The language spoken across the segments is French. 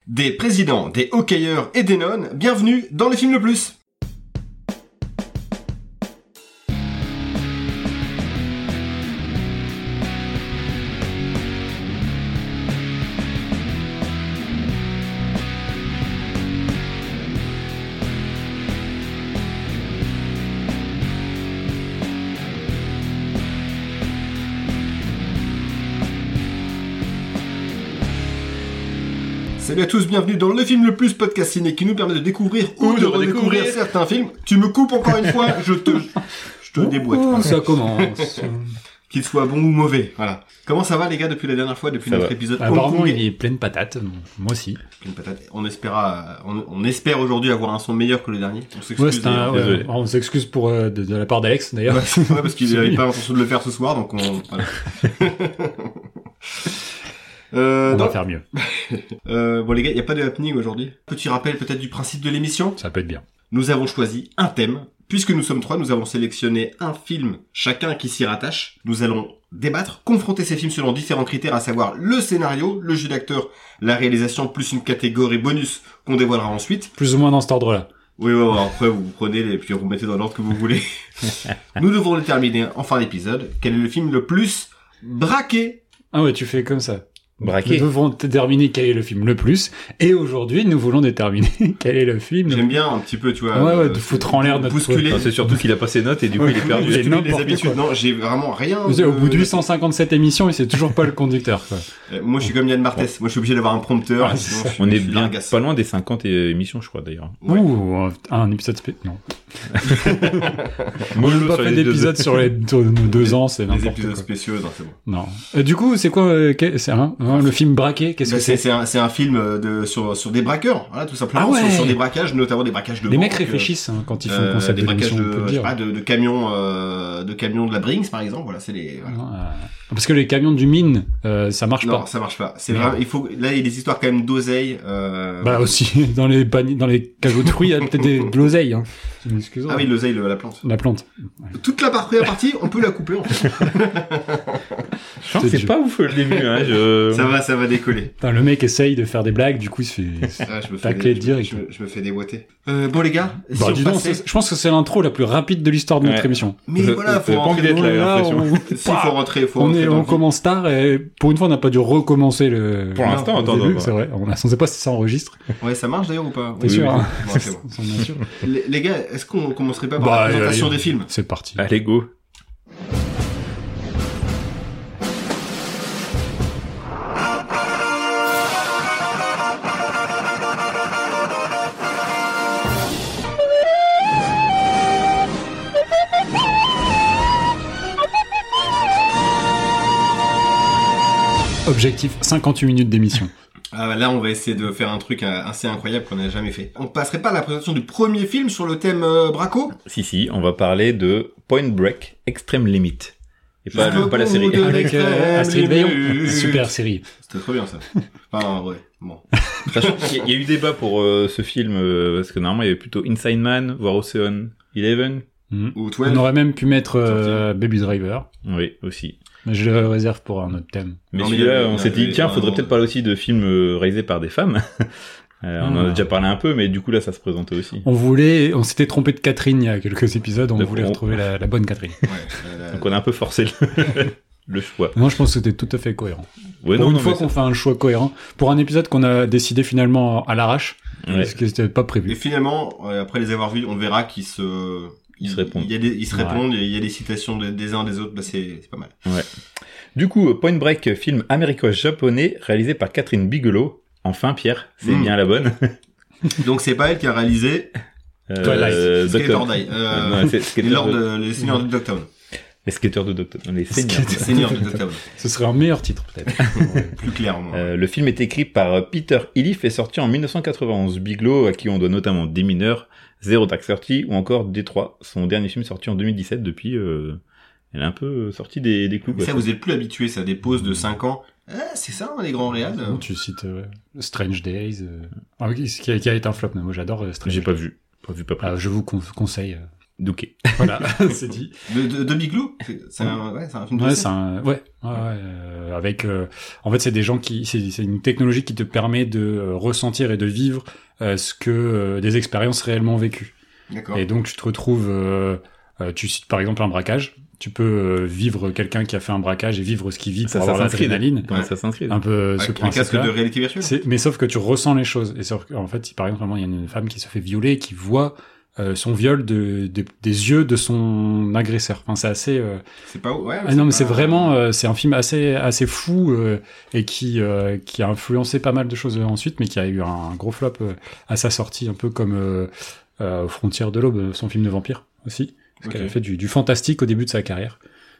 Des présidents, des hockeyeurs et des nonnes, bienvenue dans le film le plus. Salut à tous, bienvenue dans le film le plus podcast ciné qui nous permet de découvrir ou de redécouvrir certains films. Tu me coupes encore une fois, je te déboîte. Oh, ça commence. Qu'il soit bon ou mauvais, voilà. Comment ça va les gars depuis la dernière fois, depuis notre épisode apparemment il est plein de patates, moi aussi. Plein de patates. On espère aujourd'hui avoir un son meilleur que le dernier. On s'excuse. On s'excuse pour de la part d'Alex d'ailleurs. Ouais, parce qu'il n'avait pas l'intention de le faire ce soir, donc voilà. On va faire mieux. Bon les gars, il n'y a pas de happening aujourd'hui. Petit rappel peut-être du principe de l'émission. Ça peut être bien. Nous avons choisi un thème. Puisque nous sommes trois, nous avons sélectionné un film chacun qui s'y rattache. Nous allons débattre, confronter ces films selon différents critères, à savoir le scénario, le jeu d'acteur, la réalisation, plus une catégorie bonus qu'on dévoilera ensuite. Plus ou moins dans cet ordre-là. Oui, après vous prenez et puis vous mettez dans l'ordre que vous voulez. Nous devrons déterminer en fin d'épisode quel est le film le plus braqué. Ah ouais, tu fais comme ça. Braqué. Nous devons déterminer quel est le film le plus, et aujourd'hui, nous voulons déterminer quel est le film. J'aime bien un petit peu, tu vois. Ouais, de foutre en l'air notre bousculer. C'est surtout qu'il a pas ses notes et du coup il est perdu. C'est les habitudes. Non, j'ai vraiment rien. Au bout de 857 émissions, et c'est toujours pas le conducteur, quoi. Moi, je suis comme Yann Martès. Moi, je suis obligé d'avoir un prompteur. Ah, on est bien pas loin des 50 émissions, je crois, d'ailleurs. Ouais. Ouh, un épisode non. Moi, je n'ai pas fait d'épisode sur les 2 ans, c'est n'importe quoi. Les épisodes spéciaux, non, c'est bon. Non. Du coup, c'est quoi, c'est le film braqué? Qu'est-ce que c'est? C'est un film sur des braqueurs, voilà, tout simplement. Ah ouais. Sur des braquages, notamment des braquages de les banque. mecs réfléchissent, quand ils font le concept des braquages de camions, de camions de la Brinks, par exemple. Voilà, c'est les, voilà. Parce que les camions du mine, ça marche pas. Non, ça marche pas. C'est vrai, là, il y a des histoires quand même d'oseille, Bah, aussi, dans les cajots de fruits, il y a peut-être de l'oseille, hein. Ah oui, l'oseille, la plante. La plante. Toute la première partie, on peut la couper, en fait. Je pense que c'est pas ouf le début, hein, Ça va décoller. Putain, le mec essaye de faire des blagues, du coup, il se fait tacler direct. Je me fais déboîter. Bon, les gars. Dis donc, je pense que c'est l'intro la plus rapide de l'histoire de notre émission. Mais voilà, faut rentrer on commence tard et pour une fois, on n'a pas dû recommencer le... Pour l'instant, attends. C'est vrai. On sait pas si ça enregistre. Ouais, ça marche d'ailleurs ou pas? T'es sûr, hein? C'est bon. Les gars, est-ce qu'on commencerait pas par la présentation des films? C'est parti. Allez, go. Objectif 58 minutes d'émission. Là, on va essayer de faire un truc assez incroyable qu'on n'a jamais fait. On passerait pas à la présentation du premier film sur le thème Braco? Si, on va parler de Point Break Extreme Limit. Et pas la série. Avec Astrid Veillon. Super série. C'était trop bien, ça. Enfin, ouais. Bon. Sachant qu'il y a eu débat pour ce film, parce que normalement, il y avait plutôt Inside Man, voire Ocean 11. Ou 12. On aurait même pu mettre Baby Driver. Oui, aussi. Mais je le réserve pour un autre thème. Mais celui-là, on s'est dit, tiens, faudrait peut-être parler aussi de films réalisés par des femmes. On en a déjà parlé un peu, mais du coup, là, ça se présentait aussi. On s'était trompé de Catherine il y a quelques épisodes, on voulait retrouver la bonne Catherine. Ouais, donc on a un peu forcé le choix. Moi, je pense que c'était tout à fait cohérent. Ouais, pour une fois qu'on fait un choix cohérent, pour un épisode qu'on a décidé finalement à l'arrache, parce que c'était pas prévu. Et finalement, après les avoir vus, on verra qu'ils se répondent. Ils se répondent, il y a des citations des uns des autres, bah c'est pas mal. Ouais. Du coup, Point Break, film américo-japonais réalisé par Catherine Bigelow. Enfin, Pierre, c'est bien la bonne. Donc c'est pas elle qui a réalisé Skater Die. Les Seigneurs de Dogtown. Les skateurs de Dogtown. Les Seigneurs de Dogtown. Ce serait un meilleur titre, peut-être. Plus clairement. Le film est écrit par Peter Iliff et est sorti en 1991. Bigelow, à qui on doit notamment Des Mineurs, Zero Dark Thirty ou encore Détroit. Son dernier film sorti en 2017. Depuis, elle a un peu sorti des clous. Ça, vous êtes plus habitué, ça, des pauses de 5 ans. C'est ça, les grands réals. Tu cites Strange Days, qui a été un flop, mais moi j'adore Strange. J'ai pas vu. Je vous conseille. Douquet. Voilà, c'est dit. De Bigelow. C'est un film de scène. Avec, en fait, c'est des gens c'est une technologie qui te permet de ressentir et de vivre ce que des expériences réellement vécues. D'accord. Et donc, tu te retrouves, tu cites par exemple un braquage. Tu peux vivre quelqu'un qui a fait un braquage et vivre ce qu'il vit pour avoir l'adrénaline. Comment ça s'inscrit? Un peu ce principe-là. Un casque de réalité virtuelle. Mais sauf que tu ressens les choses. Et sauf qu'en fait, par exemple, il y a une femme qui se fait violer et qui voit son viol des yeux de son agresseur. Enfin, c'est assez. C'est pas. Ouais. Ah non, mais c'est vraiment. C'est un film assez fou et qui a influencé pas mal de choses ensuite, mais qui a eu un gros flop à sa sortie, un peu comme aux Frontières de l'Aube, son film de vampire aussi. Parce qu'elle a fait du fantastique au début de sa carrière.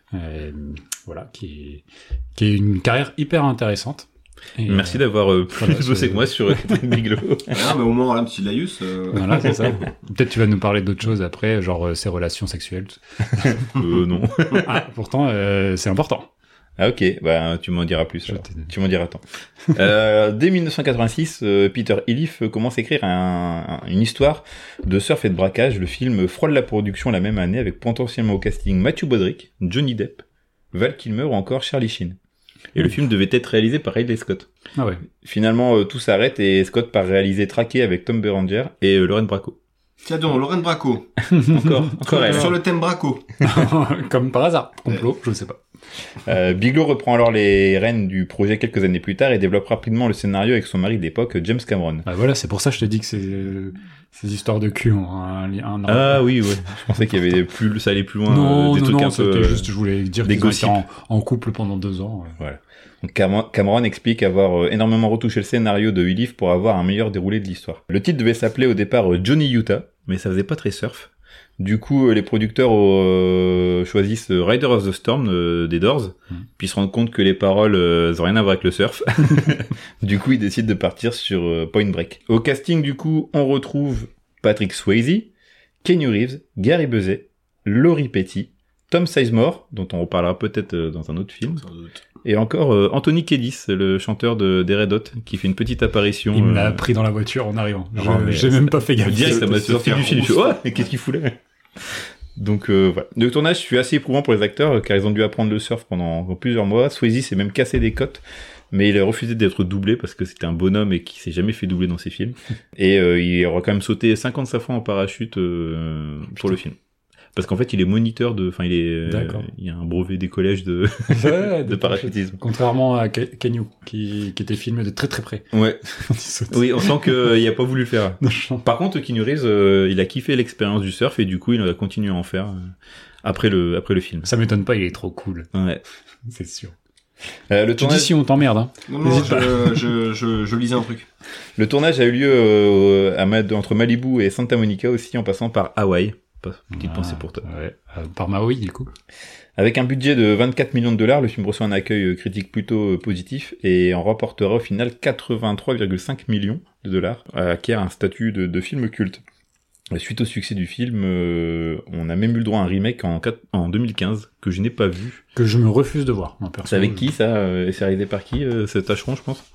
Voilà, qui est une carrière hyper intéressante. Et merci d'avoir plus bossé que moi sur Catherine Bigelow. Ah, mais au moins, là, petit Laïus. Voilà, c'est ça. Peut-être tu vas nous parler d'autres choses après, genre ses relations sexuelles. Non. Ah, pourtant, c'est important. Ah ok, bah tu m'en diras plus. Tu m'en diras tant. Dès 1986, Peter Iliff commence à écrire une histoire de surf et de braquage. Le film frôle la production la même année avec potentiellement au casting Matthew Broderick, Johnny Depp, Val Kilmer ou encore Charlie Sheen. Et le film devait être réalisé par Ridley Scott. Ah ouais. Finalement, tout s'arrête et Scott part réaliser Traqué avec Tom Berenger et Lorraine Bracco. Tiens donc, Lorraine Bracco. Encore elle. Sur le thème Bracco. Comme par hasard. Complot, je ne sais pas. Bigelow reprend alors les rênes du projet quelques années plus tard et développe rapidement le scénario avec son mari d'époque, James Cameron. Ah voilà, c'est pour ça que je te dis que ces histoires de cul ont un Ah oui, ouais. Je pensais qu'il y avait ça allait plus loin. Non, des trucs un peu. Juste, je voulais dire qu'ils ont été en couple pendant 2 ans. Voilà. Donc Cameron explique avoir énormément retouché le scénario de Iliff pour avoir un meilleur déroulé de l'histoire. Le titre devait s'appeler au départ Johnny Utah, mais ça faisait pas très surf. Du coup, les producteurs choisissent Rider of the Storm des Doors, puis se rendent compte que les paroles n'ont rien à voir avec le surf. Du coup, ils décident de partir sur Point Break. Au casting, du coup, on retrouve Patrick Swayze, Keanu Reeves, Gary Busey, Laurie Petty, Tom Sizemore, dont on reparlera peut-être dans un autre film, et encore Anthony Kiedis, le chanteur des Red Hot, qui fait une petite apparition. Il me l'a pris dans la voiture en arrivant. J'ai même pas fait gaffe. Direct, ça m'a sorti du film. Je suis, mais qu'est-ce qu'il fout là? Donc voilà. Le tournage fut assez éprouvant pour les acteurs, car ils ont dû apprendre le surf pendant plusieurs mois. Swayze s'est même cassé des côtes, mais il a refusé d'être doublé parce que c'était un bonhomme et qui s'est jamais fait doubler dans ses films. Et il aura quand même sauté 55 fois en parachute pour le film. Parce qu'en fait, il est moniteur il y a un brevet des collèges de parachutisme. Contrairement à Keanu, qui était filmé de très très près. Ouais. Oui, on sent qu'il a pas voulu le faire. Par contre, Keanu Reeves, il a kiffé l'expérience du surf et du coup, il a continué à en faire après le film. Ça m'étonne pas, il est trop cool. Ouais. C'est sûr. Le tournage... dis si on t'emmerde, hein. Non, je lisais un truc. Le tournage a eu lieu entre Malibu et Santa Monica aussi, en passant par Hawaï. Petite pensée pour toi. Ouais. Par Maui, du coup. Avec un budget de 24 millions de dollars, le film reçoit un accueil critique plutôt positif et en rapportera au final 83,5 millions de dollars, acquiert un statut de film culte. Suite au succès du film, on a même eu le droit à un remake en 2015 que je n'ai pas vu. Que je me refuse de voir. C'est avec qui ça et c'est réalisé par qui? C'est Tacheron, je pense.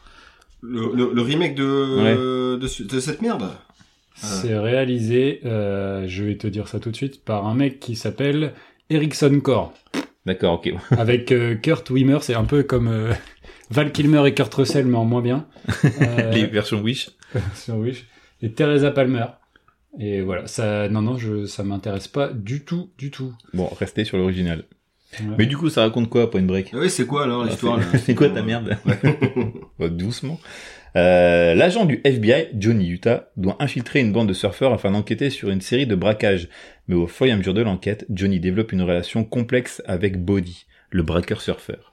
Le remake de cette merde. C'est réalisé, je vais te dire ça tout de suite, par un mec qui s'appelle Erickson Core. D'accord, ok. Avec Kurt Wimmer, c'est un peu comme Val Kilmer et Kurt Russell, mais en moins bien. Les versions Wish. Sur Wish. Et Teresa Palmer. Et voilà, ça m'intéresse pas du tout. Bon, restez sur l'original. Ouais. Mais du coup, ça raconte quoi, Point Break? Oui, c'est quoi alors l'histoire? C'est quoi ta merde? Doucement. L'agent du FBI, Johnny Utah, doit infiltrer une bande de surfeurs afin d'enquêter sur une série de braquages. Mais au fur et à mesure de l'enquête, Johnny développe une relation complexe avec Bodhi, le braqueur-surfeur.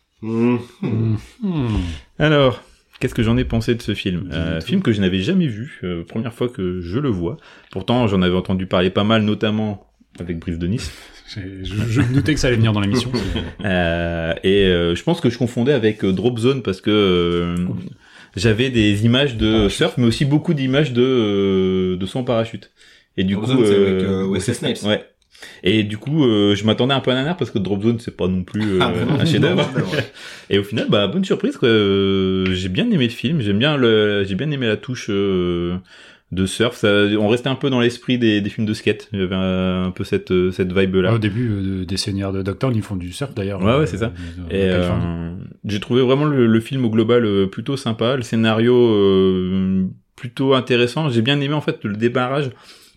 Alors, qu'est-ce que j'en ai pensé de ce film? Film que je n'avais jamais vu, première fois que je le vois. Pourtant, j'en avais entendu parler pas mal, notamment avec Brice de Nice. Je me doutais que ça allait venir dans l'émission. Je pense que je confondais avec Drop Zone parce que j'avais des images de surf, mais aussi beaucoup d'images de saut en parachute. Et du Drop coup, Zone, c'est avec Wesley Snipes. Ouais. Et du coup, je m'attendais un peu à un nanar parce que Drop Zone, c'est pas non plus un chef-d'œuvre. Et au final, bonne surprise, quoi. J'ai bien aimé le film. J'ai bien aimé la touche de surf. On restait un peu dans l'esprit des films de skate. Il y avait un peu cette vibe-là. Au début des Seigneurs de Dogtown, ils font du surf d'ailleurs. Ouais, c'est ça. Et j'ai trouvé vraiment le film au global plutôt sympa. Le scénario plutôt intéressant. J'ai bien aimé en fait le démarrage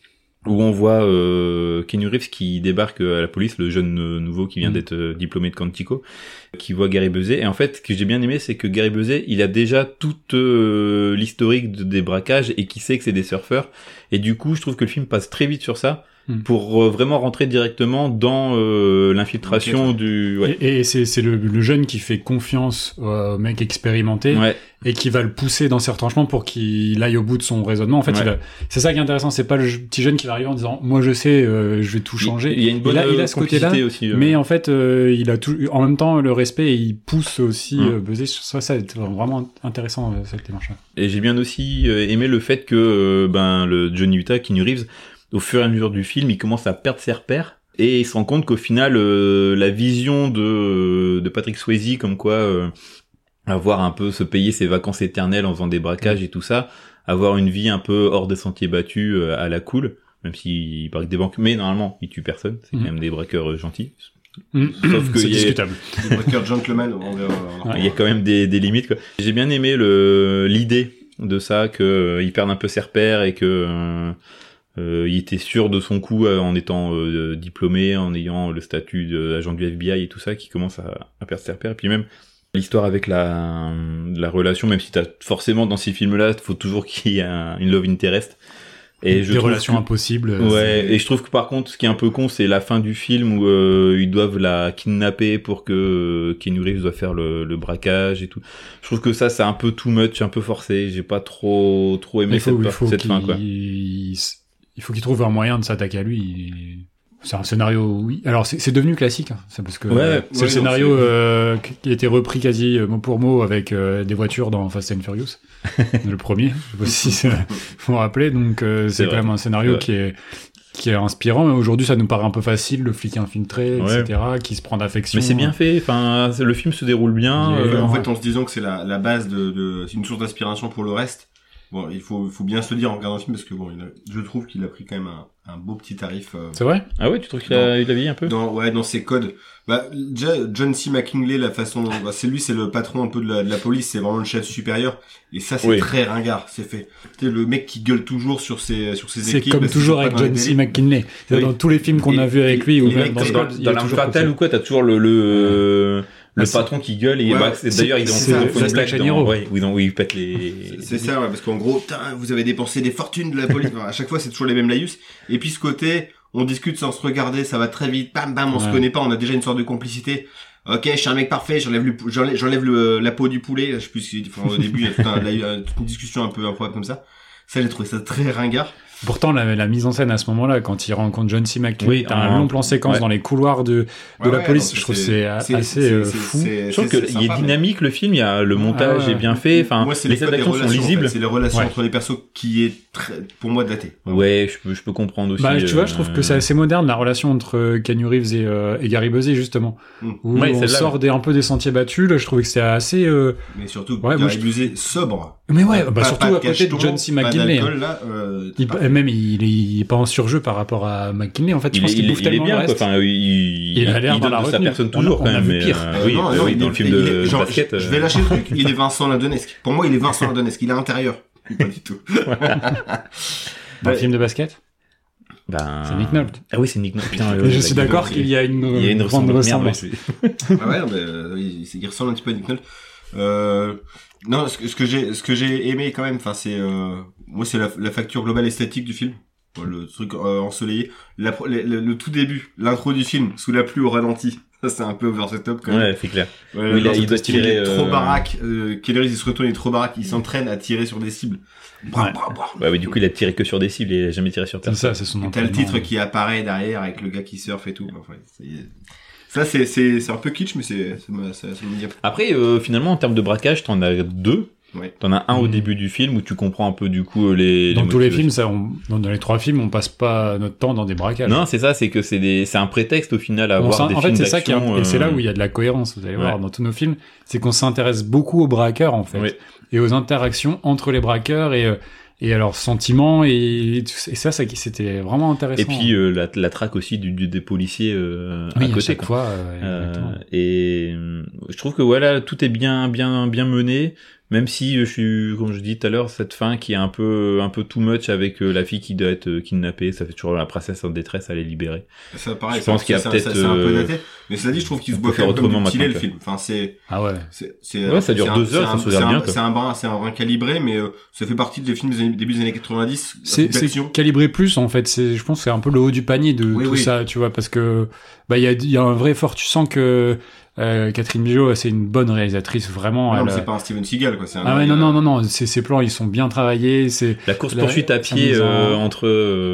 où on voit Keanu Reeves qui débarque à la police, le jeune nouveau qui vient d'être diplômé de Quantico, qui voit Gary Busey. Et en fait, ce que j'ai bien aimé, c'est que Gary Busey, il a déjà toute l'historique des braquages et qui sait que c'est des surfeurs. Et du coup, je trouve que le film passe très vite sur ça pour vraiment rentrer directement dans l'infiltration du... Ouais. Et c'est le jeune qui fait confiance au mec expérimenté et qui va le pousser dans ses retranchements pour qu'il aille au bout de son raisonnement. En fait, c'est ça qui est intéressant. C'est pas le petit jeune qui va arriver en disant « Moi, je sais, je vais tout changer ». Il y a une bonne il a ce côté-là, aussi. mais en fait, il a tout, en même temps le respect et il pousse aussi Busey sur ça. Ça c'est vraiment intéressant, cette démarche-là. Et j'ai bien aussi aimé le fait que le Johnny Utah, Keanu Reeves, au fur et à mesure du film, il commence à perdre ses repères et il se rend compte qu'au final, la vision de Patrick Swayze, comme quoi avoir un peu se payer ses vacances éternelles en faisant des braquages et tout ça, avoir une vie un peu hors des sentiers battus à la cool, même s'il braque des banques, mais normalement il tue personne, c'est quand même des braqueurs gentils. Sauf que c'est discutable. Des braqueurs gentlemen, il y a quand même des limites, quoi. J'ai bien aimé l'idée de ça, que il perd un peu ses repères et que il était sûr de son coup en étant diplômé, en ayant le statut d'agent du FBI et tout ça, qui commence à perdre ses repères. Et puis même l'histoire avec la relation, même si t'as forcément dans ces films-là, faut toujours qu'il y ait une love interest. Et des relations impossibles. Ouais, et je trouve que par contre, ce qui est un peu con, c'est la fin du film où ils doivent la kidnapper pour que Keanu Reeves doit faire le braquage et tout. Je trouve que ça, c'est un peu too much, un peu forcé. J'ai pas trop aimé cette fin, quoi. Il faut qu'il trouve un moyen de s'attaquer à lui. C'est un scénario, oui. Alors c'est devenu classique, hein. C'est parce que c'est le scénario qui a été repris quasi mot pour mot avec des voitures dans Fast and Furious, le premier. Je sais pas si vous vous rappelez. Donc c'est quand même un scénario qui est inspirant. Mais aujourd'hui, ça nous paraît un peu facile, le flic infiltré, etc., qui se prend d'affection. Mais c'est bien fait. Enfin, le film se déroule bien. En fait, en se disant que c'est la base c'est une source d'inspiration pour le reste. Bon, il faut bien se le dire en regardant le film parce que je trouve qu'il a pris quand même un beau petit tarif. C'est vrai? Ah ouais, tu trouves qu'il a vieilli un peu? Dans ses codes. Déjà, John C. McKinley, la façon, c'est le patron un peu de la police, c'est vraiment le chef supérieur. Et ça, c'est très ringard, c'est fait. Tu sais, le mec qui gueule toujours sur ses équipes. C'est comme toujours avec John C. McKinley. Dans tous les films qu'on a vus avec lui, ou même dans L'Arme Fatale ou quoi, t'as toujours le patron qui gueule et d'ailleurs ils ont une blague où ils pètent les... C'est ça, parce qu'en gros, vous avez dépensé des fortunes de la police. À chaque fois, c'est toujours les mêmes laïus. Et puis ce côté, on discute sans se regarder, ça va très vite, bam, on se connaît pas, on a déjà une sorte de complicité. Ok, je suis un mec parfait, j'enlève la peau du poulet. Je sais plus, au début, il y a toute une discussion un peu improbable comme ça. Ça, j'ai trouvé ça très ringard. Pourtant, la mise en scène à ce moment-là, quand il rencontre John C. McClane, t'as un long plan séquence dans les couloirs de la police. Je trouve que c'est assez fou. Je trouve qu'il est dynamique, le film. Il y a le montage est bien fait. Enfin, les scènes d'action sont lisibles. C'est les relations entre les persos qui est pour moi daté. Ouais, je peux comprendre aussi. Tu vois, je trouve que c'est assez moderne, la relation entre Keanu Reeves et Gary Busey, justement. Où on sort un peu des sentiers battus. Là, je trouvais que c'était assez... Mais surtout, Gary Busey sobre. Mais surtout à côté de John C. McClane. Même il est pas en surjeu par rapport à McKinley, en fait. Je pense qu'il bouffe tellement le reste. Enfin, il a l'air dans la retenue. Sa personne toujours quand même. Pire. Oui, dans le film de basket. Je vais lâcher le truc. Il est Vincent Ladonesque. Pour moi, il est Vincent Ladonesque. Il est intérieur. Pas du tout. Dans le film de basket. C'est Nick Nolte. Ah oui, c'est Nick Nolte. Putain, je suis d'accord qu'il y a une grande ressemblance. Il ressemble un petit peu à Nick Nolte. Non, ce que j'ai aimé quand même, enfin moi c'est la facture globale esthétique du film, le truc ensoleillé, le tout début, l'intro du film sous la pluie au ralenti. Ça c'est un peu over the top quand même. Ouais, c'est clair. Il doit tirer. Il est trop baraque. Keanu il se retourne, il est trop baraque. Il s'entraîne à tirer sur des cibles. Ouais, du coup il a tiré que sur des cibles, il a jamais tiré sur personne. C'est ça, c'est son entraînement. T'as le titre qui apparaît derrière avec le gars qui surfe et tout. Enfin, ça c'est un peu kitsch, mais ça me dit. Après finalement en termes de braquage, t'en as deux. Ouais. T'en as un au début du film où tu comprends un peu du coup dans tous les films, dans les trois films, on passe pas notre temps dans des braquages. Non, c'est ça, c'est que c'est un prétexte au final à avoir des films d'action. En fait, c'est ça et c'est là où il y a de la cohérence. Vous allez voir dans tous nos films, c'est qu'on s'intéresse beaucoup aux braqueurs en fait et aux interactions entre les braqueurs et et leurs sentiments et ça c'était vraiment intéressant. Et puis la traque aussi des policiers à côté. À chaque fois. Et je trouve que voilà, tout est bien mené. Même si je suis, comme je dis tout à l'heure, cette fin qui est un peu too much avec la fille qui doit être kidnappée, ça fait toujours la princesse en détresse à les libérer. Ça pareil, je pense qu'il y a peut-être c'est un peu daté. Mais cela dit, je trouve qu'il se boit quand même comme du filet, le film. Enfin, ah ouais. Ouais, ça dure 2 heures, ça se regarde bien, quoi. C'est un brin calibré, mais ça fait partie des films début des années 90. C'est calibré plus, en fait. Je pense que c'est un peu le haut du panier de tout ça, tu vois, parce que, il y a un vrai effort. Tu sens que, Catherine Bigelow, c'est une bonne réalisatrice, vraiment. Non, mais c'est pas un Steven Seagal, quoi. Non. Ces plans, ils sont bien travaillés. C'est la course-poursuite à pied, entre,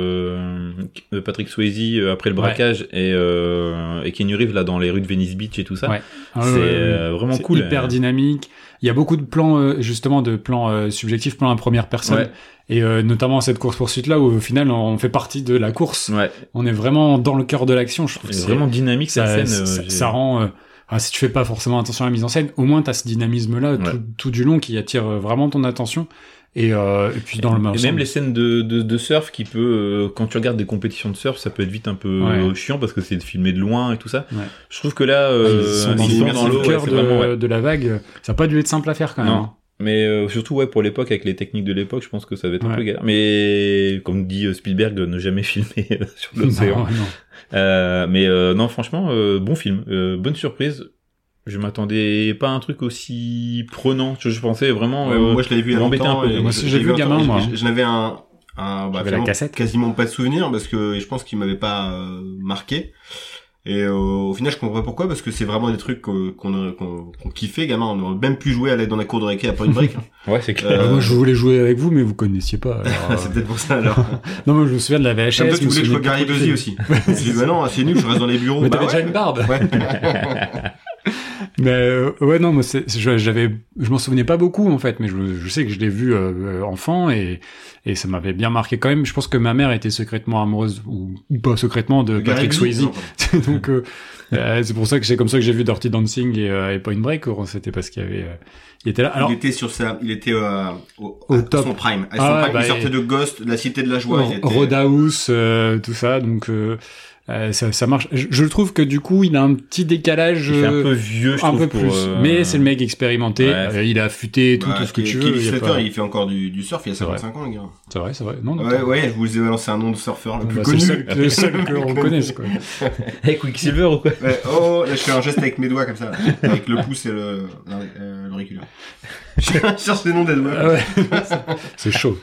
Patrick Swayze, après le braquage, et Keanu Reeves, là, dans les rues de Venice Beach et tout ça. Ouais. C'est vraiment cool. C'est hyper dynamique. Il y a beaucoup de plans, justement, de plans subjectifs, plans à première personne. Ouais. Et notamment cette course-poursuite là où au final on fait partie de la course. Ouais. On est vraiment dans le cœur de l'action. Je trouve que c'est vraiment dynamique cette scène. Ça rend. Si tu fais pas forcément attention à la mise en scène, au moins t'as ce dynamisme-là tout du long qui attire vraiment ton attention. Et puis dans le et même les scènes de surf qui peut quand tu regardes des compétitions de surf, ça peut être vite un peu chiant parce que c'est filmé de loin et tout ça. Ouais. Je trouve que là ils sont dans le cœur de la vague. Ça a pas dû être simple à faire quand même. Non. Mais surtout pour l'époque, avec les techniques de l'époque, je pense que ça va être un peu galère. Mais comme dit Spielberg, ne jamais filmer sur l'océan. Non, franchement, bon film, bonne surprise. Je m'attendais pas à un truc aussi prenant. Je pensais vraiment. Moi, je l'avais vu il y a longtemps. Moi, j'ai vu gamin, moi. Je n'avais la cassette. Quasiment pas de souvenir parce que je pense qu'il m'avait pas marqué. Et au final, je comprends pas pourquoi, parce que c'est vraiment des trucs qu'on kiffait, gamin. On aurait même pu jouer dans la cour de récré à Point Break. Ouais, c'est clair. Moi, je voulais jouer avec vous, mais vous connaissiez pas. Alors, c'est peut-être pour ça, alors. Non, moi, je me souviens de la VHS. Toi, tu voulais que je sois Gary Busey aussi. J'ai dit, bah non, c'est nul, je reste dans les bureaux. Mais t'avais déjà une barbe. Ouais. Mais non, moi je m'en souvenais pas beaucoup en fait, mais je sais que je l'ai vu enfant et ça m'avait bien marqué quand même. Je pense que ma mère était secrètement amoureuse ou pas secrètement de Patrick Swayze. Donc c'est pour ça que c'est comme ça que j'ai vu Dirty Dancing et Point Break. C'était parce qu'il y avait il était là. Alors, il était au top, son prime. Il sortait de Ghost, de La Cité de la Joie. Roadhouse, tout ça. Donc ça marche. Je trouve que du coup, il a un petit décalage. Il fait un peu vieux, je trouve. Mais c'est le mec expérimenté. Il a affûté tout ce que tu veux. Il fait encore du surf. Il y a 55 ans, le gars. C'est vrai. Non, je vous ai balancé un nom de surfeur le plus connu. C'est le seul que l'on connaisse, quoi. Hey, Quicksilver ou quoi? Ouais. Oh, là, je fais un geste avec mes doigts comme ça, avec le pouce et l'auriculaire. Je cherche les noms des doigts. C'est chaud.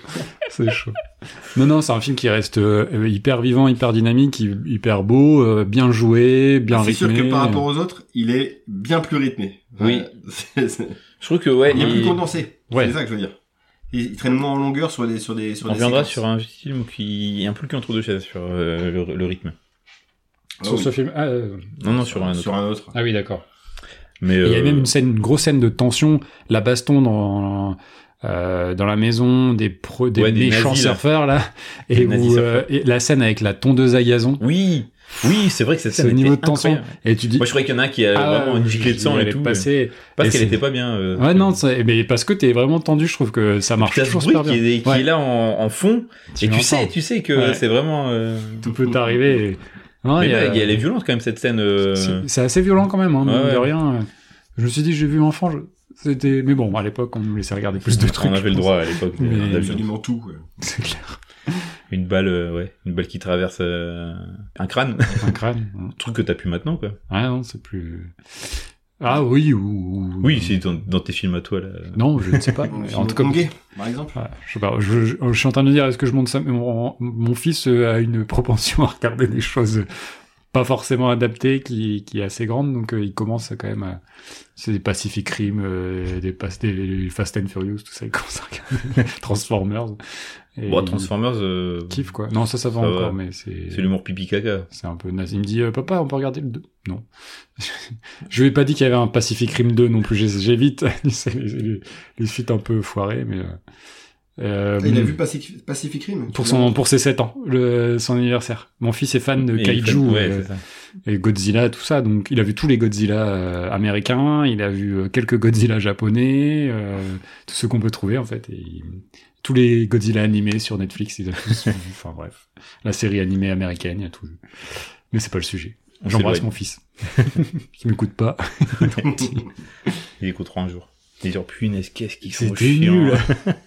Non, c'est un film qui reste hyper vivant, hyper dynamique, hyper beau, bien joué, bien rythmé. C'est sûr que par rapport aux autres, il est bien plus rythmé. Oui. Je trouve que il est plus condensé. C'est ça que je veux dire. Il traîne moins en longueur sur des On reviendra sur un film qui est un peu le cul entre deux chaises sur le rythme. Sur ce film. Non, sur un autre. Ah oui, d'accord. Mais il y a même une grosse scène de tension, la baston dans la maison des méchants nazis, surfeurs là, et la scène avec la tondeuse à gazon. Oui, c'est vrai que cette scène au niveau de tension. Et tu dis, moi je croyais qu'il y en a un qui a vraiment une giclée de sang et tout. Parce qu'elle était pas bien. Ouais, non, mais parce que t'es vraiment tendu, je trouve que ça marche toujours super bien. Qui est là en fond, et tu sais que c'est vraiment. Tout peut t'arriver. Mais elle est violente quand même cette scène. C'est assez violent quand même, hein, de rien. Je me suis dit, j'ai vu enfant, mais bon, à l'époque, on nous laissait regarder plus de trucs. On avait le droit à l'époque. On a absolument tout, quoi. C'est clair. Une balle qui traverse un crâne. Un crâne. Un truc que t'as plus maintenant, quoi. Ah non, c'est plus. Ah oui, Oui, c'est dans tes films à toi, là. Non, je ne sais pas. En tout cas, par exemple. Je sais pas, je suis en train de dire, est-ce que je montre ça, mais mon fils a une propension à regarder des choses pas forcément adaptées, qui est assez grande, donc il commence quand même à... C'est des Pacific Rim, des Fast and Furious, tout ça, il commence à regarder. Transformers. Transformers... Kiffe, quoi. Non, ça va encore, mais c'est... C'est l'humour pipi caca. C'est un peu naze. Il me dit, papa, on peut regarder le 2. Non. Je lui ai pas dit qu'il y avait un Pacific Rim 2 non plus, j'évite. Les suites un peu foirées, mais... il a vu Pacific Rim pour ses 7 ans, son anniversaire. Mon fils est fan de kaiju, et Godzilla, tout ça. Donc, il a vu tous les Godzilla américains, il a vu quelques Godzilla japonais, tout ce qu'on peut trouver, en fait. Et tous les Godzilla animés sur Netflix, il a tous vu. Enfin, bref. La série animée américaine, il a tout vu. Mais c'est pas le sujet. J'embrasse mon fils. Qui m'écoute pas. Il écoutera un jour. Il dit, punaise, qu'est-ce qu'ils sont C'était chiants. nul.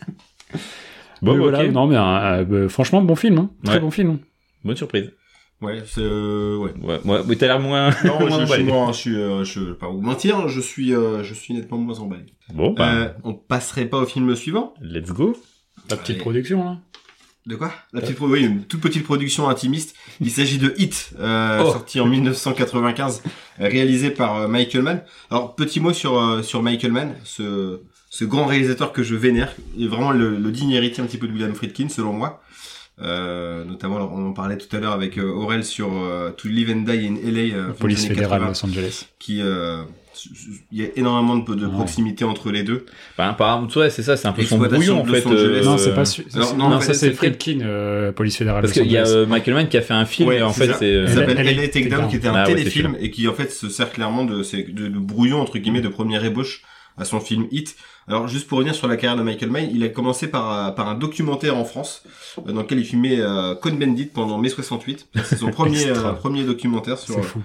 Bon, Mais ok. voilà, non, mais franchement, bon film, hein. Très Ouais. bon film. Bonne surprise. Ouais, c'est ouais. Ouais, mais t'as l'air moins. Non, moins emballé. je vais pas vous mentir, je suis nettement moins emballé. Bon, bah, On passerait pas au film suivant? let's go. La petite Allez. production, là. De quoi? Oui, une toute petite production intimiste. Il s'agit de Hit, sorti en 1995, réalisé par Michael Mann. Alors, petit mot sur Michael Mann, ce grand réalisateur que je vénère, est vraiment le digne héritier un petit peu de William Friedkin, selon moi. Notamment, on en parlait tout à l'heure avec Aurel sur To Live and Die in LA, Police des années fédérale 80, Los Angeles. qui il y a énormément de proximité entre les deux. Bah, apparemment, ouais, c'est ça, c'est un peu son Exploitation brouillon, en de Los fait. Angeles. Non, c'est pas sûr. alors, Non, non, en ça fait, c'est c'est Friedkin, Police fédérale Parce Los qu'il y a Angeles. Michael Mann qui a fait un film, Ouais, et en c'est fait, ça. c'est... Ça s'appelle LA LA Takedown, qui était un Ah ouais, c'est téléfilm celui-là. et qui en fait se sert clairement de brouillon entre guillemets de première ébauche à son film Hit. Alors juste pour revenir sur la carrière de Michael Mann, il a commencé par un documentaire en France dans lequel il filmait Cohn-Bendit pendant mai 68. C'est son premier documentaire sur C'est fou.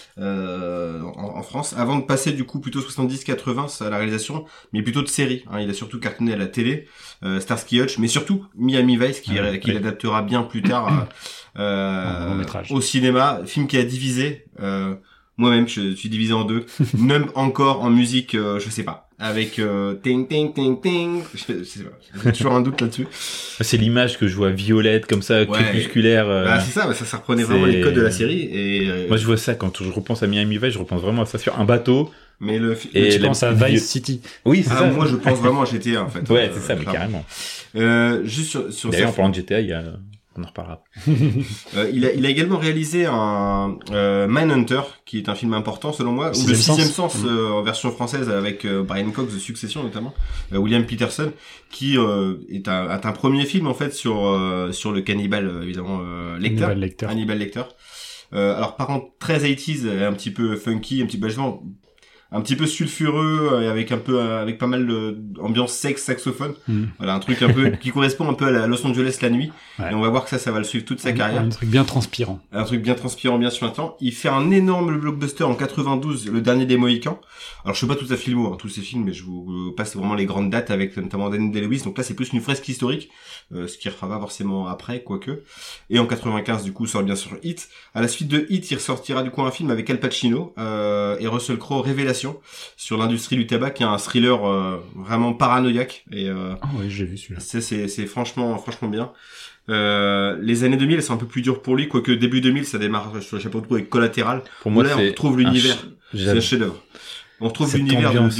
en France, avant de passer du coup plutôt 70-80 à la réalisation, mais plutôt de séries. Hein. Il a surtout cartonné à la télé, Starsky Hutch, mais surtout Miami Vice qu'il adaptera bien plus tard Un long métrage. au cinéma. Film qui a divisé. Moi-même, je suis divisé en deux. Même encore en musique, je sais pas. Avec ting ting ting ting. Je sais pas. J'ai toujours un doute là-dessus. C'est l'image que je vois violette, comme ça, crépusculaire. Bah, c'est ça. Ça reprenait vraiment les codes de la série. Et Moi, je vois ça quand je repense à Miami Vice, je repense vraiment à ça sur un bateau. mais le Et Tu la- penses à Vice City. Oui, c'est ça. moi, je pense vraiment à GTA en fait. Ouais, c'est ça, mais clairement. carrément. Juste sur D'ailleurs, en sa- parlant de GTA, on en reparlera. il a également réalisé un Mindhunter, qui est un film important selon moi, ou le Sixième Sixième Sens. Sens en version française avec Brian Cox de Succession notamment, William Peterson, qui est un premier film en fait sur le cannibale évidemment Lecter. Hannibal Lecter. Hannibal Lecter. Alors par contre très 80s, un petit peu funky, un petit peu sulfureux et avec pas mal d'ambiance sexe saxophone. Voilà, un truc un peu qui correspond un peu à la Los Angeles la nuit. Ouais. Et on va voir que ça va le suivre toute sa carrière. Un truc bien transpirant. Un truc bien transpirant, bien sur un temps. Il fait un énorme blockbuster en 92, le dernier des Mohicans. Alors je sais pas tout à fait le mot, tous ces films, mais je vous passe vraiment les grandes dates avec notamment Daniel Day-Lewis. Donc là c'est plus une fresque historique, ce qui refera pas forcément après, quoique. Et en 95 du coup sort bien sûr Hit. À la suite de Hit, il ressortira du coup un film avec Al Pacino et Russell Crowe, Révélation, sur l'industrie du tabac, qui est un thriller vraiment paranoïaque. Et Ah oui, j'ai vu celui-là. c'est franchement bien. Les années 2000 elles sont un peu plus dures pour lui, quoique début 2000 ça démarre sur le chapeau de roue avec Collatéral. Pour moi, Là on c'est retrouve l'univers, c'est un J'adore. chef-d'œuvre. On retrouve Cette l'univers ambiance.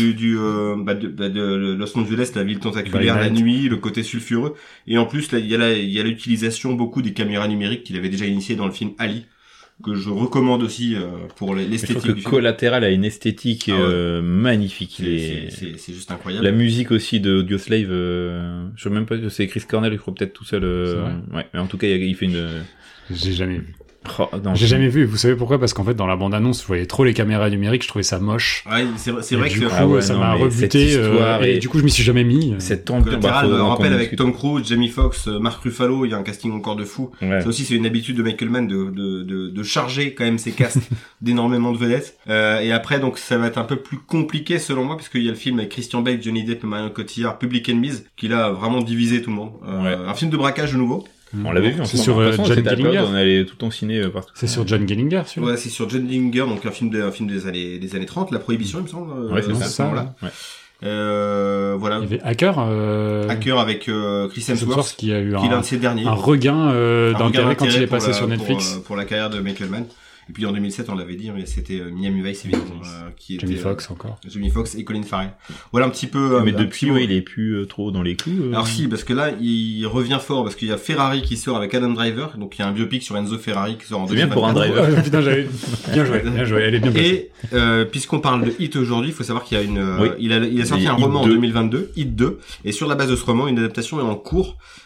de Los Angeles, la ville tentaculaire, la Twilight. nuit, le côté sulfureux, et en plus là il y a l'utilisation beaucoup des caméras numériques qu'il avait déjà initié dans le film Ali, que je recommande aussi pour Je trouve l'esthétique que du film. Collatéral a une esthétique Ah ouais. magnifique. Il est... C'est juste incroyable. La musique aussi de Audioslave, je sais même pas, c'est Chris Cornell, je crois peut-être tout seul. C'est vrai. Ouais, mais en tout cas, il fait une. J'ai jamais vu. Oh, non, J'ai jamais vu. Vous savez pourquoi? Parce qu'en fait, dans la bande-annonce, je voyais trop les caméras numériques. Je trouvais ça moche. Ouais, c'est Et vrai du que coup, Ah ouais, ça non, m'a mais cette rebuté. histoire Et est- du coup, je m'y suis jamais mis. cette ambiance. Collatéral, bah, on qu'on rappelle avec discute. Tom Cruise, Jamie Foxx, Mark Ruffalo, il y a un casting encore de fou. Ouais. Ça aussi, c'est une habitude de Michael Mann de charger quand même ses castes d'énormément de vedettes. Et après, donc, ça va être un peu plus compliqué selon moi, parce qu'il y a le film avec Christian Bale, Johnny Depp et Marion Cotillard, Public Enemies, qui là a vraiment divisé tout le monde. Ouais. Un film de braquage de nouveau. On l'avait vu en C'est ce sur moment. De toute façon, John c'était à la période Dillinger. où on allait tout le temps ciné partout. C'est sur John Gellinger, celui-là. Ouais, c'est sur John Dillinger, donc un film des années 30, La Prohibition, il me semble. Ouais, c'est à ça. ce moment-là. Ouais. Voilà. Il y avait Hacker. Hacker avec Chris Hemsworth, qui a eu qui est l'un de ses derniers. un regain Un d'intérêt regard quand il d'intérêt est pour passé la- sur Netflix. pour la carrière de Michael Mann. Et puis en 2007, on l'avait dit, mais c'était Miami Vice évidemment, qui était Jamie Foxx encore. Jamie Foxx et Colin Farrell. Voilà un petit peu. Mais un depuis, petit mot. ouais, il est plus trop dans les clous. Alors si, parce que là, il revient fort, parce qu'il y a Ferrari qui sort avec Adam Driver, donc il y a un biopic sur Enzo Ferrari qui sort en C'est bien pour un 2024. driver. Putain, j'avais bien joué, elle est bien placée. Et puisqu'on parle de Hit aujourd'hui, il faut savoir qu'il y a Oui. il a sorti Les un Hit roman en 2. 2022, Hit 2, et sur la base de ce roman, une adaptation est en cours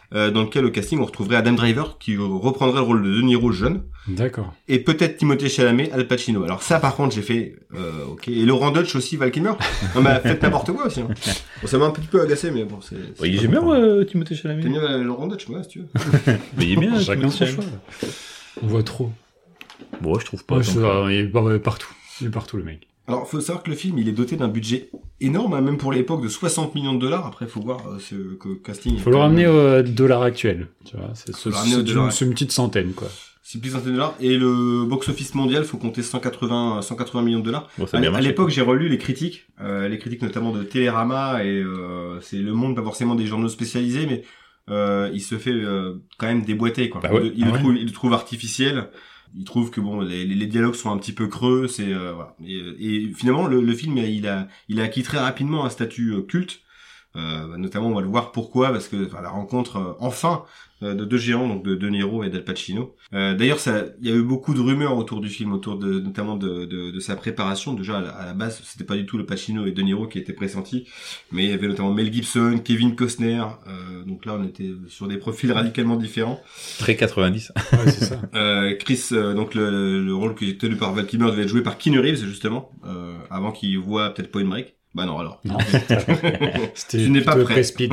dans lequel au casting on retrouverait Adam Driver qui reprendrait le rôle de Niro jeune. D'accord. Et peut-être Timothée Chalamet, Al Pacino. Alors ça, par contre, j'ai fait, ok. Et Laurent Dutch aussi, Val Kilmer. Non, mais faites n'importe quoi aussi. Hein. Bon, ça m'a un petit peu agacé, mais bon, c'est. Oui, j'aime bien Timothée Chalamet. T'aimes bien Laurent Dutch, moi, si tu veux. Mais il est bien. Chacun Timothée son choix. Chalamet. On voit trop. Bon, je trouve pas. Ouais, tant c'est que- ça, il est partout. Il est partout, le mec. Alors, faut savoir que le film, il est doté d'un budget énorme, hein, même pour l'époque, de 60 millions de dollars. Après, faut voir que casting. Il faut le ramener au dollar actuel. Tu vois, Faut le ramener au dollar. c'est une petite centaine, quoi. C'est plus d'un centaine de dollars. Et le box-office mondial, faut compter 180 millions de dollars. Bon, ça a bien À marché. l'époque, j'ai relu les critiques notamment de Télérama et c'est Le Monde, pas forcément des journaux spécialisés, mais il se fait quand même déboîter, quoi. Bah ouais. Il le trouve artificiel. Il trouve que bon, les dialogues sont un petit peu creux. C'est voilà. Et finalement, le film, il a acquis très rapidement un statut culte. Notamment, on va le voir pourquoi, parce que la rencontre enfin de deux géants, donc de De Niro et d'Al Pacino. D'ailleurs, il y a eu beaucoup de rumeurs autour du film, notamment de sa préparation. Déjà, à la base, c'était pas du tout le Pacino et De Niro qui étaient pressentis, mais il y avait notamment Mel Gibson, Kevin Costner. Donc là, on était sur des profils radicalement différents. Très 90. Ouais, c'est ça. Chris, donc le rôle qui est tenu par Val Kilmer devait être joué par Keanu Reeves, justement, avant qu'il voit peut-être Point Break. Bah non, alors. Non. C'était Tu n'es pas plutôt prêt. pré-speed.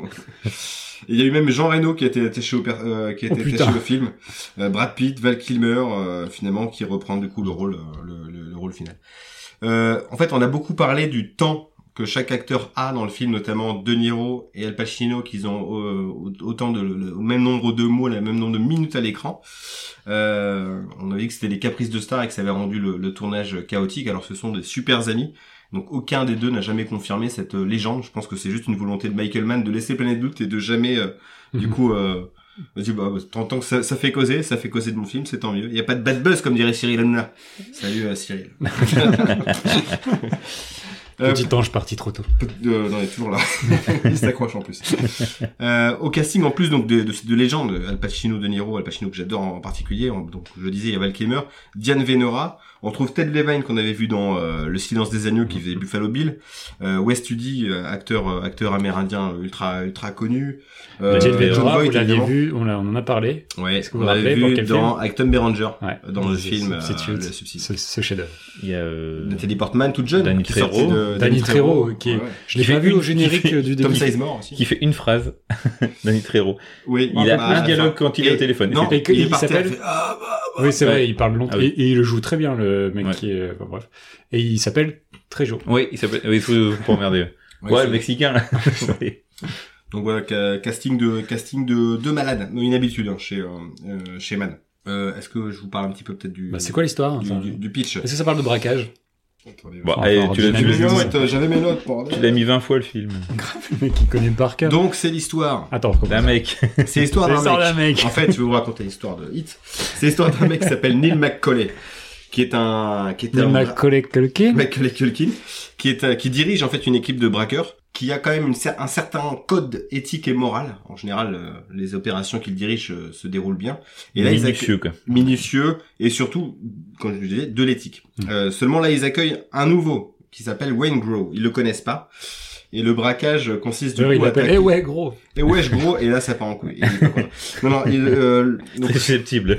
Il y a eu même Jean Reno qui a été attaché putain. au film. Brad Pitt, Val Kilmer, finalement, qui reprend du coup le rôle final. En fait, on a beaucoup parlé du temps que chaque acteur a dans le film, notamment De Niro et Al Pacino, qu'ils ont autant au même nombre de mots, le même nombre de minutes à l'écran. On avait dit que c'était des caprices de star et que ça avait rendu le tournage chaotique. Alors, ce sont des super amis. Donc aucun des deux n'a jamais confirmé cette légende. Je pense que c'est juste une volonté de Michael Mann de laisser planer le doute et de jamais, du coup, vas-y, tant que ça fait causer de mon film, c'est tant mieux. Il n'y a pas de bad buzz comme dirait Cyril Hanouna. Salut Cyril. Petit ange parti trop tôt. Non, il est toujours là. Il s'accroche en plus. Au casting, en plus donc de légendes, Al Pacino, De Niro, Al Pacino que j'adore en particulier. Donc je le disais, il y a Val Kilmer, Diane Venora. On trouve Ted Levine qu'on avait vu dans Le Silence des agneaux qui faisait Buffalo Bill. Wes Studi, acteur amérindien ultra connu. Jane John Venora, Voight, vous l'aviez évidemment. vu, on en a parlé. Ouais, Est-ce que vous on vous l'avait rappelez pour vu quel avec Tom Berenger Ouais. dans le film Substitute. Le Substitute. Ce chef-d'œuvre. Il y a Nathalie Portman toute jeune. Danny qui est sortie Trejo. de- Danny Trejo, qui est- Ouais. Je l'ai Qui pas fait vu au une- générique qui fait- du Tom début. Sizemore aussi. qui fait une phrase, Danny Trejo. Oui, Il a bah, un dialogue enfin, quand il est et- au téléphone. Non, Et il est il par terre, s'appelle- il fait, ah, bah, Oui, c'est Ouais. vrai, il parle longtemps. Ah oui. Et il le joue très bien, le mec Ouais. qui est... enfin, bref. Et il s'appelle Trejo. Oui, il s'appelle, oui, faut pas emmerder. Ouais, c'est- le Mexicain, là. Donc voilà, casting de malade, une habitude hein, chez Mann. Est-ce que je vous parle un petit peu peut-être du Bah, c'est quoi l'histoire enfin, du pitch? Est-ce que ça parle de braquage? Attendez, Bon, Enfin, allez, enfin, tu l'as j'avais tu mes l'as- notes, j'avais mes notes, tu bordel. l'as mis 20 fois le film. Le mec qui connaît par cœur. Donc c'est l'histoire. Attends, recommence. D'un mec. C'est l'histoire d'un mec. mec. En fait, je vais vous raconter l'histoire de Hit. C'est l'histoire d'un mec qui s'appelle Neil McCauley, qui était Il m'a collé quelqu'un. Macaulay Culkin, qui dirige en fait une équipe de braqueurs, qui a quand même un certain code éthique et moral. En général, les opérations qu'il dirige se déroulent bien. Et là, Minutieux, quoi. minutieux et surtout, comme je le disais, de l'éthique. Seulement là, ils accueillent un nouveau qui s'appelle Wayne Grow. Ils le connaissent pas. Et le braquage consiste du D'ailleurs, coup il à appelle, attaquer... ouais, gros. Et wesh gros, et là ça part en couille. Il est pas content. Non, donc, C'est susceptible.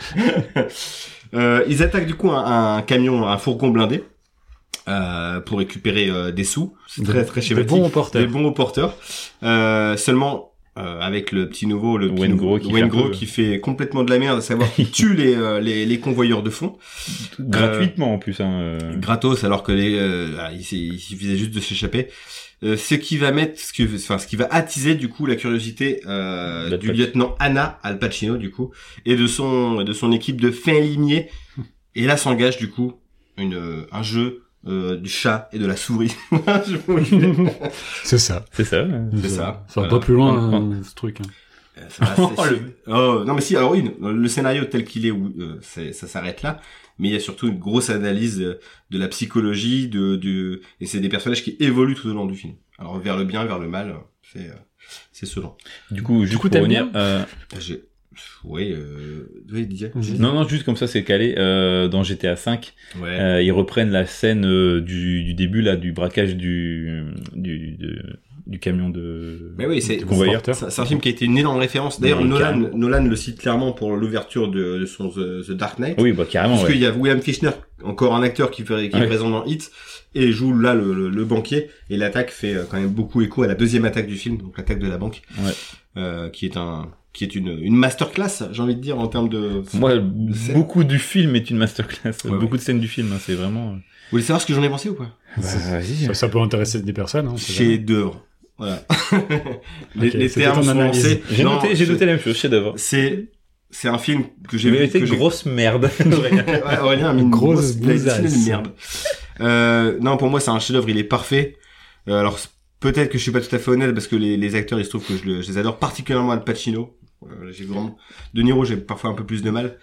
ils attaquent du coup un camion, un fourgon blindé, pour récupérer des sous. C'est très très Des schématique. bons porteurs. Des bons porteurs. Seulement avec le petit nouveau, Wayne Grow qui Wayne fait un Grow peu- qui fait complètement de la merde, à savoir qu'il tue les convoyeurs de fond. Gratuitement, en plus, hein. Gratos, alors que il suffisait juste de s'échapper. Ce qui va ce qui va attiser du coup la curiosité du lieutenant Anna Al Pacino du coup et de son équipe de fins limiers. Et là s'engage du coup un jeu du chat et de la souris. C'est ça. C'est ça. C'est ça. Ça va Voilà. pas plus loin, ce truc. hein. Ça va, non mais si, alors oui, le scénario tel qu'il est, ça s'arrête là, mais il y a surtout une grosse analyse de la psychologie, et c'est des personnages qui évoluent tout au long du film. Alors vers le bien, vers le mal, c'est selon. Du coup, juste coup, pour t'aimes revenir, bien Oui, Didier. Non, juste comme ça, c'est calé. Dans GTA V, Ouais. ils reprennent la scène du début là, du braquage du camion de. Mais oui, c'est du convoyeur. c'est un film qui a été une énorme référence. D'ailleurs, Mais Nolan le cite clairement pour l'ouverture de son The Dark Knight. Oui, bah carrément. Parce Ouais. qu'il y a William Fichtner, encore un acteur qui est présent dans Hit, et joue là le banquier. Et l'attaque fait quand même beaucoup écho à la deuxième attaque du film, donc l'attaque de la banque, qui est une masterclass, j'ai envie de dire, en termes de. Moi, scène. beaucoup du film est une masterclass. Ouais, Beaucoup de scènes du film, hein, c'est vraiment. Vous voulez savoir ce que j'en ai pensé ou pas? Bah, vas-y. Ça peut intéresser des personnes. Hein, Chef d'œuvre. Voilà. les c'était termes ton sont analyse. lancés. J'ai Non, noté la même chose, chef-d'œuvre. C'est un film que j'ai J'ai vu. été grosse merde. Ouais, Aurélien a mis une Grosse il a dessiné bousasse. une merde. Non, pour moi, c'est un chef-d'œuvre, il est parfait. Alors, peut-être que je suis pas tout à fait honnête parce que les acteurs, il se trouve que je les adore particulièrement Al Pacino. J'ai vraiment, De Niro, j'ai parfois un peu plus de mal.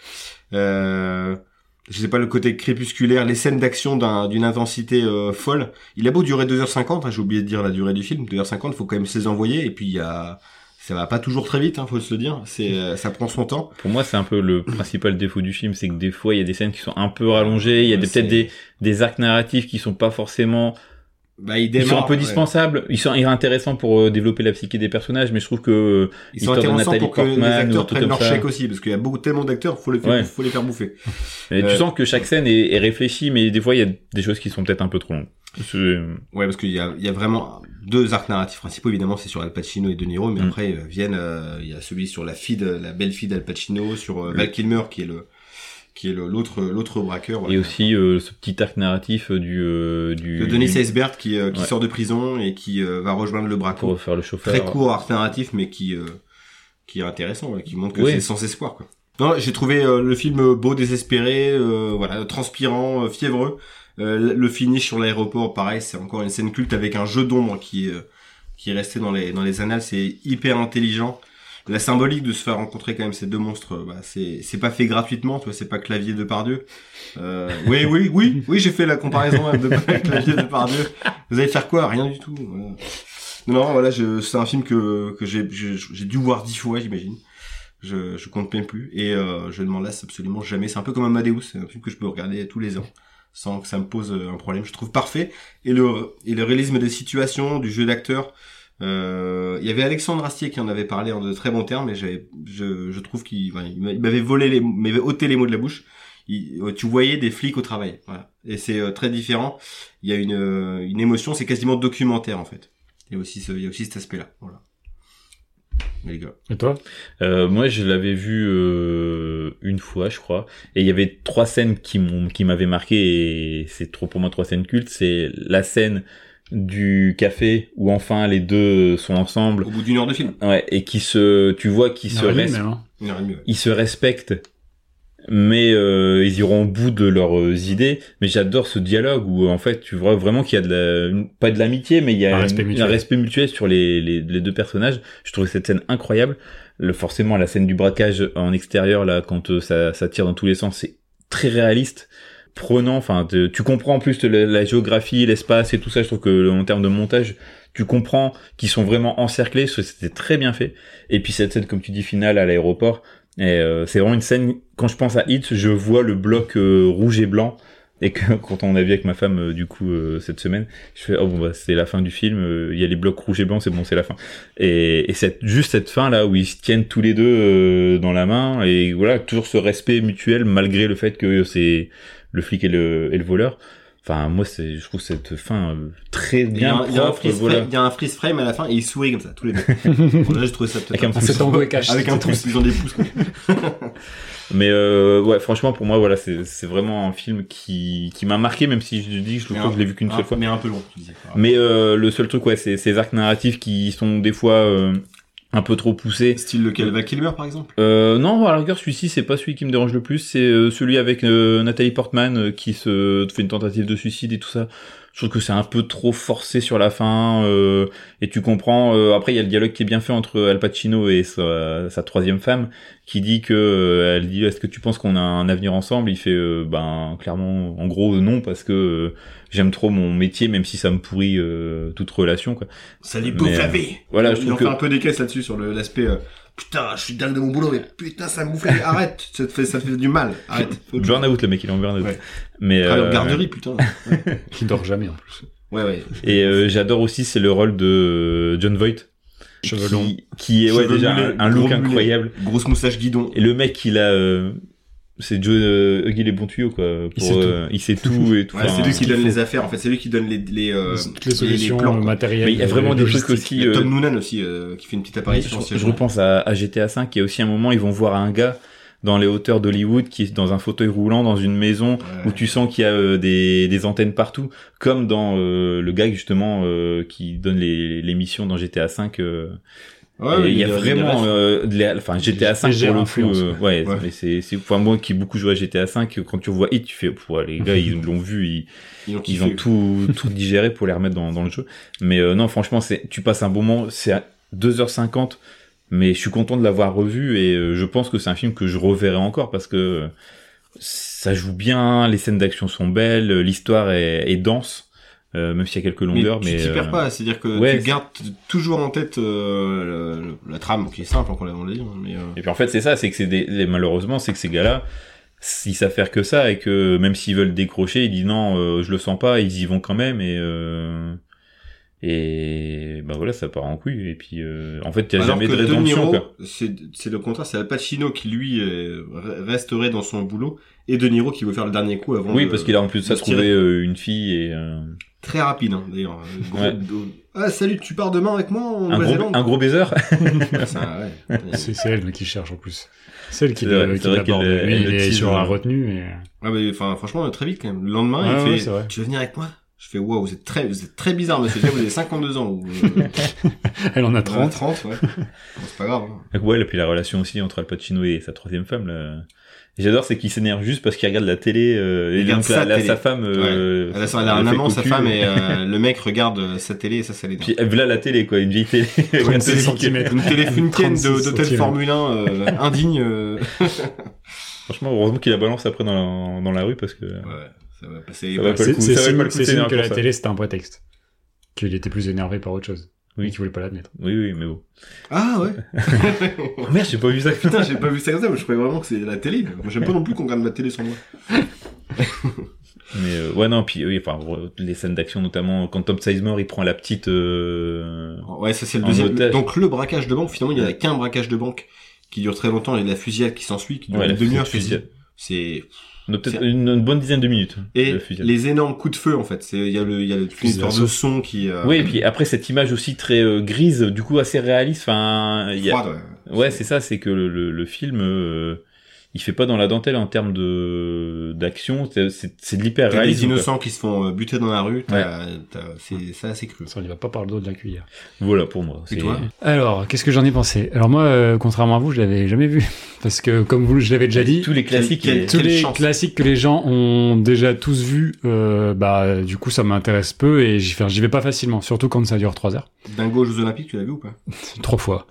Je sais pas, le côté crépusculaire, les scènes d'action d'une intensité folle. Il a beau durer 2h50, hein, j'ai oublié de dire la durée du film, 2h50, faut quand même se les envoyer, et puis ça va pas toujours très vite, hein, faut se le dire, ça prend son temps. Pour moi, c'est un peu le principal défaut du film, c'est que des fois, il y a des scènes qui sont un peu rallongées, il y a peut-être des arcs narratifs qui sont pas forcément. Ils sont un peu dispensables, ils sont intéressants pour développer la psyché des personnages, mais je trouve que ils sont intéressants pour que les acteurs prennent leur chèque aussi, parce qu'il y a tellement d'acteurs, faut les faire bouffer. Et tu sens que chaque scène est réfléchie, mais des fois il y a des choses qui sont peut-être un peu trop longues. Ouais, parce qu'il y a vraiment deux arcs narratifs principaux, évidemment, c'est sur Al Pacino et De Niro, mais après il y a celui sur la belle fille d'Al Pacino, sur Val Kilmer qui est l'autre braqueur. Voilà. Et aussi ce petit arc narratif de Denis Haysbert qui sort de prison et qui va rejoindre le braco. Pour faire le chauffeur. Très court arc narratif, mais qui est intéressant, qui montre que c'est sans espoir, quoi. Non, j'ai trouvé le film beau, désespéré, transpirant, fiévreux. Le finish sur l'aéroport, pareil, c'est encore une scène culte avec un jeu d'ombre qui est resté dans les annales. C'est hyper intelligent. La symbolique de se faire rencontrer quand même ces deux monstres, c'est pas fait gratuitement, tu vois, c'est pas Clavier Depardieu. Oui, j'ai fait la comparaison de Clavier Depardieu. Vous allez faire quoi? Rien du tout. Voilà. Non, voilà, c'est un film que j'ai dû voir 10 fois, j'imagine. Je compte même plus et je ne m'en lasse absolument jamais. C'est un peu comme Amadeus, c'est un film que je peux regarder tous les ans sans que ça me pose un problème. Je trouve parfait et le réalisme des situations, du jeu d'acteur. Il y avait Alexandre Astier qui en avait parlé en de très bons termes, et je trouve qu'il m'avait ôté les mots de la bouche. Tu voyais des flics au travail, voilà. Et c'est très différent. Il y a une émotion, c'est quasiment documentaire en fait. Il y a aussi cet aspect-là, voilà. Les gars. Et toi? Moi, je l'avais vu une fois, je crois, et il y avait 3 scènes qui m'avaient marqué, et c'est pour moi 3 scènes cultes. C'est la scène du café où enfin les deux sont ensemble Au bout d'une heure de film. Ouais, et tu vois qu'ils ils se respectent, mais ils iront au bout de leurs idées. Mais j'adore ce dialogue où en fait tu vois vraiment qu'il y a pas de l'amitié, mais il y a un respect mutuel sur les deux personnages. Je trouvais cette scène incroyable. Forcément la scène du braquage en extérieur là, quand ça tire dans tous les sens, c'est très réaliste, prenant. Enfin, tu comprends en plus la géographie, l'espace et tout ça. Je trouve que en termes de montage, tu comprends qu'ils sont vraiment encerclés. C'était très bien fait. Et puis cette scène, comme tu dis, finale à l'aéroport, et c'est vraiment une scène. Quand je pense à Hit, je vois le bloc rouge et blanc. Et que quand on a vu avec ma femme du coup cette semaine, je fais c'est la fin du film. Il y a les blocs rouges et blancs, c'est bon, c'est la fin. Et juste cette fin là où ils se tiennent tous les deux dans la main, et voilà, toujours ce respect mutuel malgré le fait que c'est le flic et le voleur. Enfin, moi, je trouve cette fin très bien propre. Il y a un freeze frame à la fin et ils sourient comme ça, tous les deux. Là, j'ai trouvé ça peut-être avec un pouce, ils ont des pouces. Mais ouais, franchement, pour moi, voilà, c'est vraiment un film qui m'a marqué, même si je dis que je l'ai vu qu'une seule fois. Mais un peu long, tu disais. Mais le seul truc, ouais, c'est ces arcs narratifs qui sont des fois un peu trop poussé. Style lequel? Val Kilmer, par exemple? Non, à la rigueur, celui-ci, c'est pas celui qui me dérange le plus. C'est celui avec Nathalie Portman qui se fait une tentative de suicide et tout ça. Je trouve que c'est un peu trop forcé sur la fin. Et tu comprends. Après, il y a le dialogue qui est bien fait entre Al Pacino et sa troisième femme, qui dit elle dit, est-ce que tu penses qu'on a un avenir ensemble? Il fait, clairement, en gros, non, parce que j'aime trop mon métier, même si ça me pourrit toute relation, quoi. Ça les bouffe la vie. Voilà, je trouve fait un peu des caisses là-dessus sur l'aspect putain, je suis dingue de mon boulot, mais putain, ça me bouffe. Arrête, ça te fait du mal. Arrête. Burn-out, le mec, il est en burn-out. Ouais. Mais Travaille en garderie, putain. Ouais. Qui dort jamais en plus. Ouais. Et j'adore aussi, c'est le rôle de John Voight. Cheveux longs. Qui est, ouais, Cheveux déjà mulet, un look gros incroyable. mulet, grosse moustache guidon. Et le mec, il a, c'est Joe, Huggy les bons tuyaux, quoi. Il sait tout et tout. Ouais, c'est lui qui donne les affaires, en fait, c'est lui qui donne toutes les solutions plans, quoi. matérielles. Mais il y a vraiment des trucs logistiques. aussi. Il y a Tom Noonan aussi, qui fait une petite apparition. Je repense à GTA V, il y a aussi un moment, ils vont voir un gars dans les hauteurs d'Hollywood qui est dans un fauteuil roulant dans une maison où tu sens qu'il y a des antennes partout, comme dans le gars justement qui donne les missions dans GTA V. Il y a vraiment GTA V pour le coup ouais. Mais c'est enfin moi qui ai beaucoup joué à GTA V, quand tu vois Hit, tu fais les gars ils l'ont vu, ils ont tout digéré pour les remettre dans le jeu. Mais non, franchement, tu passes un bon moment, c'est à 2h50, mais je suis content de l'avoir revu et je pense que c'est un film que je reverrai encore parce que ça joue bien, les scènes d'action sont belles, l'histoire est dense. Même s'il y a quelques longueurs, mais tu t'y perds pas, c'est-à-dire que tu gardes toujours en tête la trame qui est simple, encore on l'a dit, mais et puis en fait c'est ça, c'est que malheureusement c'est que ces gars-là, ils savent faire que ça et que même s'ils veulent décrocher, ils disent non, je le sens pas, ils y vont quand même et bah voilà, ça part en couille et puis en fait il y a jamais de rédemption, quoi. C'est le contraire, c'est Al Pacino qui lui resterait dans son boulot et De Niro qui veut faire le dernier coup avant. Oui, parce qu'il a en plus de ça trouvé une fille et très rapide, hein, d'ailleurs. Ah, salut, tu pars demain avec moi en Nouvelle-Zélande? Un gros baiser. C'est elle qui cherche en plus. C'est elle qui l'aborde. Lui, il est sur la retenue. Et... Ah, mais enfin, franchement, très vite quand même. Le lendemain, il fait, tu veux venir avec moi? Je fais, wow, vous êtes très bizarre, monsieur. Vous avez 52 ans. Elle en a 30. Elle en a 30, ouais. Bon, c'est pas grave. Hein. Ouais, et puis la relation aussi entre Al Pacino et sa troisième femme, là. Et j'adore, c'est qu'il s'énerve juste parce qu'il regarde la télé, et donc sa femme, elle a un amant, sa femme, et le mec regarde sa télé, et ça l'énerve. Puis, voilà la télé, quoi, une vieille télé. Une télé Funken d'hôtel Formule 1, indigne, Franchement, heureusement qu'il la balance après dans la rue parce que... Ouais. Ça va passer. C'est signe que la télé c'était un prétexte. Qu'il était plus énervé par autre chose. Oui, qu'il voulait pas l'admettre. Oui, mais bon. Ah ouais. Oh merde, j'ai pas vu ça. Putain, j'ai pas vu ça comme ça. Moi, je croyais vraiment que c'est la télé. Moi, j'aime pas non plus qu'on regarde ma télé sans moi. Mais ouais, non, puis oui, enfin les scènes d'action notamment quand Tom Sizemore il prend la petite. Ouais, ça c'est le deuxième. Otage. Donc le braquage de banque, finalement, il y a qu'un braquage de banque qui dure très longtemps et la fusillade qui s'ensuit, qui dure une demi-heure. C'est peut-être une bonne dizaine de minutes. Et les énormes coups de feu, en fait. Il y a l'histoire de son qui... Oui, et puis après, cette image aussi très grise, du coup, assez réaliste. Enfin, ouais, c'est ça, c'est que le film, il fait pas dans la dentelle en termes d'action, c'est de l'hyper réalisme. Les innocents qui se font buter dans la rue, c'est assez cru. Ça, on y va pas par le dos de la cuillère. Voilà, pour moi. Et toi ? Alors, qu'est-ce que j'en ai pensé ? Alors moi, contrairement à vous, je l'avais jamais vu. Parce que, comme je l'avais déjà dit... Tous les classiques... classiques que les gens ont déjà tous vus, du coup, ça m'intéresse peu et j'y vais pas facilement. Surtout quand ça dure 3 heures. Dingo aux Jeux Olympiques, tu l'as vu ou pas ? 3 fois.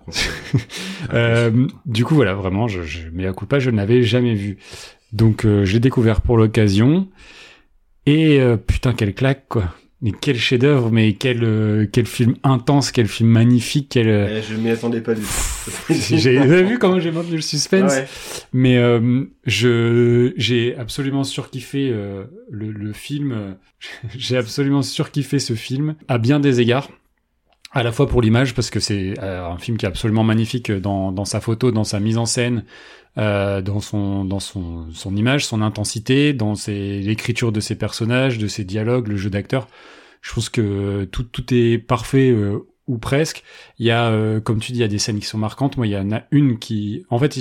Du coup, voilà, vraiment, mais à coup de pas, je ne l'avais jamais vu. Donc, je l'ai découvert pour l'occasion. Et putain, quelle claque, quoi. Mais quel chef-d'œuvre, mais quel film intense, quel film magnifique, je m'y attendais pas du tout. Vous avez vu comment j'ai maintenu le suspense? Ouais. Mais j'ai absolument surkiffé le film. J'ai absolument surkiffé ce film à bien des égards. À la fois pour l'image, parce que c'est un film qui est absolument magnifique dans sa photo, dans sa mise en scène, dans son image, son intensité, dans l'écriture de ses personnages, de ses dialogues, le jeu d'acteur. Je pense que tout est parfait ou presque. Il y a, comme tu dis, il y a des scènes qui sont marquantes. Moi, il y en a une qui, en fait,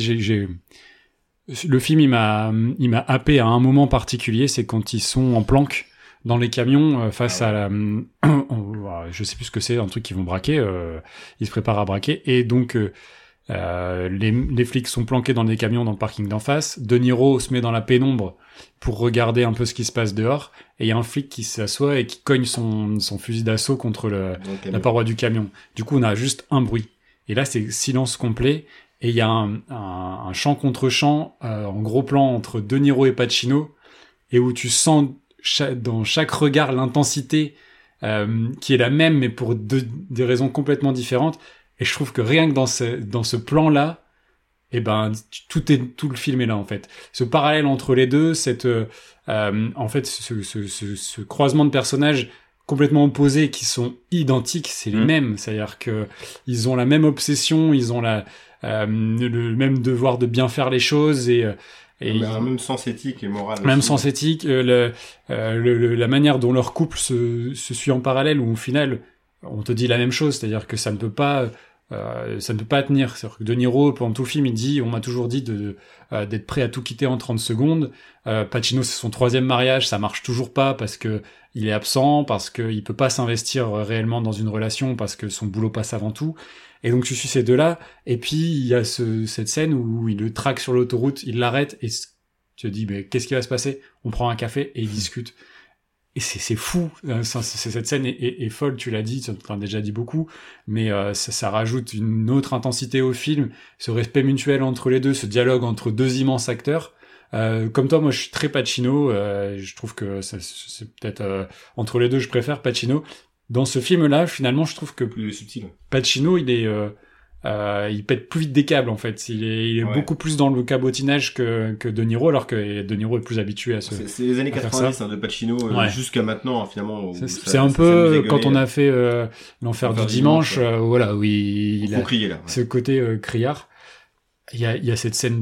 le film il m'a happé à un moment particulier, c'est quand ils sont en planque dans les camions face à la je sais plus ce que c'est, un truc qu'ils vont braquer, ils se préparent à braquer et donc les flics sont planqués dans des camions dans le parking d'en face. De Niro se met dans la pénombre pour regarder un peu ce qui se passe dehors et il y a un flic qui s'assoit et qui cogne son fusil d'assaut contre la paroi du camion. Du coup, on a juste un bruit et là c'est silence complet et il y a un champ contre champ en gros plan entre De Niro et Pacino et où tu sens dans chaque regard l'intensité qui est la même mais pour des raisons complètement différentes. Et je trouve que rien que dans ce plan-là, eh ben, tout le film est là, en fait. Ce parallèle entre les deux, en fait, ce croisement de personnages complètement opposés qui sont identiques, c'est les mêmes. C'est-à-dire que ils ont la même obsession, ils ont le même devoir de bien faire les choses et un même sens éthique et moral. Même sens éthique, la manière dont leur couple se suit en parallèle, où au final, on te dit la même chose, c'est-à-dire que ça ne peut pas tenir. C'est-à-dire que De Niro, pendant tout le film, il dit, on m'a toujours dit d'être prêt à tout quitter en 30 secondes. Pacino, c'est son 3e mariage, ça marche toujours pas parce que il est absent, parce qu'il peut pas s'investir réellement dans une relation, parce que son boulot passe avant tout. Et donc tu suis ces deux-là, et puis il y a cette scène où il le traque sur l'autoroute, il l'arrête, et tu te dis, mais qu'est-ce qui va se passer? On prend un café et ils discutent. Et c'est fou, cette scène est folle, tu l'as dit, tu en as déjà dit beaucoup, mais ça rajoute une autre intensité au film, ce respect mutuel entre les deux, ce dialogue entre deux immenses acteurs. Comme toi, moi je suis très Pacino, je trouve que c'est peut-être entre les deux je préfère Pacino. Dans ce film-là, finalement, je trouve que plus subtil. Pacino, il pète plus vite des câbles, en fait. Il est beaucoup plus dans le cabotinage que De Niro, alors que De Niro est plus habitué à c'est les années 90 de Pacino, jusqu'à maintenant, finalement. C'est un peu quand on a fait l'enfer du dimanche, voilà, où il faut crier, là. Ce côté criard. Il y a cette scène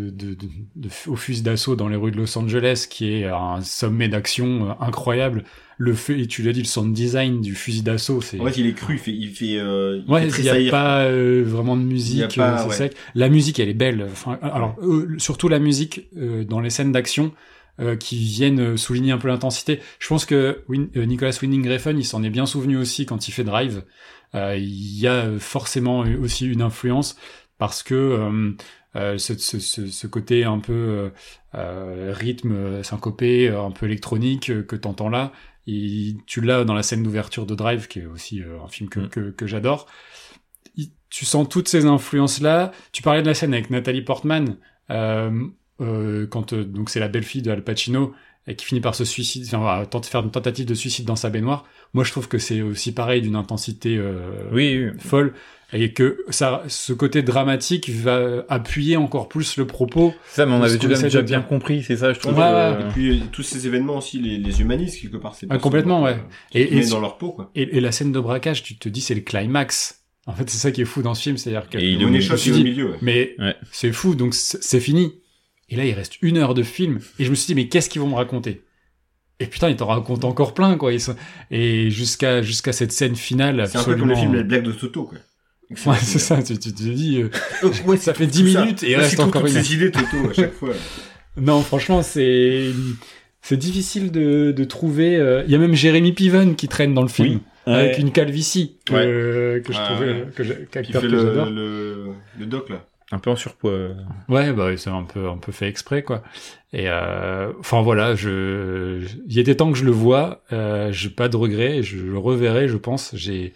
au fusil d'assaut dans les rues de Los Angeles qui est un sommet d'action incroyable. Le fait, et tu l'as dit, le sound design du fusil d'assaut, c'est... En fait, il est cru, il fait il y a pas vraiment de musique, c'est sec. La musique, elle est belle. Enfin, alors, surtout la musique dans les scènes d'action qui viennent souligner un peu l'intensité. Je pense que Nicolas Winding Refn, il s'en est bien souvenu aussi quand il fait Drive. Il y a forcément aussi une influence parce que ce côté un peu rythme syncopé, un peu électronique que t'entends là, tu l'as dans la scène d'ouverture de Drive, qui est aussi un film que j'adore. Tu sens toutes ces influences-là. Tu parlais de la scène avec Nathalie Portman, quand donc c'est la belle-fille de Al Pacino, et qui finit par se suicider, enfin, faire une tentative de suicide dans sa baignoire. Moi, je trouve que c'est aussi pareil, d'une intensité folle, et que ce côté dramatique va appuyer encore plus le propos. Ça, mais on avait déjà bien compris, c'est ça, je trouve. Et puis tous ces événements aussi les humanisent quelque part. C'est complètement, ouais. Et dans leur peau, quoi. Et la scène de braquage, tu te dis, c'est le climax. En fait, c'est ça qui est fou dans ce film, c'est-à-dire que... Et il est au milieu, ouais. Mais c'est fou, donc c'est fini. Et là, il reste 1 heure de film. Et je me suis dit, mais qu'est-ce qu'ils vont me raconter? Et putain, ils t'en racontent encore plein, quoi. Et jusqu'à cette scène finale, absolument... C'est un peu comme le film La blague de Toto, quoi. Ouais, c'est ça, tu te dis... ça fait 10 minutes et il reste encore une heure. C'est idées Toto, à chaque fois. Non, franchement, c'est difficile de trouver... Il y a même Jeremy Piven qui traîne dans le film. Oui. Avec une calvitie que je trouvais... Qui fait le doc, là. Un peu en surpoids. Ouais, bah c'est un peu fait exprès, quoi. Et enfin voilà, il était temps que je le voie. J'ai pas de regrets, je le reverrai, je pense.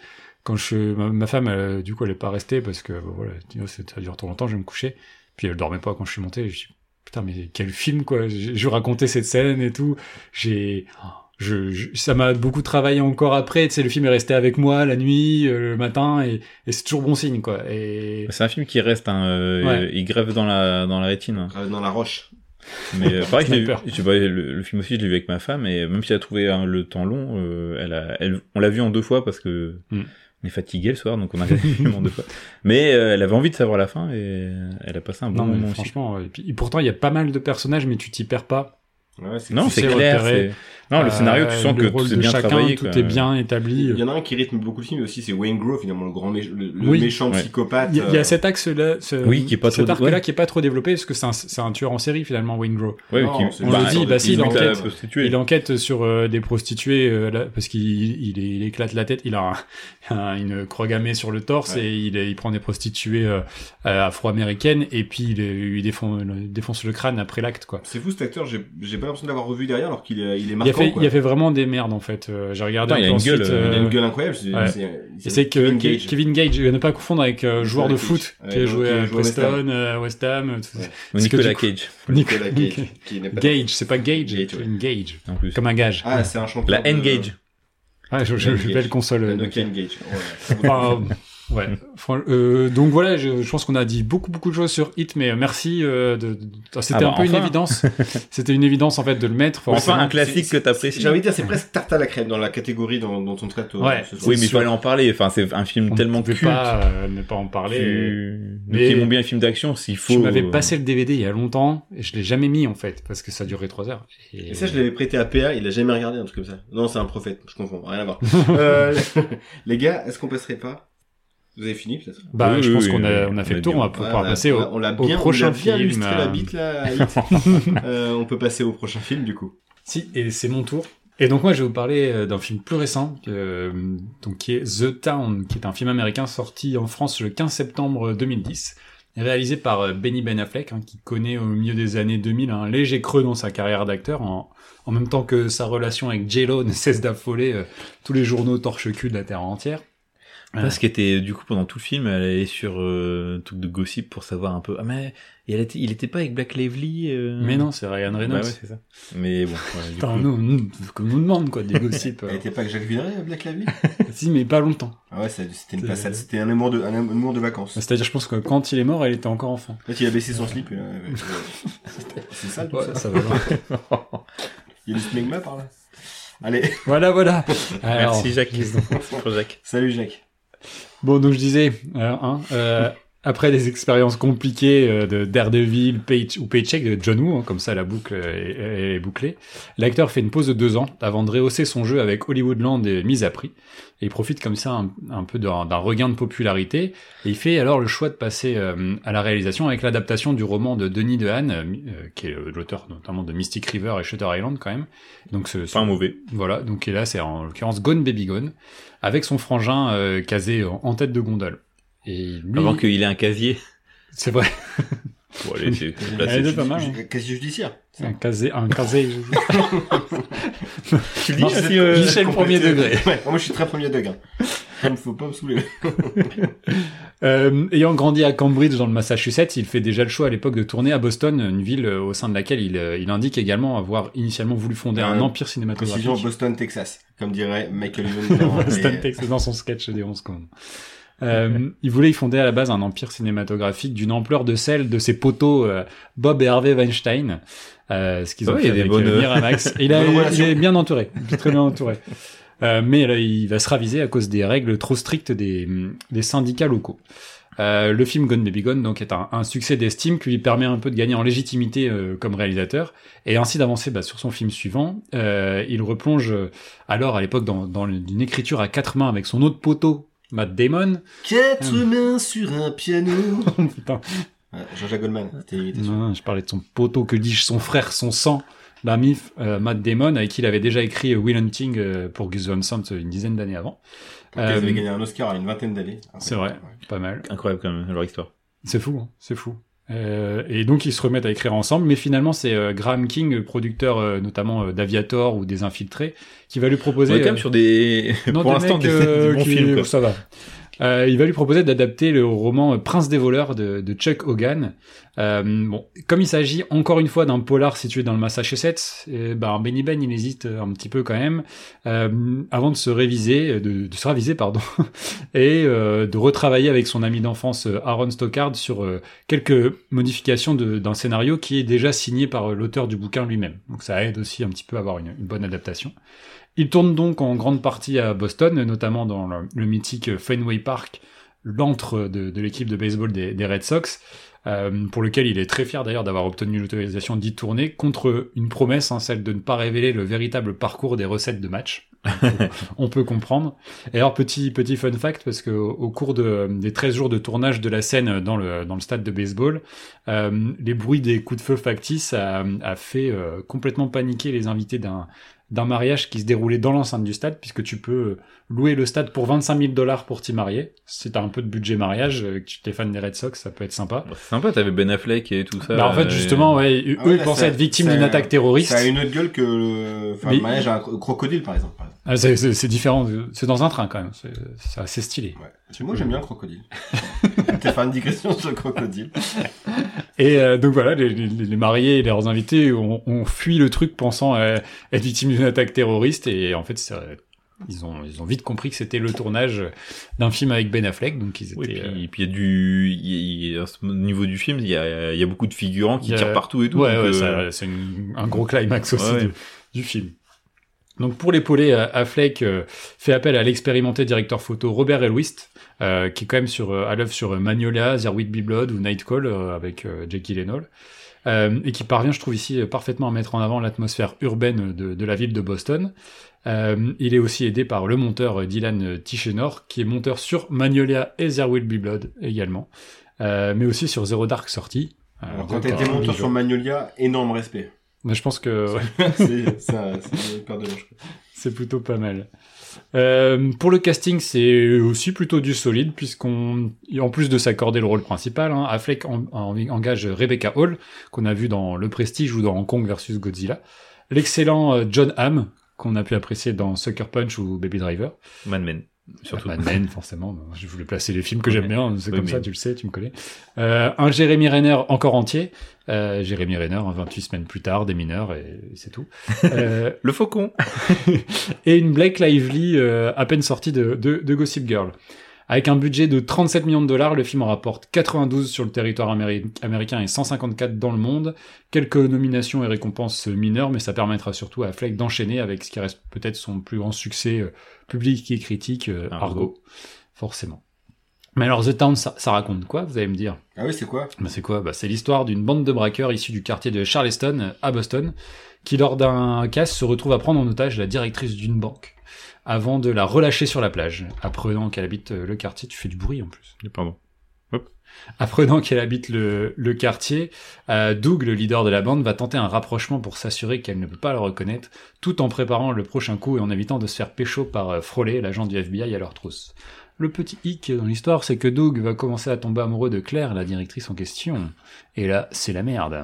Ma femme, du coup, elle est pas restée parce que voilà, ça dure trop longtemps, je vais me coucher. Puis elle dormait pas quand je suis monté. Je dis putain, mais quel film, quoi. Je racontais cette scène et tout. Ça m'a beaucoup travaillé encore après, tu sais, le film est resté avec moi la nuit, le matin, et c'est toujours bon signe, quoi. Et... C'est un film qui reste, il grève dans la rétine. Dans la roche. Mais pareil, le film aussi, je l'ai vu avec ma femme, et même si elle a trouvé le temps long, on l'a vu en 2 fois parce que on est fatigué le soir, donc on a regardé le film en 2 fois. Mais elle avait envie de savoir la fin, et elle a passé un bon moment aussi. Franchement, et pourtant, il y a pas mal de personnages, mais tu t'y perds pas. Ouais, c'est clair. Non, le scénario, tu sens que c'est bien travaillé. Tout est bien établi. Il y en a un qui rythme beaucoup le film aussi, c'est Wayne Grove, finalement, le grand méchant psychopathe. Il y a cet axe-là, qui est pas trop arc-là qui est pas trop développé, parce que c'est un tueur en série, finalement, Wayne Grove. Ouais, on le dit, il enquête sur des prostituées, parce qu'il éclate la tête, il a une croix gammée sur le torse, et il prend des prostituées afro-américaines, et puis il défonce le crâne après l'acte, quoi. C'est fou, cet acteur, j'ai pas l'impression de l'avoir revu derrière, alors qu'il est marquant. Il a fait vraiment des merdes, en fait. J'ai regardé un peu ensuite. Il a une gueule incroyable. C'est Kevin Gage, ne pas confondre avec joueur de foot qui a joué à Preston, West Ham. Nicolas Cage. Nicolas Cage. Gage, c'est pas Gage, Gage. Comme un gage. Ah, c'est un champion. La N-Gage. Ouais, je belle console. Nokia N-Gage. Ouais. Donc voilà, je pense qu'on a dit beaucoup de choses sur Hit, mais merci. C'était un peu une évidence. C'était une évidence en fait de le mettre. Enfin, un classique que t'apprécies. J'ai envie de dire, c'est presque tarte à la crème dans la catégorie dont on traite. Ouais. Ce soir. Oui, mais il fallait en parler. Enfin, c'est un film tellement culte. Ne pas en parler. Mais qui aiment bien un film d'action, s'il faut. Je m'avais passé le DVD il y a longtemps et je l'ai jamais mis en fait parce que ça durait 3 heures. Et ça, je l'avais prêté à PA. Il a jamais regardé un truc comme ça. Non, c'est un prophète. Je confonds. Rien à voir. Les gars, est-ce qu'on passerait pas? Vous avez fini peut-être? Bah, je pense qu'on a fait le tour. On va pouvoir passer au prochain film. Illustré la bite là. On peut passer au prochain film du coup. Si, et c'est mon tour. Et donc moi je vais vous parler d'un film plus récent, donc qui est The Town, qui est un film américain sorti en France le 15 septembre 2010, réalisé par Benny Ben Affleck, qui connaît au milieu des années 2000 un léger creux dans sa carrière d'acteur, en même temps que sa relation avec J-Lo ne cesse d'affoler tous les journaux torche-cul de la terre entière. Parce qu'elle était, du coup, pendant tout le film, elle allait sur truc de gossip pour savoir un peu. Ah, mais il était pas avec Black Lively. Mais non, c'est Ryan Reynolds. Ouais, c'est ça. Mais bon. Putain, nous demande quoi des gossips. Elle était pas avec Jacques Villeray, Black Lively? Si, mais pas longtemps. Ah ouais, c'était une passade, c'était un amour de vacances. C'est-à-dire, je pense que quand il est mort, elle était encore enfant. En fait, il a baissé son slip. C'est ça, tout ça. Ça va loin. Il y a du smegma par là. Allez. Voilà. Alors, merci Jacques. Jacques. Salut Jacques. Bon, donc je disais, après des expériences compliquées de Daredevil, Paycheck de John Woo, comme ça la boucle est bouclée, l'acteur fait une pause de 2 ans avant de rehausser son jeu avec Hollywoodland et Mise à Prix. Et il profite comme ça un peu d'un regain de popularité. Et il fait alors le choix de passer à la réalisation avec l'adaptation du roman de Denis Dehaene, qui est l'auteur notamment de Mystic River et Shutter Island quand même. Donc pas un mauvais. Voilà, donc et là c'est en l'occurrence Gone Baby Gone, avec son frangin casé en tête de gondole. Et lui, avant qu'il ait un casier. C'est vrai. Bon, allez, c'est pas mal. Casier judiciaire. Un casier. Tu dis Michel premier degré. Ouais, moi je suis très premier degré. Il ne faut pas me saouler. Ayant grandi à Cambridge dans le Massachusetts, il fait déjà le choix à l'époque de tourner à Boston, une ville au sein de laquelle il indique également avoir initialement voulu fonder un empire cinématographique. Précision Boston, Texas, comme dirait Michael Youn. Boston, Texas, dans son sketch des 11 secondes. Il voulait y fonder à la base un empire cinématographique d'une ampleur de celle de ses potos Bob et Harvey Weinstein, ce qu'ils ont fait avec Miramax. Il est bien entouré, très bien entouré. Mais là, il va se raviser à cause des règles trop strictes des syndicats locaux. Le film Gone Baby Gone donc est un succès d'estime qui lui permet un peu de gagner en légitimité comme réalisateur et ainsi d'avancer sur son film suivant. Il replonge alors à l'époque dans une écriture à 4 mains avec son autre poteau Matt Damon. 4 mains sur un piano. Putain. Jean-Jacques Goldman. Non, je parlais de son poteau, que dis-je, son frère, son sang, l'ami Matt Damon, avec qui il avait déjà écrit Will Hunting pour Gus Van Sant une dizaine d'années avant. Ils avaient gagné un Oscar à une 20aine d'années. C'est vrai, pas mal. Incroyable quand même, leur histoire. C'est fou, c'est fou. Et donc ils se remettent à écrire ensemble, mais finalement c'est Graham King, producteur notamment d'Aviator ou des Infiltrés, qui va lui proposer. On est quand même sur des pour l'instant des bons films. Quoi. Ça va. Il va lui proposer d'adapter le roman Prince des voleurs de Chuck Hogan. Bon, comme il s'agit encore une fois d'un polar situé dans le Massachusetts, Benny Ben il hésite un petit peu quand même avant de se raviser et de retravailler avec son ami d'enfance Aaron Stockard sur quelques modifications d'un scénario qui est déjà signé par l'auteur du bouquin lui-même. Donc ça aide aussi un petit peu à avoir une bonne adaptation. Il tourne donc en grande partie à Boston, notamment dans le mythique Fenway Park, l'antre de l'équipe de baseball des Red Sox, pour lequel il est très fier d'ailleurs d'avoir obtenu l'autorisation d'y tourner, contre une promesse, celle de ne pas révéler le véritable parcours des recettes de match. On peut comprendre. Et alors, petit fun fact, parce que au cours des 13 jours de tournage de la scène dans le stade de baseball, les bruits des coups de feu factices a fait complètement paniquer les invités d'un mariage qui se déroulait dans l'enceinte du stade, puisque tu peux louer le stade pour $25 000 pour t'y marier. Si t'as un peu de budget mariage, que tu es fan des Red Sox, ça peut être sympa. C'est sympa, t'avais Ben Affleck et tout ça. En fait, justement, ouais, eux, ils pensaient être victimes d'une attaque terroriste. Ça a une autre gueule que le mariage à un crocodile, par exemple. Ah, c'est différent. C'est dans un train, quand même. C'est assez stylé. Ouais. Moi, j'aime bien le crocodile. T'es faire une digression sur le crocodile. Et donc voilà, les mariés et leurs invités ont fui le truc pensant être victimes d'une attaque terroriste, et en fait, ils ont vite compris que c'était le tournage d'un film avec Ben Affleck, donc ils étaient. Oui, puis il y a au niveau du film, il y a beaucoup de figurants qui tirent partout et tout. Ouais, donc, c'est un gros climax aussi ouais. du film. Donc pour l'épauler, Affleck fait appel à l'expérimenté directeur photo Robert Elwist, qui est quand même à l'œuvre sur Magnolia, There Will Be Blood ou Nightcall avec Jake Gyllenhaal, et qui parvient, je trouve ici, parfaitement à mettre en avant l'atmosphère urbaine de la ville de Boston. Il est aussi aidé par le monteur Dylan Tichenor, qui est monteur sur Magnolia et There Will Be Blood également, mais aussi sur Zero Dark Thirty. Alors quand t'étais monteur sur Magnolia, énorme respect. Mais je pense que ouais. c'est hyper dommage. C'est plutôt pas mal. Pour le casting, c'est aussi plutôt du solide, en plus de s'accorder le rôle principal, Affleck engage Rebecca Hall, qu'on a vu dans Le Prestige ou dans Hong Kong vs Godzilla, l'excellent John Hamm, qu'on a pu apprécier dans Sucker Punch ou Baby Driver. Mad Men. Surtout. Mad Men, forcément. Je voulais placer les films que j'aime bien, c'est comme mais... ça, tu le sais, tu me connais. Un Jeremy Renner encore entier. Jeremy Renner, 28 semaines plus tard, des mineurs, et c'est tout. Le faucon. Et une Blake Lively à peine sortie de Gossip Girl. Avec un budget de 37 millions de dollars, le film en rapporte 92 sur le territoire américain et 154 dans le monde. Quelques nominations et récompenses mineures, mais ça permettra surtout à Affleck d'enchaîner avec ce qui reste peut-être son plus grand succès public et critique, Argo. Forcément. Mais alors The Town, ça raconte quoi, vous allez me dire? Ah oui, c'est quoi? C'est quoi? C'est l'histoire d'une bande de braqueurs issus du quartier de Charleston, à Boston, qui lors d'un casse se retrouve à prendre en otage la directrice d'une banque, avant de la relâcher sur la plage. Apprenant qu'elle habite le quartier, tu fais du bruit en plus. Pardon. Hop. Apprenant qu'elle habite le quartier, Doug, le leader de la bande, va tenter un rapprochement pour s'assurer qu'elle ne peut pas le reconnaître, tout en préparant le prochain coup et en évitant de se faire pécho par Froley, l'agent du FBI à leur trousse. Le petit hic dans l'histoire, c'est que Doug va commencer à tomber amoureux de Claire, la directrice en question. Et là, c'est la merde.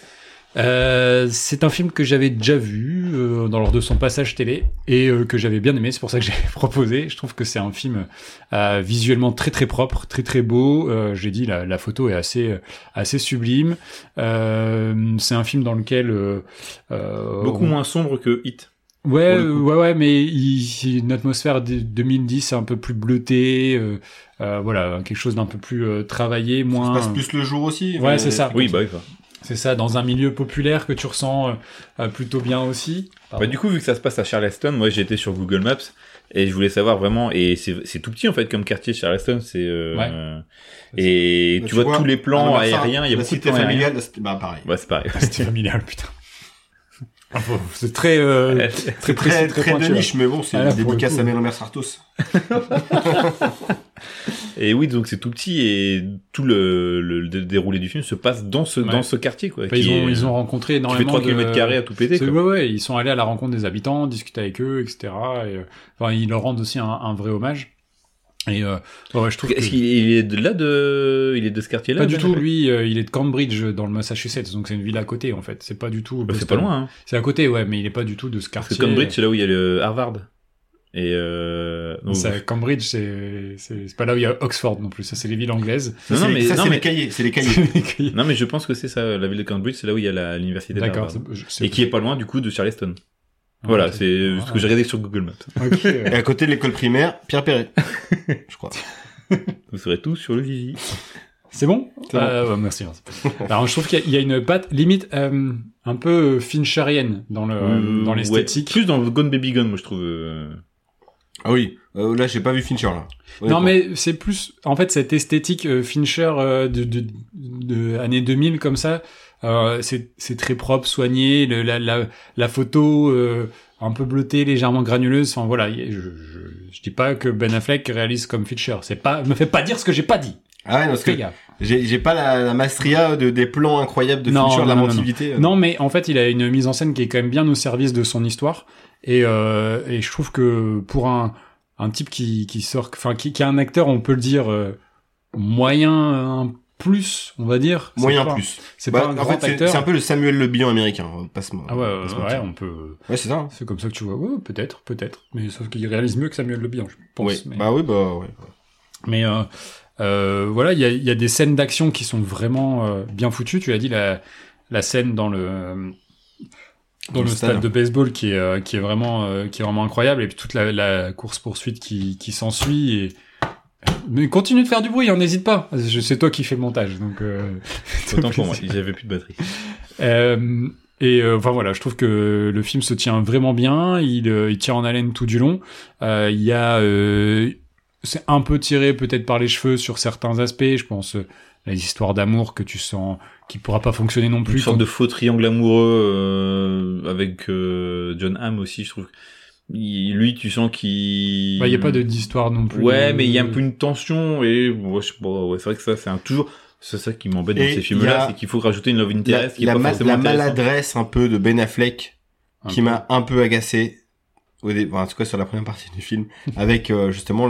C'est un film que j'avais déjà vu lors de son passage télé et que j'avais bien aimé, c'est pour ça que j'ai proposé. Je trouve que c'est un film visuellement très très propre, très très beau. J'ai dit la photo est assez sublime. C'est un film dans lequel beaucoup moins sombre que Hit. Ouais, mais une atmosphère de 2010 c'est un peu plus bleuté, voilà, quelque chose d'un peu plus travaillé, moins. Ça se passe plus le jour aussi. Ouais, c'est ça. Oui, bah oui. C'est ça, dans un milieu populaire que tu ressens plutôt bien aussi. Du coup, vu que ça se passe à Charleston, moi j'ai été sur Google Maps et je voulais savoir vraiment, et c'est tout petit en fait comme quartier Charleston, et tu vois tous les plans aériens, il y a beaucoup de plans aériens. Pareil. Ouais, c'est pareil. C'était familial, putain. C'est très très précis, très de niche, mais bon, c'est une dédicace à Mélomère Sartos. Et oui, donc c'est tout petit et tout le déroulé du film se passe dans ce quartier, quoi. Ils ont rencontré énormément de 3 km² à tout péter, quoi. Ouais, ils sont allés à la rencontre des habitants, discuter avec eux, etc. Et, ils leur rendent aussi un vrai hommage. Et je trouve est-ce qu'il est de ce quartier-là? Pas du tout, lui, il est de Cambridge dans le Massachusetts, donc c'est une ville à côté en fait. C'est pas du tout. C'est pas loin. Hein. C'est à côté, ouais, mais il est pas du tout de ce quartier. Parce que Cambridge, c'est là où il y a le Harvard. Et Cambridge, c'est pas là où il y a Oxford non plus. Ça, c'est les villes anglaises. C'est les cahiers. C'est les cahiers. Non, mais je pense que c'est ça. La ville de Cambridge, c'est là où il y a l'université d'Harvard. Et qui est pas loin du coup de Charleston. Voilà, c'est ce que j'ai regardé sur Google Maps. Okay, Et à côté de l'école primaire, Pierre Perret, je crois. Vous serez tous sur le Vivi. C'est bon, bon. Merci. Alors, je trouve qu'il y a une patte limite un peu fincherienne dans l'esthétique. Ouais, plus dans Gone Baby Gone, moi je trouve. Ah oui, là j'ai pas vu Fincher là. Ouais, non, mais c'est plus en fait cette esthétique Fincher de années 2000 comme ça. C'est très propre, soigné, la photo un peu bleutée, légèrement granuleuse. Enfin voilà, je dis pas que Ben Affleck réalise comme Fincher. Me fais pas dire ce que j'ai pas dit. Ah ouais, parce que j'ai pas la maestria des plans incroyables de Fincher, de l'inventivité. Non, mais en fait, il a une mise en scène qui est quand même bien au service de son histoire. Et je trouve que pour un type qui sort, enfin qui est un acteur, on peut le dire moyen plus, on va dire. Moyen plus. C'est pas un grand acteur. C'est un peu le Samuel Le Bihan américain. Ah ouais, on peut. Ouais, c'est ça. Hein. C'est comme ça que tu vois. Ouais, peut-être. Mais sauf qu'il réalise mieux que Samuel Le Bihan, je pense. Oui. Mais... ouais. Mais voilà, il y a des scènes d'action qui sont vraiment bien foutues. Tu as dit la scène dans le dans le stade de baseball qui est vraiment incroyable, et puis toute la course poursuite qui s'ensuit. Et mais continue de faire du bruit, n'hésite pas. C'est toi qui fais le montage, donc autant pour moi. J'avais plus de batterie. Enfin voilà, je trouve que le film se tient vraiment bien. Il tient en haleine tout du long. Il y a c'est un peu tiré peut-être par les cheveux sur certains aspects. Je pense les histoires d'amour que tu sens qui pourra pas fonctionner non plus. Une sorte de faux triangle amoureux avec John Hamm aussi, je trouve. Lui, tu sens qu'il... Bah, y a pas d'histoire non plus. Ouais, mais il y a un peu une tension et ouais, c'est vrai que ça, c'est toujours... C'est ça qui m'embête dans ces films-là, c'est qu'il faut rajouter une love interest qui est pas forcément intéressante. La maladresse un peu de Ben Affleck qui m'a un peu agacé. En tout cas, sur la première partie du film, avec justement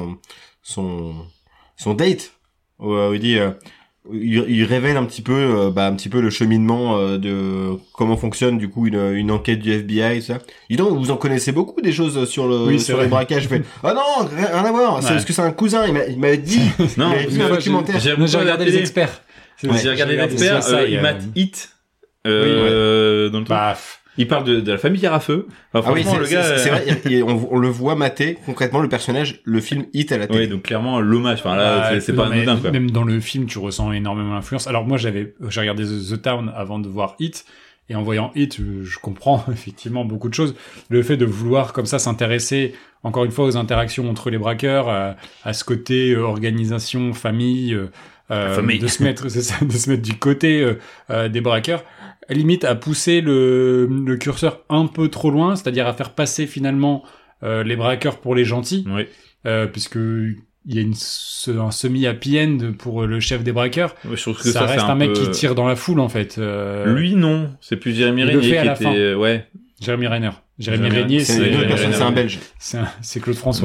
son date où il dit... il révèle un petit peu le cheminement de comment fonctionne du coup une enquête du FBI et ça. Dis donc, vous en connaissez beaucoup des choses sur les braquages. Je fais ah non, rien à voir. Ouais. C'est parce que c'est un cousin. Il m'avait dit. Non, il avait vu un documentaire. J'ai regardé les experts. J'ai regardé les experts. Il mate Hit dans le truc. Il parle de la famille Carafeu. Enfin, franchement, le gars, c'est vrai, on le voit mater concrètement le personnage, le film Hit à la télé. Oui, donc clairement l'hommage. Enfin là, c'est pas anodin quoi. Même dans le film, tu ressens énormément l'influence. Alors moi, j'ai regardé The Town avant de voir Hit, et en voyant Hit, je comprends effectivement beaucoup de choses. Le fait de vouloir comme ça s'intéresser encore une fois aux interactions entre les braqueurs, à ce côté organisation, famille, de se mettre du côté des braqueurs. Limite à pousser le curseur un peu trop loin, c'est-à-dire à faire passer finalement les braqueurs pour les gentils, oui. Puisque il y a un semi-happy end pour le chef des braqueurs. Ouais, je trouve que ça reste un mec qui tire dans la foule en fait. Lui non, c'est plus Jérémy Régnier qui était ouais. Jérémy Régnier, c'est un Belge. C'est Claude François.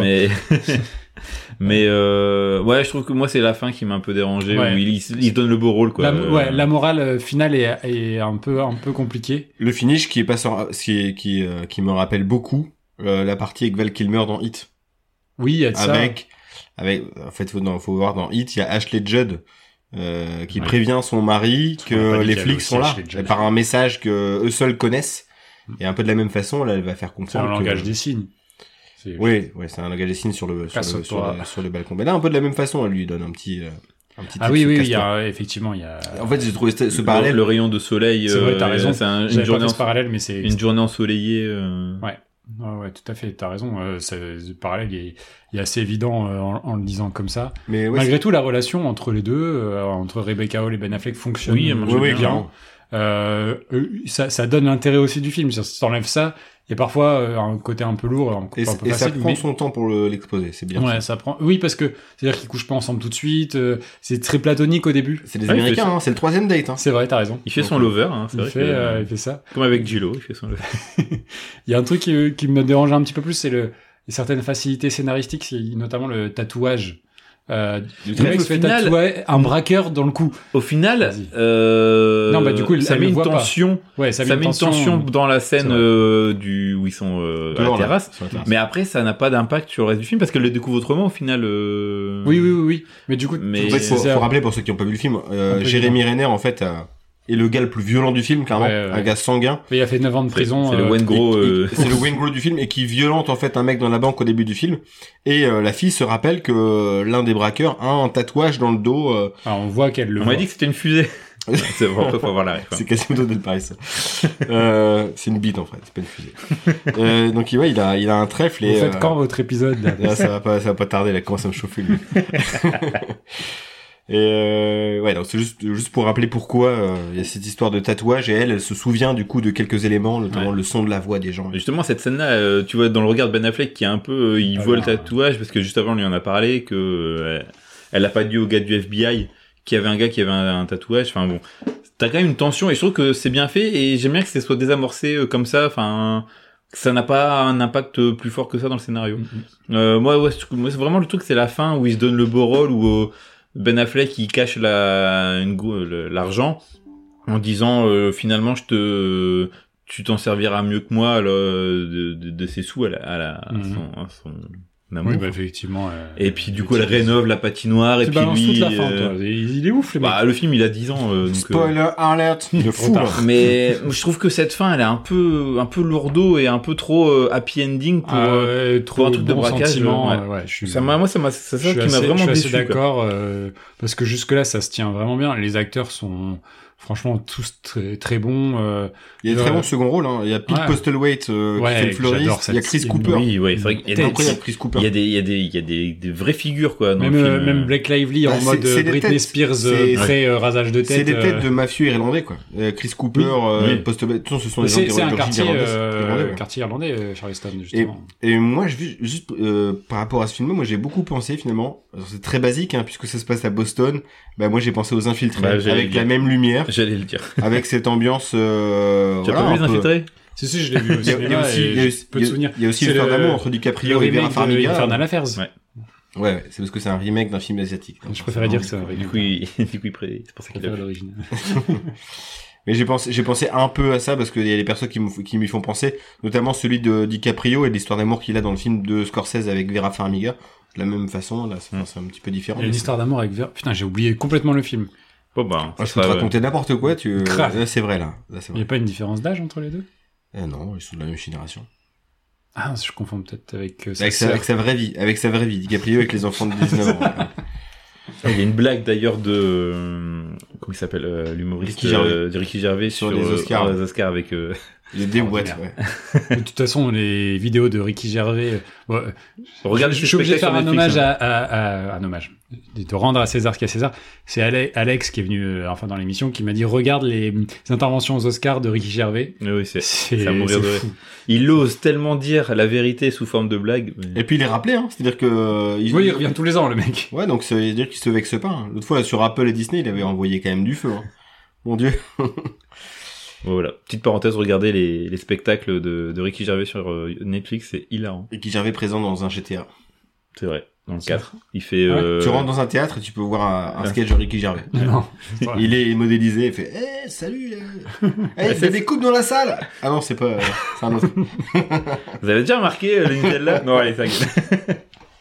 Mais ouais, je trouve que moi c'est la fin qui m'a un peu dérangé, où il donne le beau rôle quoi. La morale finale est un peu compliquée. Le finish qui qui me rappelle beaucoup la partie avec Val Kilmer dans Hit. Oui, il y a de ça. En fait faut voir dans Hit, il y a Ashley Judd qui prévient son mari que les flics sont là par un message que eux seuls connaissent. Et un peu de la même façon, là, elle va faire comprendre c'est un langage des signes. Oui, c'est un langage des signes sur le balcon. Mais là, un peu de la même façon, elle lui donne un petit oui, il y a, effectivement, il y a... En fait, j'ai trouvé ce parallèle. Le rayon de soleil, c'est vrai, t'as raison. C'est une journée parallèle, mais c'est... Une journée ensoleillée, Ouais, tout à fait, t'as raison. Ce parallèle est assez évident en le disant comme ça. Mais ouais, malgré tout, la relation entre les deux, entre Rebecca Hall et Ben Affleck fonctionne bien. Ça donne l'intérêt aussi du film. Si t'enlèves ça, il y a parfois un côté un peu lourd, un peu facile, ça prend son temps pour l'exposer, c'est bien. Ouais, ça prend. Oui, parce que c'est-à-dire qu'ils couchent pas ensemble tout de suite. C'est très platonique au début. C'est les Américains, c'est le 3e date. C'est vrai, t'as raison. Il fait son lover, c'est vrai. Il fait ça. Comme avec Gillo, il fait son lover. Il y a un truc qui me dérange un petit peu plus, c'est certaines facilités scénaristiques, notamment le tatouage. Le mec se fait tatouer un braqueur dans le cou. Au final, non, bah, du coup, ça met une tension. Ouais, ça met une tension dans la scène où ils sont à la terrasse. Mais après, ça n'a pas d'impact sur le reste du film parce qu'elle le découvre autrement au final. Oui. Mais du coup, faut rappeler pour ceux qui n'ont pas vu le film, Jérémy Renner en fait est le gars le plus violent du film, clairement, un gars sanguin. Mais il a fait 9 ans de prison. C'est le Wayne Gros. C'est le Wayne Gros du film et qui violente en fait un mec dans la banque au début du film. Et la fille se rappelle que l'un des braqueurs a un tatouage dans le dos. Alors on voit qu'elle le. On m'a dit que c'était une fusée. C'est bon, faut voir la ref. C'est quasiment de pareil ça. C'est une bite en fait, c'est pas une fusée. Donc il a un trèfle. Vous faites quand votre épisode là ça va pas tarder, là commence à me chauffer lui. Et ouais, donc c'est juste pour rappeler pourquoi il y a cette histoire de tatouage et elle se souvient du coup de quelques éléments, notamment le son de la voix des gens. Justement cette scène-là, tu vois dans le regard de Ben Affleck qui est un peu, il voit le tatouage parce que juste avant on lui en a parlé que elle a pas dit au gars du FBI qu'il y avait un gars qui avait un tatouage. Enfin bon, t'as quand même une tension et je trouve que c'est bien fait et j'aime bien que ça soit désamorcé comme ça. Enfin. Ça n'a pas un impact plus fort que ça dans le scénario. Moi c'est vraiment le truc, c'est la fin où il se donne le beau rôle où Ben Affleck il cache l'argent en disant finalement tu t'en serviras mieux que moi de ces sous à Namur. Oui, bah, effectivement. Et puis du coup elle rénove la patinoire et puis lui toute la fin, toi. Il est ouf, le mec. bah le film il a 10 ans donc Spoiler alert de fou là. mais je trouve que cette fin elle est un peu lourdeau et un peu trop happy ending pour trop un truc de bon braquage, sentiment, ouais. ouais, je suis c'est ça qui m'a vraiment je suis déçu. assez d'accord parce que jusque là ça se tient vraiment bien. Les acteurs sont franchement tous très très bons. Il y a des très bons second rôles, hein. Il y a Pete Ouais. Postlethwaite qui fait le fleuriste. Il y a Chris Cooper. Oui, ouais, c'est vrai qu'il y a Incroyable, Chris Cooper. il y a des vraies figures quoi dans le film. Même Blake Lively en Bah, mode c'est des Britney têtes. Spears C'est- pré rasage de tête. C'est des têtes de mafieux irlandais, quoi. Chris Cooper, oui. Postlethwaite, de toute façon, ce sont des gens C'est un d'origine irlandaise, ouais. quartier irlandais, Charleston, justement. Et moi, juste par rapport à ce film, moi j'ai beaucoup pensé finalement. Alors, c'est très basique, hein, puisque ça se passe à Boston. Bah moi j'ai pensé aux Infiltrés, Bah, j'allais avec le dire. la même lumière, J'allais le dire. avec cette ambiance. Tu as pas vu les infiltrés? Si, je l'ai vu au Il y a cinéma aussi, et il y a j'ai aussi, peu de souvenirs. il y a aussi C'est l'histoire le- d'amour entre DiCaprio et Vera remake de Farmiga. Infernal Affairs. Ouais. Ouais, c'est parce que c'est un remake d'un film asiatique. Je préférais dire que c'est un remake. Du coup, c'est pour ça qu'il a préfère vu. l'original. Mais j'ai pensé un peu à ça parce qu'il y a des personnes qui m'y font penser, notamment celui de DiCaprio et l'histoire d'amour qu'il a dans le film de Scorsese avec Vera Farmiga. De la même façon, là, c'est un petit peu différent. Il y a une histoire d'amour avec Vera. Putain, j'ai oublié complètement le film. Bon, bah, Je peux te raconter n'importe quoi, Grave. là, c'est vrai, là. Là, c'est Il vrai. n'y a pas une différence d'âge entre les deux? Non, ils sont de la même génération. Ah, je confonds peut-être avec Avec sa vraie vie, DiCaprio avec les enfants de 19 ans. il y a une blague d'ailleurs de comment il s'appelle l'humoriste Ricky Gervais. de Ricky Gervais Sur les Oscars. les Oscars avec Il est déboîte, ouais. De toute façon, les vidéos de Ricky Gervais. Bon, regarde je suis obligé de faire un hommage un hommage. De rendre à César ce qu'il y a César. C'est Alex qui est venu enfin dans l'émission qui m'a dit regarde les interventions aux Oscars de Ricky Gervais. oui c'est à mourir de rire. fou. Il ose tellement dire la vérité sous forme de blague mais... Et puis il est rappelé, hein. C'est-à-dire que... Oui, il revient tous les ans, le mec. Ouais, donc ça veut dire qu'il se vexe pas. Hein. L'autre fois, sur Apple et Disney, il avait envoyé quand même du feu. Hein. Mon Dieu. Voilà, petite parenthèse, regardez les spectacles de Ricky Gervais sur Netflix, c'est hilarant. Et qui j'avais présent dans un GTA. C'est vrai, dans le 4. Il fait... Tu rentres dans un théâtre et tu peux voir un sketch de Ricky Gervais. Non. Il est modélisé, il fait « salut il fait des coupes dans la salle !» Ah non, c'est pas... c'est un autre. Vous avez déjà remarqué le Nutella? Non, allez, ça gueule.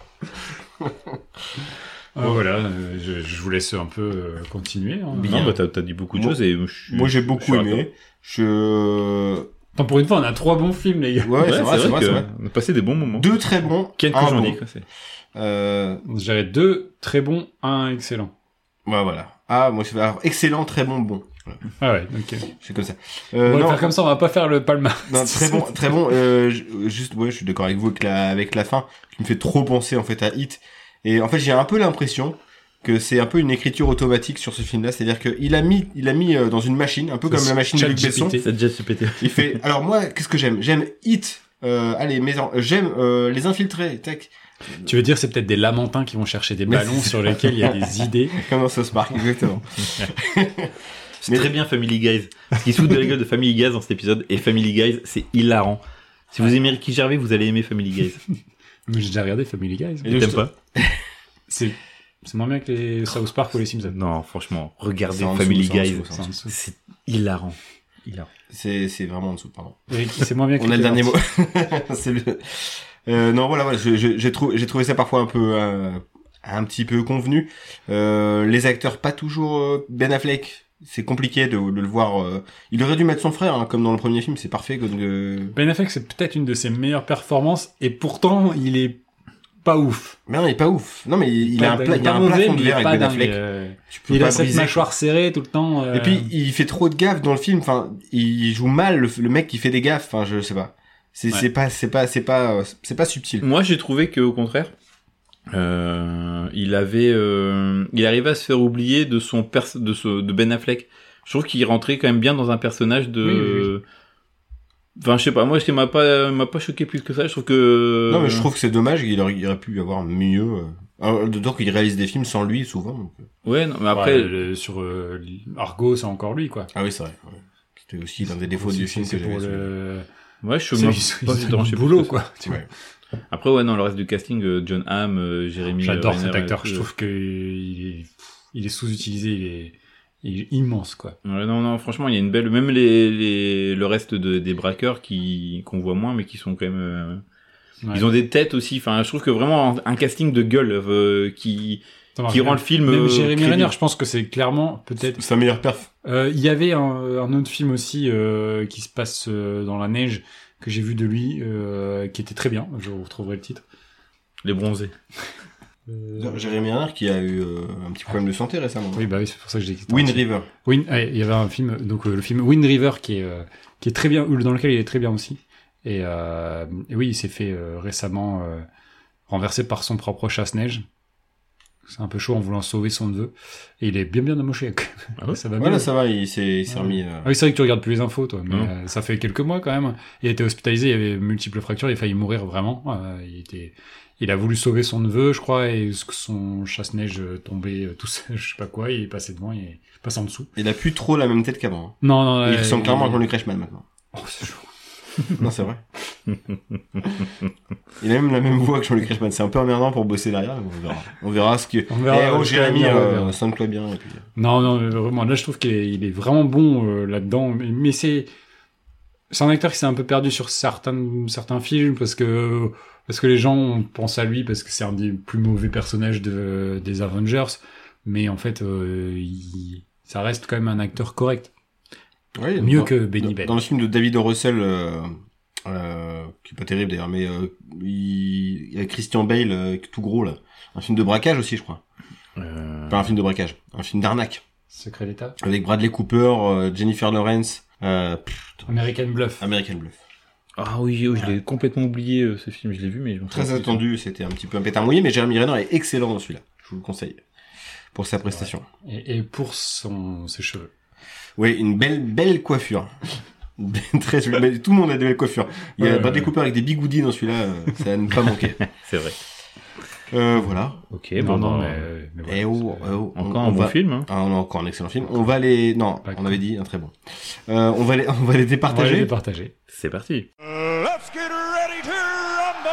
Voilà, je vous laisse un peu continuer. Hein. Non, bah t'as dit beaucoup de choses et Moi j'ai beaucoup aimé. Attends, pour une fois, on a 3 bons films, les gars. Ouais, c'est vrai. On a passé des bons moments. 2 très bons. Quel que un j'en bon. dis, quoi, c'est. J'avais 2 très bons, 1 excellent. Ouais, voilà. Ah, moi c'est alors excellent, très bon, bon. Voilà. Ah ouais, ok. C'est comme ça. On va non, faire comme ça, on va pas faire le palmarès. non, très bon. Juste, ouais, je suis d'accord avec vous avec la fin, qui me fait trop penser en fait à Hit. Et en fait, j'ai un peu l'impression que c'est un peu une écriture automatique sur ce film-là, c'est-à-dire que il a mis dans une machine, un peu comme la machine de Luc Besson. Ça a déjà se péter. Il fait. Alors moi, qu'est-ce que j'aime? J'aime Hit. J'aime les Infiltrés. Tac. Tu veux dire, c'est peut-être des lamentins qui vont chercher des Mais ballons c'est sur lesquels il y a des idées. Comme dans South Park, exactement. C'est très bien Family Guys. Ce qui se fout de la gueule de Family Guys dans cet épisode, et Family Guys, c'est hilarant. Si vous aimez Ricky Gervais, vous allez aimer Family Guys. Mais j'ai déjà regardé Family Guys. Et T'aimes pas? C'est moins bien que les South Park ou les Simpsons. Non, franchement, regardez C'est en Family dessous, c'est en Guys. dessous, c'est en dessous. C'est hilarant. C'est vraiment en dessous, pardon. Ricky, c'est moins bien que On a les le dernier mot. Cléments. C'est non, voilà, j'ai trouvé ça parfois un petit peu convenu. Les acteurs pas toujours Ben Affleck. C'est compliqué de le voir. Il aurait dû mettre son frère, hein, comme dans le premier film. C'est parfait. Ben Affleck, c'est peut-être une de ses meilleures performances, et pourtant, il est pas ouf. Mais non, il est pas ouf. Non, mais il y a un pas plafond mauvais, de mais il est verre avec pas Ben dingue, Affleck. Tu peux il pas a cette briser, mâchoire serrée tout le temps. Et puis il fait trop de gaffes dans le film. Enfin, il joue mal le mec qui fait des gaffes. Enfin, je sais pas. C'est pas subtil. Moi, j'ai trouvé que, au contraire, il arrivait à se faire oublier de Ben Affleck. Je trouve qu'il rentrait quand même bien dans un personnage de... Oui. Enfin, je sais pas, moi, il m'a pas choqué plus que ça. Je trouve que... Non, mais je trouve que c'est dommage. Il aurait pu y avoir mieux. D'autant qu'il réalise des films sans lui souvent. Donc... Ouais, non, mais après... sur Argo, c'est encore lui, quoi. Ah oui, c'est vrai. Ouais. C'était aussi l'un des défauts du film que C'est j'avais. pour le... Ouais, je C'est suis pas du boulot, quoi. Ouais. Après, ouais, non, le reste du casting, John Hamm, Jérémy... J'adore Renner, cet acteur. tout, Je trouve que il est sous-utilisé. Il est immense, quoi. Ouais, non, franchement, il y a une belle... Même le reste des braqueurs qu'on voit moins, mais qui sont quand même... Ouais. Ils ont des têtes aussi. Enfin, je trouve que vraiment un casting de gueule qui rend le film. Même Jeremy crédible. Renner, je pense que c'est clairement peut-être. C'est un meilleur perf. Il y avait un autre film aussi qui se passe dans la neige que j'ai vu de lui, qui était très bien. Je retrouverai le titre. Les bronzés. Jérémy Renner qui a eu un petit problème de santé récemment. Oui, bah oui, c'est pour ça que je dis. Wind River. Il y avait un film, donc le film Wind River qui est très bien, dans lequel il est très bien aussi. Et oui, il s'est fait récemment renverser par son propre chasse-neige. C'est un peu chaud en voulant sauver son neveu. Et il est bien amoché. Ah ouais Ça va Voilà, bien. ça va, il s'est remis. Ah oui, c'est vrai que tu regardes plus les infos, toi. Mais ça fait quelques mois quand même. Il a été hospitalisé, il y avait multiples fractures, il a failli mourir vraiment. Il a voulu sauver son neveu, je crois, et son chasse-neige tombait tout seul, je sais pas quoi, il est passé devant, il est passé en dessous. Il a plus trop la même tête qu'avant. Hein. Non, Il ressemble clairement à Jean-Luc Reichmann maintenant. Oh, c'est chaud. Non, c'est vrai. Il a même la même voix que Jean-Luc Reichmann. C'est un peu emmerdant pour bosser derrière, mais on verra. On verra ce que... On verra, Jérémy, verra. sonne-toi bien. Et puis... Non, mais vraiment, là, je trouve qu'il est vraiment bon là-dedans. Mais c'est un acteur qui s'est un peu perdu sur certains films parce que les gens pensent à lui parce que c'est un des plus mauvais personnages des Avengers. Mais en fait, ça reste quand même un acteur correct. Oui, Mieux que Benny Bell. Dans le film de David O. Russell, qui est pas terrible d'ailleurs, mais il y a Christian Bale tout gros là. Un film de braquage aussi, je crois. Pas un film de braquage, un film d'arnaque. Secret d'État. Avec Bradley Cooper, Jennifer Lawrence, American Bluff. American Bluff. Ah oui, je l'ai complètement oublié ce film, je l'ai vu, mais je m'en Très souviens plus. attendu, c'était un petit peu un pétard mouillé, mais Jeremy Renner est excellent dans celui-là. Je vous le conseille. Pour sa prestation. Et pour ses cheveux. Oui, une belle coiffure. Très jolie. Mais tout le monde a des belles coiffures. Il y a Bradley Cooper avec des bigoudis dans celui-là, ça va ne pas manquer. C'est vrai. Voilà. Ok, Mais voilà. voilà, Encore un bon film. Hein. Ah, on a encore un excellent film. On va les... Non, Pas on cool. avait dit un très bon. On va les départager. On va les départager. C'est parti. Let's get ready to rumble!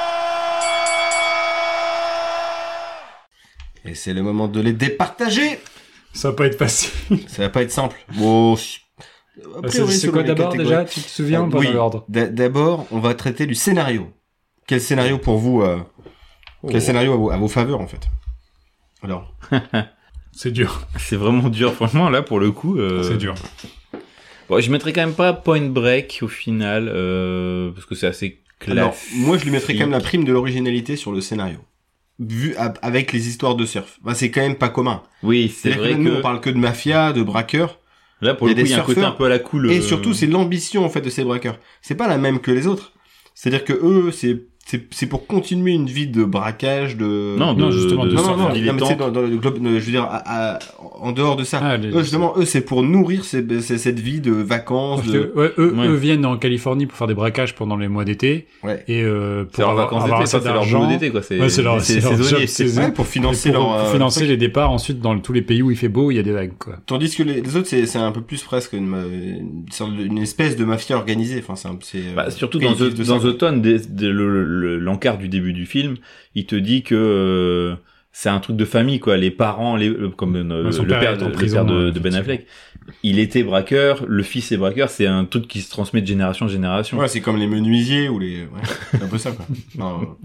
Et c'est le moment de les départager. Ça va pas être facile. Ça va pas être simple. Bon, a priori, C'est selon quoi les d'abord catégories. déjà? Tu te souviens ou pas Oui. dans l'ordre? D'abord, on va traiter du scénario. Quel scénario pour vous Quel scénario à vos faveurs, en fait? Alors, C'est dur. C'est vraiment dur, franchement, là, pour le coup. C'est dur. Bon, je mettrais quand même pas Point Break au final, parce que c'est assez alors, classique. moi, je lui mettrais quand même la prime de l'originalité sur le scénario. Vu avec les histoires de surf. Bah, c'est quand même pas commun. Oui, c'est C'est-à-dire vrai que nous, on que parle que de mafia, de braqueurs. là, pour il y le a coup, il y a un des côté un surfeurs. peu à la cool. Et surtout, c'est l'ambition, en fait, de ces braqueurs. C'est pas la même que les autres. C'est-à-dire que eux, c'est pour continuer une vie de braquage, de... Non, justement, de non, surfeur. mais tu sais, dans le globe, je veux dire, en dehors de ça. Ah, Eux, c'est pour nourrir cette vie de vacances, Parce de... que, ouais, eux Ouais. viennent en Californie pour faire des braquages pendant les mois d'été. Ouais. Et C'est pour leurs avoir vacances d'été, assez ça, c'est leur d'argent. boulot d'été, quoi. Ouais, c'est leur saisonnier. job saison. Ouais, pour financer pour financer les départs ensuite dans tous les pays où il fait beau, il y a des vagues, quoi. Tandis que les autres, c'est un peu plus presque une espèce de mafia organisée. Enfin, c'est Bah, surtout ils dans vivent de ça, The quoi. Tone, l'encart du début du film, il te dit que c'est un truc de famille, quoi. Les parents, comme son le père père, est en le prison, père de Ben effectivement. Affleck, il était braqueur, le fils est braqueur, c'est un truc qui se transmet de génération en génération. Ouais, c'est comme les menuisiers ou les... Ouais, c'est un peu ça, quoi. Non,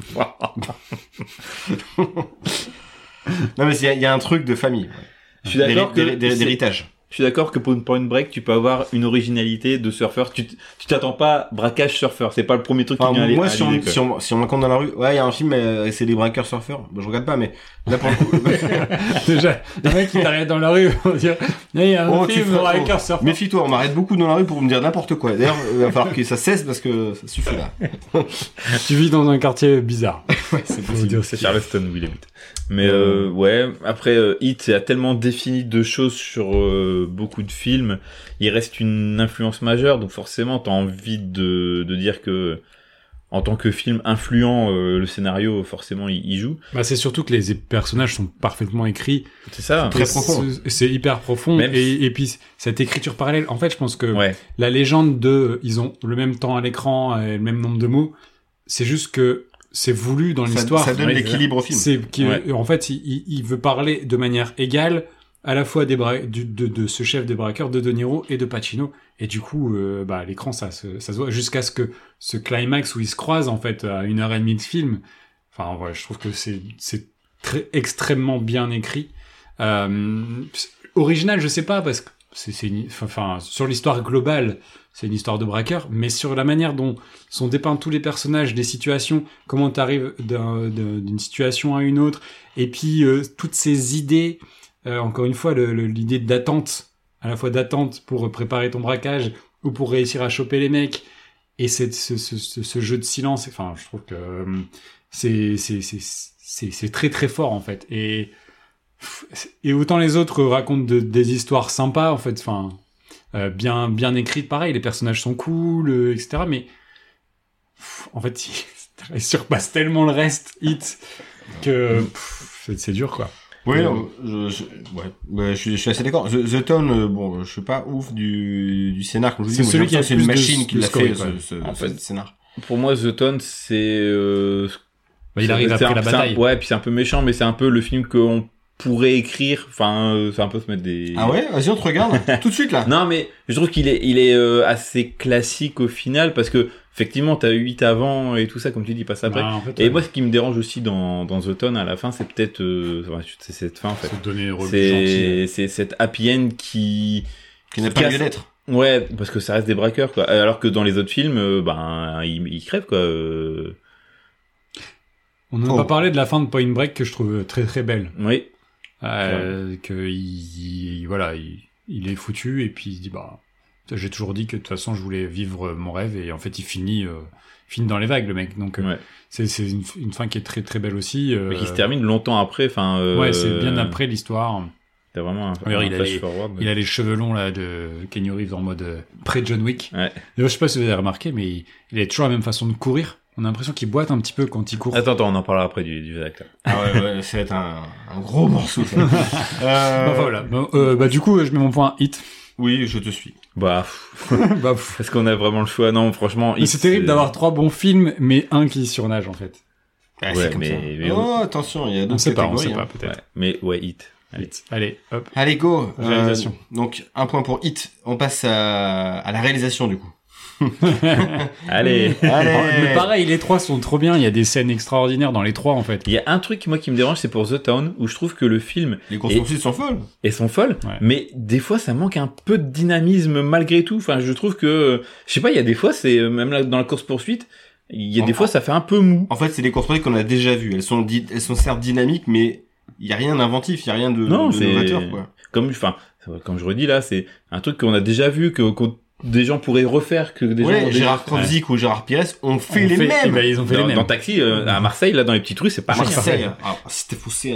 non mais il y a un truc de famille. Ouais. Je suis d'accord que D'héritage. je suis d'accord que pour une Point Break, tu peux avoir une originalité de surfeur. Tu t'attends pas braquage surfeur. C'est pas le premier truc qui Enfin, vient moi, à si on l'idée, quoi. me raconte dans la rue, ouais, il y a un film, c'est des braqueurs surfeurs. Bon, je regarde pas, mais là, pour le coup, Déjà, le mec qui t'arrête dans la rue, on va dire, il y a un Oh, tu film feras- avec oh. un surfeur. méfie-toi, on m'arrête beaucoup dans la rue pour me dire n'importe quoi. D'ailleurs, il va falloir que ça cesse parce que ça suffit là. Tu vis dans un quartier bizarre. Ouais, c'est Faut dire C'est Charleston où il habite. Mais ouais, après Hit a tellement défini de choses sur beaucoup de films, il reste une influence majeure, donc forcément t'as envie de dire que en tant que film influent, le scénario forcément il joue. Bah, c'est surtout que les personnages sont parfaitement écrits. C'est ça. Très profond. C'est hyper profond. Même Et puis, cette écriture parallèle, en fait, je pense que Ouais. la légende ils ont le même temps à l'écran et le même nombre de mots, c'est juste que c'est voulu dans l'histoire. Ça donne Ouais, l'équilibre au film. C'est Ouais. en fait, il veut parler de manière égale à la fois de ce chef des braqueurs, de Niro et de Pacino. Et du coup, à l'écran, ça se voit jusqu'à ce que ce climax où ils se croisent, en fait, à 1h30 de film. Enfin, voilà, je trouve que c'est extrêmement bien écrit. Original, je sais pas, parce que sur l'histoire globale, c'est une histoire de braqueur, mais sur la manière dont sont dépeints tous les personnages, des situations, comment t'arrives d'une situation à une autre, et puis toutes ces idées, encore une fois, l'idée d'attente, à la fois d'attente pour préparer ton braquage ou pour réussir à choper les mecs, et ce jeu de silence. Enfin, je trouve que c'est très très fort en fait. Et autant les autres racontent des histoires sympas en fait, enfin bien écrites, pareil, les personnages sont cool, etc. Mais en fait, ils surpassent tellement le reste, Hit, que c'est dur quoi. Oui, je suis assez d'accord. The Town, je suis pas ouf du scénar, comme je vous dis. Celui qui a c'est une machine qui l'a fait, ce scénar. Pour moi, The Town, c'est il arrive après la bataille. Puis c'est un peu méchant, mais c'est un peu le film qu'on pourrait écrire. Enfin, c'est un peu se mettre des. Ah ouais, vas-y, on te regarde tout de suite là. Non, mais je trouve qu'il est assez classique au final, parce que effectivement, t'as 8 avant et tout ça, comme tu dis, passe après. En fait, et moi, ce qui me dérange aussi dans The Town à la fin, c'est peut-être c'est cette fin en fait. C'est cette happy end qui n'a pas lieu d'être. Ouais, parce que ça reste des braqueurs quoi. Alors que dans les autres films, ils crèvent quoi. On n'a pas parlé de la fin de Point Break que je trouve très très belle. Oui. Que il est foutu et puis il se dit j'ai toujours dit que de toute façon je voulais vivre mon rêve, et en fait il finit dans les vagues le mec. Donc c'est une fin qui est très très belle aussi. Mais qui se termine longtemps après. C'est bien après l'histoire. C'est vraiment un flash forward. Il a les cheveux longs là de Keanu Reeves en mode pré-John Wick. Ouais. D'ailleurs, je sais pas si vous avez remarqué, mais il a toujours la même façon de courir. On a l'impression qu'il boite un petit peu quand il court. Attends, on en parlera après du acteur. Ah ouais, ça va être un gros morceau, ça. Voilà. Du coup, je mets mon point Hit. Oui, je te suis. Est-ce qu'on a vraiment le choix? Non, franchement, Hit, c'est terrible d'avoir 3 bons films, mais un qui surnage, en fait. C'est comme ça. Oh, attention, il y a d'autres catégories. On sait pas, peut-être. Ouais, mais Hit. Allez, hop. Allez, go. Réalisation. Donc, un point pour Hit. On passe à la réalisation, du coup. Allez. Mais pareil, les 3 sont trop bien. Il y a des scènes extraordinaires dans les 3 en fait. Il y a un truc moi qui me dérange, c'est pour The Town, où je trouve que le film les courses-poursuites sont folles. Mais des fois ça manque un peu de dynamisme malgré tout. Enfin, je trouve que je sais pas, il y a des fois c'est même là dans la course-poursuite, il y a des fois ça fait un peu mou. En fait, c'est des courses-poursuites qu'on a déjà vues. Elles sont certes dynamiques, mais il y a rien d'inventif, il y a rien de novateur quoi. Comme je redis là, c'est un truc qu'on a déjà vu, que des gens pourraient refaire, que des gens Gérard Krovzik ou Gérard Pires ont fait les mêmes. Ils ont fait les mêmes. Dans Taxi, à Marseille, là, dans les petites rues, c'est pas Marseille. C'était faussé.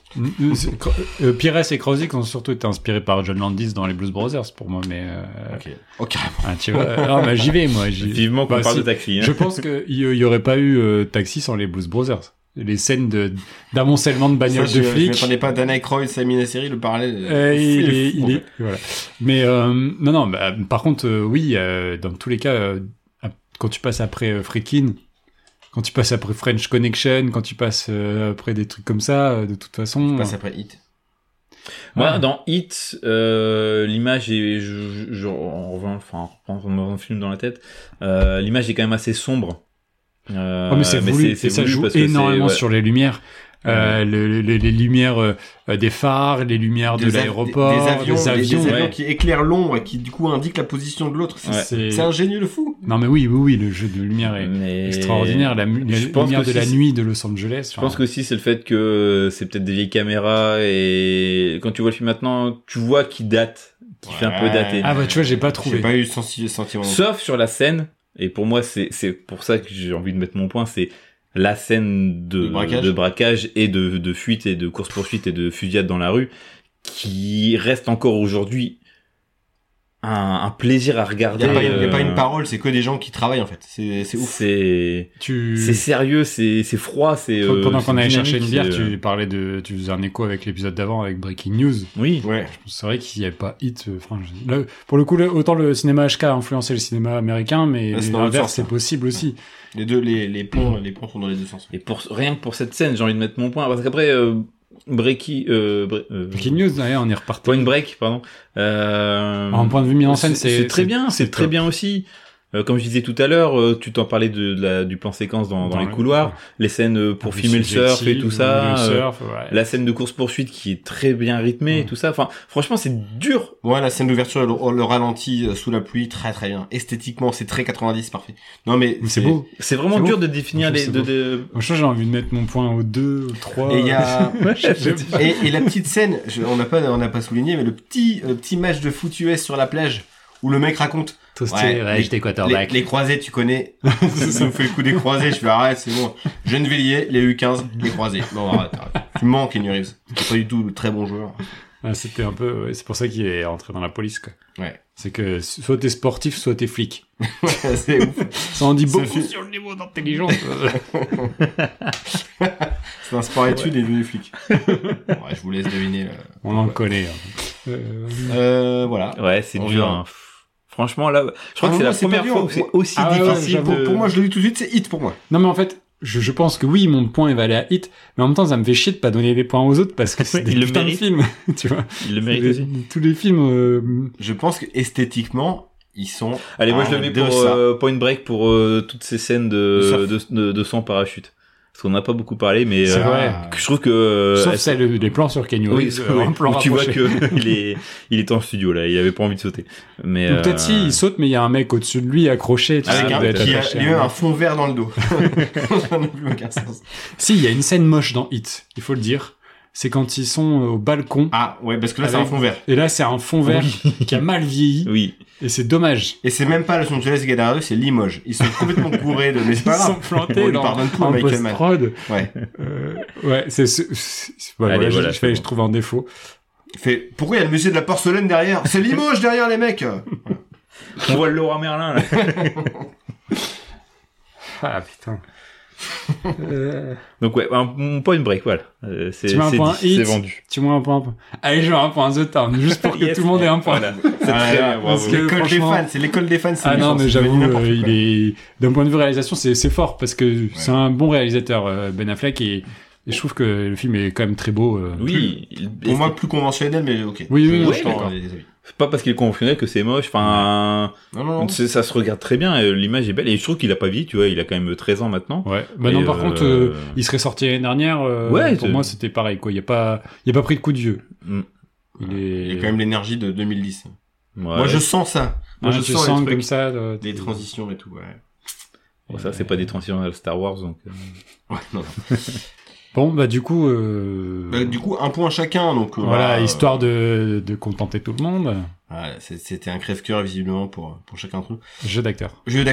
Pires et Krovzik ont surtout été inspirés par John Landis dans les Blues Brothers, pour moi, mais Ok. Tu vois, j'y vais, moi. Vivement qu'on parle de Taxi. Hein. Je pense qu'il y aurait pas eu Taxi sans les Blues Brothers. Les scènes d'amoncellement de bagnoles de flics. Je m'attendais pas Dan Aykroyd, Sami Nasseri, le parallèle. Il est voilà. Mais non, par contre, oui, dans tous les cas, quand tu passes après Freakin', quand tu passes après French Connection, quand tu passes après des trucs comme ça, de toute façon. Tu passes après Hit. Moi, dans Hit, l'image est, on reprend mon film dans la tête, l'image est quand même assez sombre. Mais c'est voulu, et ça joue énormément sur les lumières. Les lumières des phares, les lumières de l'aéroport, des avions qui éclairent l'ombre et qui du coup indiquent la position de l'autre. C'est ingénieux de fou. Non mais oui, le jeu de lumière est extraordinaire. La lumière de la nuit de Los Angeles. Je pense que aussi c'est le fait que c'est peut-être des vieilles caméras, et quand tu vois le film maintenant, tu vois qu'il date, qu'il fait un peu daté. Ah bah tu vois, j'ai pas trouvé. J'ai pas eu sentiment. Sauf sur la scène. Et pour moi, c'est pour ça que j'ai envie de mettre mon point, c'est la scène de braquage et de fuite et de course-poursuite et de fusillade dans la rue, qui reste encore aujourd'hui un plaisir à regarder. Il y a pas une parole, c'est que des gens qui travaillent en fait. C'est ouf. C'est sérieux, c'est froid, c'est pendant qu'on allait chercher une bière, tu parlais tu faisais un écho avec l'épisode d'avant avec Breaking News. Oui. Ouais. C'est vrai qu'il n'y avait pas Hit. Là, pour le coup, autant le cinéma HK a influencé le cinéma américain, mais l'inverse c'est possible aussi. Les ponts sont dans les deux sens. Et rien que pour cette scène, j'ai envie de mettre mon point, parce qu'après Breaking News, ouais, on est reparti. Point Break, pardon. En point de vue mis en scène, c'est très bien, c'est très bien aussi. Comme je disais tout à l'heure, tu t'en parlais du plan séquence dans les couloirs, les scènes pour filmer le surf et tout ça, la scène de course poursuite qui est très bien rythmée et tout ça. Enfin, franchement, c'est dur. Ouais, la scène d'ouverture, le ralenti sous la pluie, très très bien. Esthétiquement, c'est très 90, parfait. Non mais c'est beau. C'est vraiment dur de définir les Moi, j'ai envie de mettre mon point au 2, au 3. Et il y a et la petite scène, on n'a pas souligné, mais le petit match de foot US sur la plage où le mec raconte. J'étais quarterback. Les croisés, tu connais. Ça nous fait le coup des croisés. Je fais arrête, c'est bon. Gennevilliers, les U15, les croisés. Non, arrête. Tu manques, Kenny Reeves. C'est pas du tout le très bon joueur. Ah, c'était un peu, c'est pour ça qu'il est rentré dans la police, quoi. Ouais. C'est que soit t'es sportif, soit t'es flic. C'est ouf. Ça en dit beaucoup sur le niveau d'intelligence. C'est un sport études et devenu flic. Ouais, je vous laisse deviner. On en connaît. Voilà. Ouais, c'est dur. Hein. Franchement, là, je crois que c'est la première fois où c'est aussi difficile. Pour moi, je le dis tout de suite, c'est hit pour moi. Non, mais en fait, je pense que oui, mon point va aller à hit, mais en même temps, ça me fait chier de pas donner des points aux autres parce que c'est des putains de films, tu vois. Il le mérite aussi. Tous les films, Je pense que esthétiquement, ils sont. Allez, moi je le mets pour Point Break pour toutes ces scènes de sang parachute. Parce qu'on n'a pas beaucoup parlé, mais c'est vrai. Je trouve que sauf celle des plans sur Kenny Reeves, un plan où tu vois que il est en studio là, il avait pas envie de sauter. Mais peut-être si il saute, mais il y a un mec au-dessus de lui accroché. Tu sais, qui a un fond vert dans le dos. Ça n'a plus aucun sens. Si, il y a une scène moche dans Hit, il faut le dire. C'est quand ils sont au balcon. Ah ouais, parce que là c'est un fond vert. Et là c'est un fond vert qui a mal vieilli. Oui. Et c'est dommage. Et c'est même pas Los Angeles Gallardo, c'est Limoges. Ils sont complètement bourrés de. Mais c'est pas grave. Ils sont plantés dans en post-prod. Ouais. Ouais, Allez, voilà, je trouve un défaut. Pourquoi il y a le musée de la porcelaine derrière? C'est Limoges derrière les mecs. On voit le Leroy Merlin là. Ah putain. Donc ouais, un point break, voilà. C'est vendu. Tu mets un point. Allez, je mets un point The Town, juste pour que tout le monde ait un point. Voilà. C'est très bien, bravo. L'école des fans, c'est l'école des fans. Ah non, mais j'avoue, il est, d'un point de vue réalisation, c'est fort, parce que c'est un bon réalisateur, Ben Affleck, et je trouve que le film est quand même très beau. Oui. Pour moi, plus conventionnel, mais ok. Oui, je d'accord. C'est pas parce qu'il est conventionnel que c'est moche, enfin, non. Ça se regarde très bien, l'image est belle, et je trouve qu'il a pas vieilli, tu vois, il a quand même 13 ans maintenant. Ouais. Bah non, par contre, il serait sorti l'année dernière, pour moi, c'était pareil, quoi. Il a pas pris de coup de vieux. Il y a quand même l'énergie de 2010. Ouais. Moi, je sens ça. Moi, je sens les trucs, comme ça, des transitions et tout, ouais. Bon, ça, c'est pas des transitions à Star Wars, donc. Ouais, non. Bon, bah du coup, un point chacun, donc voilà, histoire de contenter tout le monde. Voilà, c'était un crève-cœur visiblement pour chacun d'entre nous. Jeu d'acteur.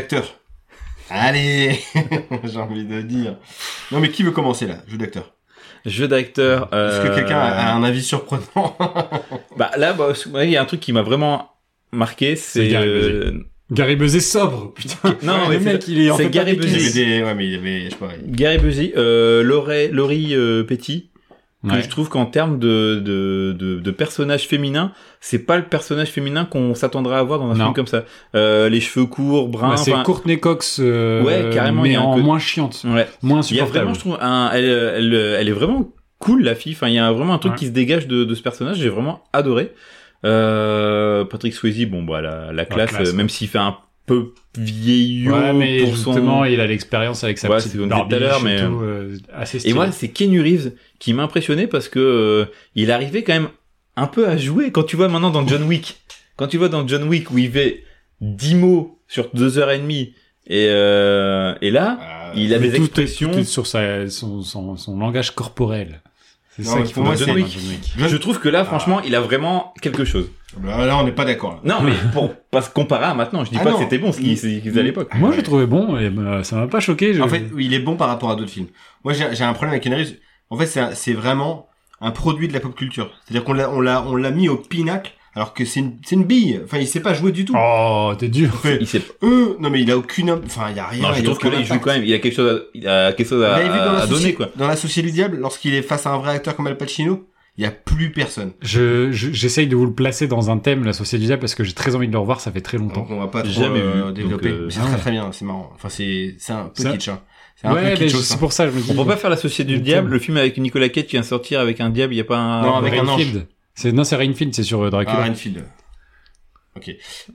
Allez, j'ai envie de dire. Non, mais qui veut commencer là? Jeu d'acteur. Est-ce que quelqu'un a un avis surprenant? Bah là, il y a un truc qui m'a vraiment marqué, c'est Gary Busey sobre, putain. Non, le mec, il est en fait Gary Busey. Ouais, mais il y avait, je sais pas. Gary Busey, Laurie Petty. Que je trouve qu'en termes de personnage féminin, c'est pas le personnage féminin qu'on s'attendrait à voir dans un film comme ça. Les cheveux courts, bruns. Bah, c'est Courtney Cox, carrément, mais moins chiante. Ouais. Moins supportable. Il y a vraiment, je trouve, elle est vraiment cool, la fille. Enfin, il y a vraiment un truc qui se dégage de ce personnage. J'ai vraiment adoré. Patrick Swayze, la classe, même s'il fait un peu vieillot mais pour justement, il a l'expérience avec sa petite barbiche et tout, assez stylé. Et moi, c'est Keanu Reeves qui m'a impressionné parce que il arrivait quand même un peu à jouer. Quand tu vois maintenant dans John Wick, où il fait 10 mots sur 2h30 et là, il a des expressions tout sur son langage corporel. C'est ça qu'il faut moi, John Wick. Je trouve que là, franchement, il a vraiment quelque chose. Là, on n'est pas d'accord. Non, mais pas se comparer à maintenant. Je dis pas que c'était bon ce qu'ils faisaient à l'époque. Moi, je le trouvais bon et ça m'a pas choqué. En fait, il est bon par rapport à d'autres films. Moi, j'ai un problème avec Keanu Reeves. En fait, c'est vraiment un produit de la pop culture. C'est-à-dire qu'on l'a mis au pinacle. Alors que c'est une bille. Enfin, il sait pas jouer du tout. Oh, t'es dur. Non, mais il a aucune, enfin, il y a rien. Non, je trouve que là, il joue quand même. Il a quelque chose à donner, quoi. Dans L'Associé du Diable, lorsqu'il est face à un vrai acteur comme Al Pacino, Il y a plus personne. J'essaye de vous le placer dans un thème, La Société du Diable, parce que j'ai très envie de le revoir, ça fait très longtemps. Donc on va pas trop Jamais vu, développer. donc, Mais c'est ah très ouais. très bien, c'est marrant. Enfin c'est un peu Ça- kitsch. Hein. C'est un Ouais, peu mais kitsch. c'est pour ça que je me dis. On peut pas faire La Société du Le Diable, thème. le film avec Nicolas Cage qui vient de sortir avec un diable, il y a pas un... Non, avec un ange. Rainfield. C'est Rainfield, c'est sur Dracula. Ah, Renfield. Ok.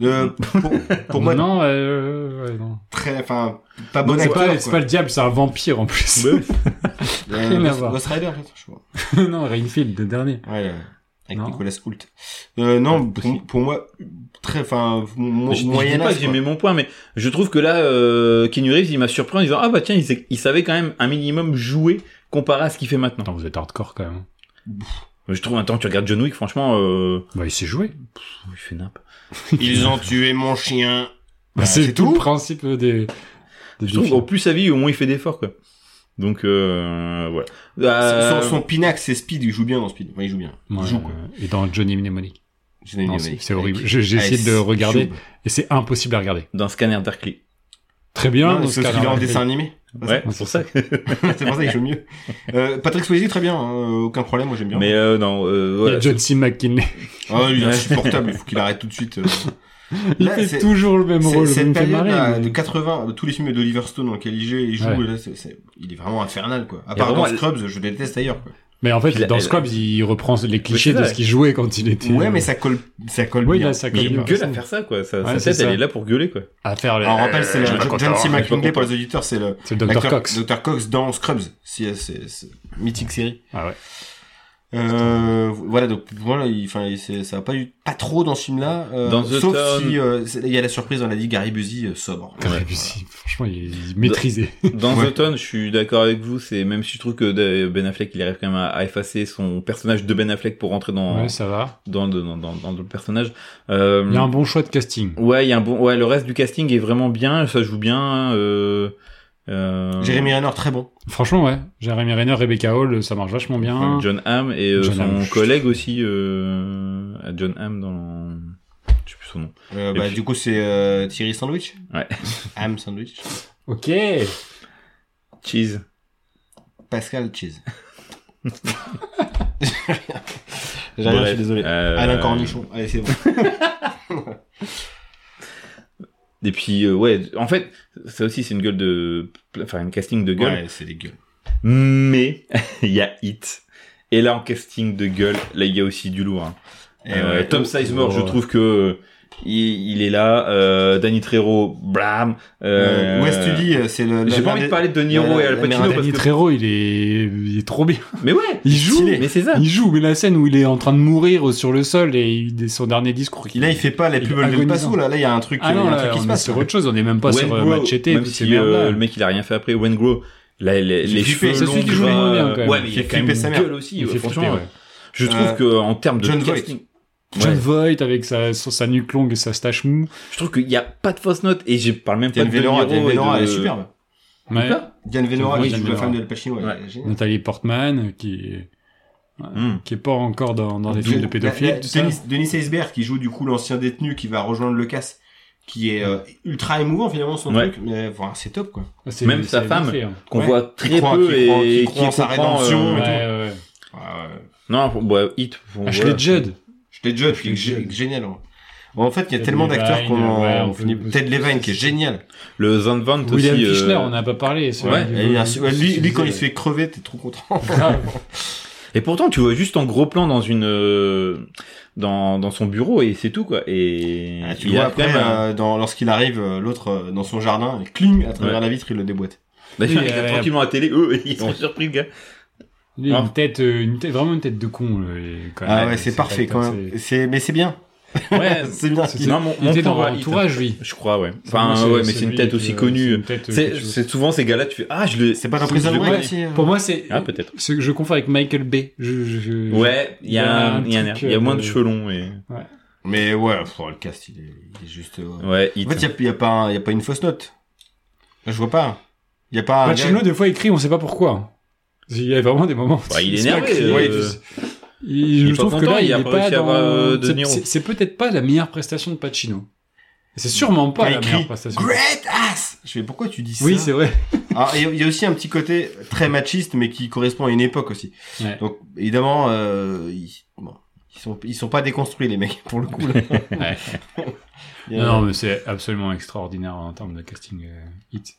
Pour moi, non, ouais, non. très, enfin, pas Non, bon c'est acteur. pas, c'est pas le diable, c'est un vampire en plus. Ouais. rien à voir. Ghost Rider, peut-être, je crois. non, Rainfield, le dernier. Ouais, avec Non. Nicolas Hoult. Non, possible. pour moi, très, enfin, Je dis moyen pas âge. que j'ai mis mon point, mais je trouve que là, Keanu Reeves, il m'a surpris en disant, ah bah tiens, il savait quand même un minimum jouer comparé à ce qu'il fait maintenant. Attends, vous êtes hardcore quand même. Je trouve, attends, tu regardes John Wick, franchement, Bah, il sait jouer. il fait nimp. Ils ont tué mon chien. Bah, c'est c'est tout tout. le principe des Je trouve, au plus sa vie, au moins il fait d'efforts, quoi. Donc, voilà. Son pinacle, c'est Speed, il joue bien dans Speed. Enfin, il joue bien. Il Ouais, joue, quoi. et dans Johnny Mnemonic. J'ai Non, aimé. c'est horrible. Avec- J'ai essayé avec de le regarder Cube. et c'est impossible à regarder. Dans Scanner Darkly. Très bien. Non, dans c'est ce parce qu'il est cas-là. en dessin animé. Ouais, c'est pour ça. C'est pour ça qu'il joue mieux. Patrick Swayze, très bien, hein, aucun problème, moi j'aime bien. Mais, non, Il y voilà. a John C. McKinley. Ah, il est insupportable, il faut qu'il arrête tout de suite. Il Là, fait c'est- toujours le même rôle. Cette il me fait période marrer, là, mais- de 80, de tous les films d'Oliver Stone dans lesquels il joue, Ouais. là, il est vraiment infernal, quoi. À Il y a part dans vraiment- Scrubs, je déteste ailleurs, quoi. Mais en fait, Puis dans elle- Scrubs, il reprend les clichés c'est de ça. ce qu'il jouait quand il était. Ouais, mais ça colle Oui, bien. là, ça Mais colle il bien. gueule à faire ça, quoi. Sa Ouais, tête, c'est ça. elle est là pour gueuler, quoi. À faire les. Alors, on rappelle, c'est je suis pas John content, C. je suis pas McKinley pour content. les auditeurs, c'est le C'est le Dr. l'acteur- Cox. Dr. Cox dans Scrubs. C'est mythique série. Ah ouais. Voilà, donc voilà, ça va pas trop dans ce film-là, Dans The sauf Town. si il y a la surprise, on l'a dit, Gary Busey sobre. Ouais, puis si, franchement, il est maîtrisé. Dans Ouais. The Town, je suis d'accord avec vous, c'est, même si je trouve que Ben Affleck, il arrive quand même à effacer son personnage de Ben Affleck pour rentrer dans, Ouais, ça va. dans le personnage. Il y a un bon choix de casting. Ouais, il y a un bon, ouais, le reste du casting est vraiment bien, ça joue bien, Jérémy Renner, très bon. Franchement, ouais. Jeremy Renner, Rebecca Hall, ça marche vachement bien. John Hamm et John son Hamm. collègue aussi, John Hamm dans, je sais plus son nom. Bah, puis- du coup, c'est Thierry Sandwich. Ouais. Ham Sandwich. Ok. Cheese. Pascal Cheese. J'ai rien, je suis désolé. Alain Cornichon. Allez, c'est bon. Et puis, ouais, en fait, ça aussi, c'est une gueule de, enfin, un casting de gueule. Ouais, c'est des gueules. Mais, il y a Hit. Et là, en casting de gueule, là, il y a aussi du lourd, hein. Et ouais. Tom Sizemore, oh. je trouve que, il est là, Danny Trejo, blam, West Studi, c'est le. j'ai pas envie de parler de De Niro et Al Pacino parce Danny que, Trejo, il est trop bien. mais ouais, Il joue. stylé. mais c'est ça. Il joue, mais la scène où il est en train de mourir sur le sol et son dernier discours. Là, il fait pas la Il pub est del agonisant. Paso, là, il y a un truc, Ah non, il y a un là, truc qui se on est passe. sur autre chose, on est même pas sur Wayne Grow, Machete, même toutes si ces merdes-là. le mec il a rien fait après, Wayne Grow, là, les J'ai cheveux flippé. C'est longs, celui qui joue gras, moins bien, quand même. ouais, mais il Il a fait quand même flipper sa une mère. gueule aussi, Il fait franchement. flipper, ouais. Je trouve que en termes de John Voight. casting, John ouais, Voight avec sa nuque longue et sa stache mou. je trouve qu'il y a pas de fausse note et je parle même pas Diane de De Venora, Niro et elle est de... superbe. Ouais. Diane Venora, Oui, qui Diane joue la Venora. femme de Al Pacino, Ouais. elle est géniale. Nathalie Portman, qui est pas encore dans des films de pédophiles, tout ça. Denis Eisbert, qui joue du coup l'ancien détenu qui va rejoindre le casse, qui est ultra émouvant finalement son Ouais. truc, mais voilà, c'est top quoi. Même sa femme, bien fait, hein. qu'on Ouais. voit très peu et qui croit en sa comprend, rédemption et Ouais, tout. ouais. Non, ouais, Hit. bon, Ashley voilà. Judd. Je l'ai déjà, qui est Judd. génial. hein. Bon, en fait, il y a Ted tellement d'acteurs Levine, qu'on ouais, on finit. Ted Levine qui est génial. Le Zandvoort aussi. William Fichtner, on n'a pas parlé. celui Ouais, du- Et ouais, lui quand il Ouais. se fait crever, t'es trop content. Ah, Et pourtant, tu vois juste en gros plan dans dans son bureau et c'est tout, quoi. Et Ah, tu il vois a après, quand même lorsqu'il arrive, l'autre dans son jardin, il cling à travers Ouais. la vitre, il le déboîte. D'ailleurs, Oui, il regarde ouais. tranquillement à la télé, ils sont surpris, le gars. Il a Ah. une tête, vraiment une tête de con. Quand même. Ah ouais, c'est parfait pas- quand même. Mais c'est bien. Ouais, C'est bien. c'est- non, Il était dans point va, Entourage, lui. Je crois, ouais. Moi, Enfin, ouais, mais c'est une lui tête que- aussi c'est connue. une tête que C'est tu- c'est souvent ces gars-là, tu fais, ah, je le... C'est pas dans Prison je le Break connais. aussi. Pour moi, c'est. Ah, peut-être. Ce que je confonds avec Michael Bay. Ouais, il y a un air. truc, Il y a moins de cheveux longs et... Mais ouais, le cast, il est juste. Ouais, En Hit. fait, il y a pas une fausse note. Là, je vois pas. Il y a pas. un Pacino, gars- des fois, il crie, on sait pas pourquoi. Il y a vraiment des moments. Bah, il est se met à énervé, crier. ouais, Je est pas trouve que content, là, il il a est pas pas réussi à dans... avoir, De c'est- Niro. c'est peut-être pas la meilleure prestation de Pacino. C'est sûrement pas Quand la il meilleure crie prestation. Great ass. Je fais pourquoi tu dis ça? Oui, c'est vrai. Alors il y a aussi un petit côté très machiste, mais qui correspond à une époque aussi. Ouais. Donc évidemment, ils sont pas déconstruits les mecs pour le coup. Là. Ouais. Il y a- Non, mais c'est absolument extraordinaire en termes de casting. Hit.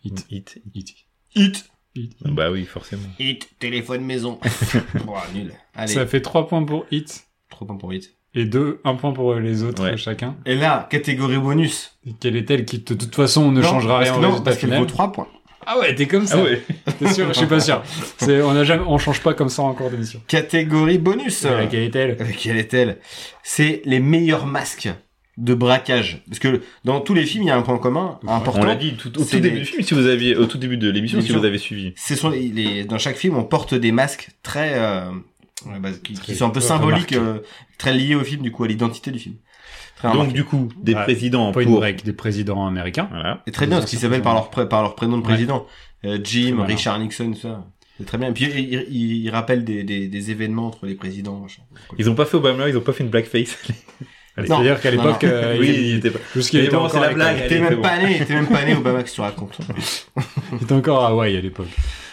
Hit. Bah oui, forcément. Hit, téléphone maison. Bon, nul. Allez, Ça fait 3 points pour Hit 3 points pour Hit. et 1 point pour les autres Ouais. chacun. Et là, catégorie bonus. Et quelle est-elle qui, de toute façon, ne changera rien au Non, résultat parce qu'elle final. vaut 3 points. Ah ouais, t'es comme ça. Ah ouais. T'es sûr? Je suis pas sûr. On change pas comme ça en cours d'émission. Catégorie bonus. Quelle est-elle? Quelle est-elle? C'est les meilleurs masques de braquage. Parce que dans tous les films, il y a un point commun important. On l'a dit au tout c'est début des- du film, si vous aviez, au tout début de l'émission, si L'émission. vous avez suivi. Ce sont dans chaque film, on porte des masques très, qui Très sont un peu symboliques, remarqués. très liés au film, du coup, à l'identité du film. Très Donc remarqué. du coup, des Ouais. présidents Point pour... Break des présidents américains. Voilà. Et très bien, parce qu'ils s'appellent par leur prénom de Ouais. président. Jim, Très Richard Nixon, tout ça. C'est très bien. Et puis, ils rappellent des événements entre les présidents, machin. Ils ont pas fait Obama, ils ont pas fait une blackface. Allez. Non. C'est-à-dire qu'à Non, l'époque, non. Oui, il était pas... jusqu'il Mais était bon, encore c'est la avec- blague. T'es Allez, même c'est bon. pas né, Obama, que tu racontes. Il était encore à Hawaï à l'époque.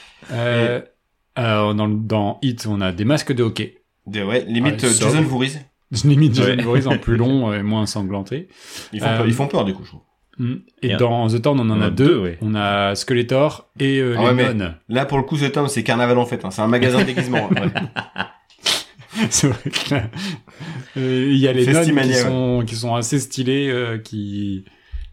Dans Hit, on a des masques de hockey. Ouais, limite, Ouais, ça. Jason Voorhees. Limite Jason Ouais. Voorhees en plus long et moins ensanglanté. Ils font peur, du coup, je trouve. Et Et dans The Town, on en a deux. ouais. On a Skeletor et Ah ouais, les mais- nonnes. Là, pour le coup, cet homme, c'est Carnaval en fait, hein. C'est un magasin de déguisement. Ouais. C'est vrai que là, il y a les nonnes Festimania, qui sont assez stylées, qui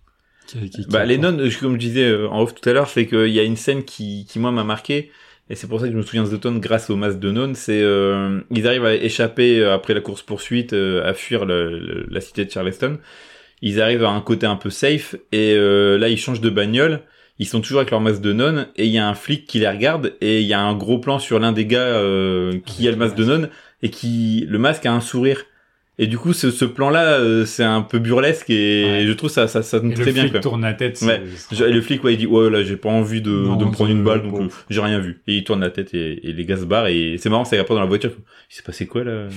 Bah, les nonnes, comme je disais en off tout à l'heure, c'est qu'il y a une scène qui moi m'a marqué, et c'est pour ça que je me souviens de The Town grâce au masque de nonnes, c'est ils arrivent à échapper après la course poursuite, à fuir la cité de Charleston. Ils arrivent à un côté un peu safe, et là ils changent de bagnole. Ils sont toujours avec leur masque de nonne, et il y a un flic qui les regarde, et il y a un gros plan sur l'un des gars qui a le masque de nonne, et le masque a un sourire. Et du coup, ce plan-là, c'est un peu burlesque, et Ouais. je trouve ça et me le très bien, flic quoi. tourne la tête. Ouais. Et le flic, ouais, il dit, ouais, là, j'ai pas envie de Non, me prendre une balle, donc bon. j'ai rien vu. Et il tourne la tête, et les gars se barrent, et c'est marrant, c'est après dans la voiture, il s'est passé quoi, là?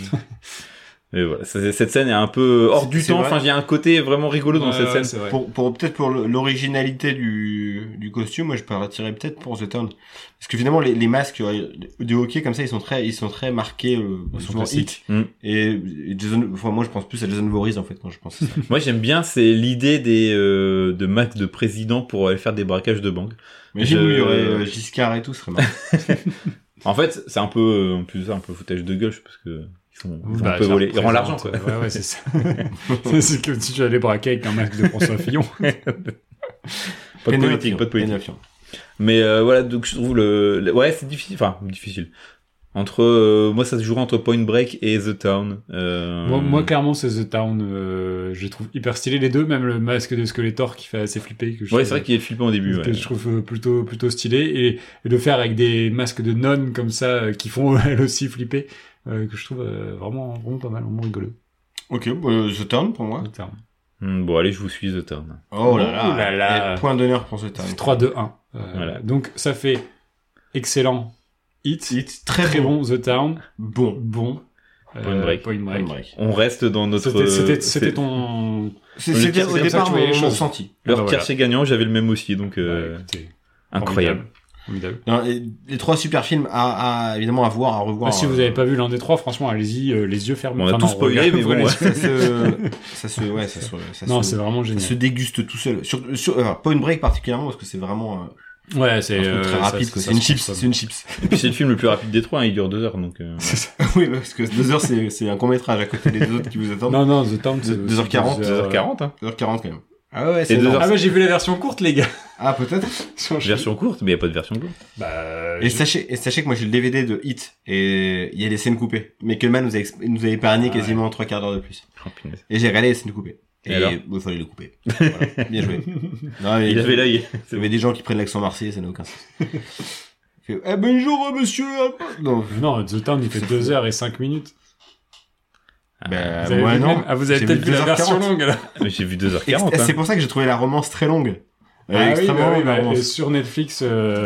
Et voilà, cette scène est un peu hors du C'est temps, vrai. enfin, il y a un côté vraiment rigolo dans cette scène. C'est vrai. Peut-être pour l'originalité du costume, moi je partirais peut-être pour The Town, parce que finalement les masques de hockey comme ça ils sont très marqués, Ils sont souvent classiques. hit. Et Jason, enfin moi je pense plus à Jason Voorhees en fait quand je pense à ça. Moi, j'aime bien, c'est l'idée de masques de président pour aller faire des braquages de banque. Imagine où il y aurait Giscard et tout, ce serait marrant. En fait, c'est un peu, en plus de ça, un peu foutage de gueule, parce que ils sont Bah, un peu ça volés. Ils rendent l'argent, représente, quoi. Ouais, c'est ça. C'est comme si tu allais braquer avec un masque de François Fillon. Pas de politique, pas de politique. Pénélope. Mais voilà, donc je trouve ouais, c'est difficile, enfin difficile. Entre moi, ça se jouera entre Point Break et The Town. Moi, clairement, c'est The Town. Je les trouve hyper stylé les deux, même le masque de Skeletor qui fait assez flipper. Que je Ouais, trouve- c'est vrai qu'il est flippant au début. que Ouais. je trouve plutôt stylé, et de faire avec des masques de nonnes comme ça qui font elles aussi flipper, que je trouve vraiment pas mal, vraiment rigolo. Ok, The Town pour moi. The Town. Bon, allez, je vous suis The Town. Oh là Oh là là, là. Et point d'honneur pour The Town. C'est 3-2-1. Voilà. Donc ça fait excellent Hit, Hit, très bon The Town, Bon. bon Point Break. Point Break. Point Break. On reste dans notre. C'était ton... C'était C'est au comme ça que départ tu voyais les mon choses. ressenti. Leur Ah bah voilà. tiercé gagnant, j'avais le même aussi, donc Ouais, écoutez, incroyable. formidable. Non, les trois super films évidemment à voir, à revoir. Si vous n'avez pas vu l'un des trois, franchement, allez-y, les yeux fermés. On a Enfin, tout non, spoilé, regardez, mais bon, voilà, ouais. Non, c'est vraiment ça génial. se déguste tout seul. Point Break particulièrement parce que c'est vraiment Ouais, c'est un truc très rapide. ça- quoi. ça C'est une se chips. consomme. C'est une chips. Et puis c'est le film le plus rapide des trois, hein, il dure 2 heures, donc. Oui, parce que 2 heures c'est un court métrage à côté des deux autres qui vous attendent. Non, The Town, c'est 2h40, 2h40, hein. 2h40 quand même. Ah ouais, Et c'est 2 énorme. heures- Ah bah j'ai vu la version courte, les gars. Ah peut-être. Version courte, mais il y a pas de version courte. Et sachez que moi j'ai le DVD de Hit et il y a des scènes coupées. Mais Kellman nous a épargné quasiment 3 quarts d'heure de plus. Oh, punaise. Et j'ai regardé les scènes coupées. Et alors il fallait les couper. Voilà. Bien joué. Non, mais Il avait l'œil. il y avait des gens qui prennent l'accent marseillais, ça n'a aucun sens. Il fait, bonjour monsieur. Non. Non, The Town, il fait 2h05. Ben, Vous avez, moi vu non. même... ah, vous avez J'ai peut-être vu la 2h40. version longue, là. Mais j'ai vu 2h40. C'est Hein. pour ça que j'ai trouvé la romance très longue. Extrêmement longue, la et romance. sur Netflix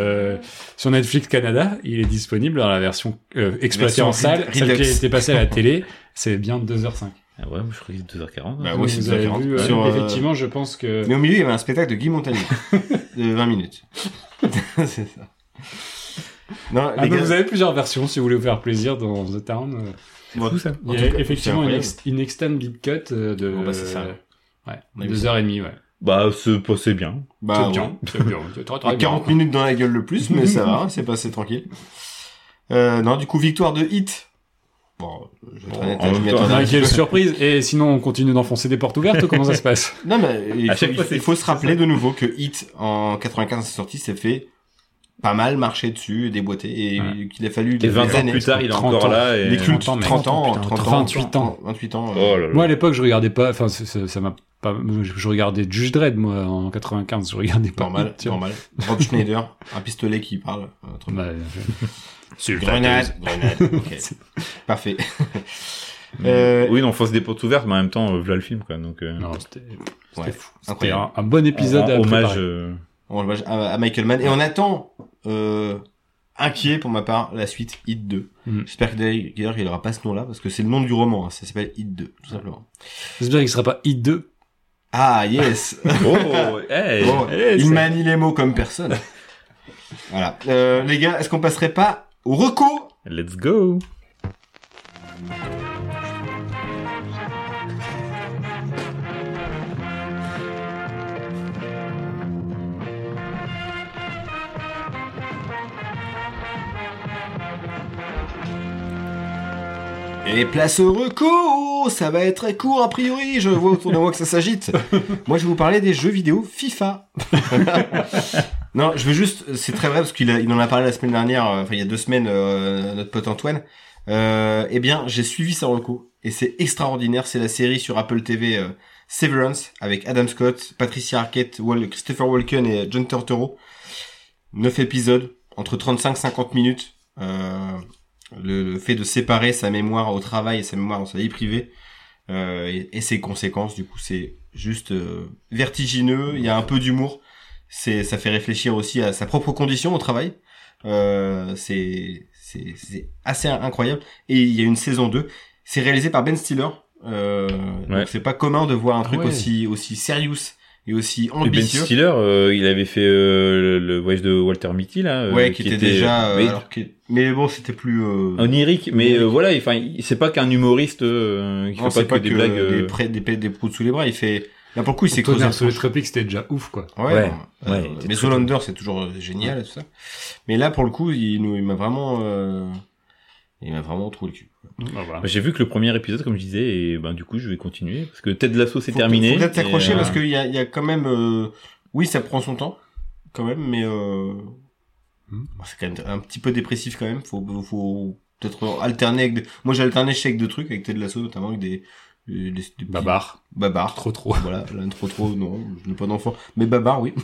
Canada, il est disponible dans la version exploitée Version en salle, celle qui a Redux. été passée à la télé, c'est bien 2h05. Ah ouais, moi je croyais 2h40. Bah, moi, c'est Vous avez 2h40. vu, Sur, effectivement, je pense que... Mais au milieu, il y avait un spectacle de Guy Montagnier. de 20 minutes. C'est ça. Non, Ah, vous avez plusieurs versions si vous voulez vous faire plaisir dans The Town. Bon, Fou, ça. Il y En a tout cas, effectivement c'est une, incroyable. une extended cut de... Bon, bah, c'est ça. Ouais, On a vu 2h30, ouais. Bah, c'est bien. Bah, C'est ouais. bien, c'est bien. C'est très, Il y a très 40 bien. minutes dans la gueule le plus, mais ça va, c'est passé tranquille. Non, du coup, victoire de Hit. Bon, je vais être honnête, en je même m'y temps, attendais un Ah, petit quelle peu. surprise. Et sinon, on continue d'enfoncer des portes ouvertes ou comment ça se passe? Non, mais À chaque fois, il faut se rappeler de nouveau que Hit, en 95 sorti, s'est fait pas mal marcher dessus, déboîter, et Ouais. qu'il a fallu Et des 20 ans années. plus tard, il est 30 encore ans. là. Et... Les cultes, 30 ans, mec. 30 ans, 30 30 ans, 28 ans. 28 ans. Oh là là. Moi, à l'époque, je regardais pas, enfin, ça m'a pas, je regardais Judge Dredd, moi, en 95, je regardais pas. Normal, tu vois. normal. Rob Schneider, un pistolet qui parle. Trop bien. Bah, Grenade, ok. Parfait. Oui, non, faut se des portes ouvertes, mais en même temps, voilà le film, quoi. Donc, non, c'était Ouais, fou. C'était incroyable. un bon épisode à hommage. préparer. Hommage à Michael Mann. Et on attend, inquiet pour ma part, la suite Hit 2. J'espère que d'ailleurs il aura pas ce nom-là, parce que c'est le nom du roman, hein. Ça s'appelle Hit 2, tout simplement. J'espère qu'il sera pas Hit 2. Ah, yes! Oh, hey. Bon, Eh, il c'est- manie les mots comme personne. Voilà. Les gars, est-ce qu'on passerait pas au reco? Let's go. Et place au reco! Ça va être très court a priori, je vois autour de moi que ça s'agite. Moi, je vais vous parler des jeux vidéo FIFA. Non, je veux juste, c'est très vrai parce il en a parlé la semaine dernière, enfin il y a 2 semaines, notre pote Antoine. Eh bien, j'ai suivi sa reco et c'est extraordinaire. C'est la série sur Apple TV Severance avec Adam Scott, Patricia Arquette, Christopher Walken et John Turturro. 9 épisodes entre 35-50 minutes. Le fait de séparer sa mémoire au travail et sa mémoire dans sa vie privée et ses conséquences, du coup, c'est juste vertigineux. Il y a un peu d'humour. Ça fait réfléchir aussi à sa propre condition au travail. C'est assez incroyable. Et il y a une saison 2. C'est réalisé par Ben Stiller. Donc c'est pas commun de voir un truc aussi serious et aussi Et Ben ambitieux. Stiller, il avait fait le voyage de Walter Mitty, là. Qui était déjà... mais bon, c'était plus... onirique, mais voilà, enfin, c'est pas qu'un humoriste qui non, fait pas que des blagues. des proutes sous les bras. Il fait... Là, pour le coup, il s'est Pour creusé Tonnerre un sur les trou. trépics, c'était déjà ouf, quoi. Ouais, mais Zoolander, c'est toujours génial et tout ça. Mais là, pour le coup, il m'a vraiment trouvé le cul. Voilà. J'ai vu que le premier épisode, comme je disais, et ben du coup, je vais continuer parce que Ted Lasso c'est terminé. Faut peut-être s'accrocher et, parce qu'il y a quand même, oui, ça prend son temps, quand même, mais c'est quand même un petit peu dépressif quand même. Faut peut-être alterner avec moi j'ai alterné avec deux trucs, avec Ted Lasso notamment, avec des petits- Babar. Trop. Voilà, l'un trop, non, je n'ai pas d'enfant. Mais Babar, oui.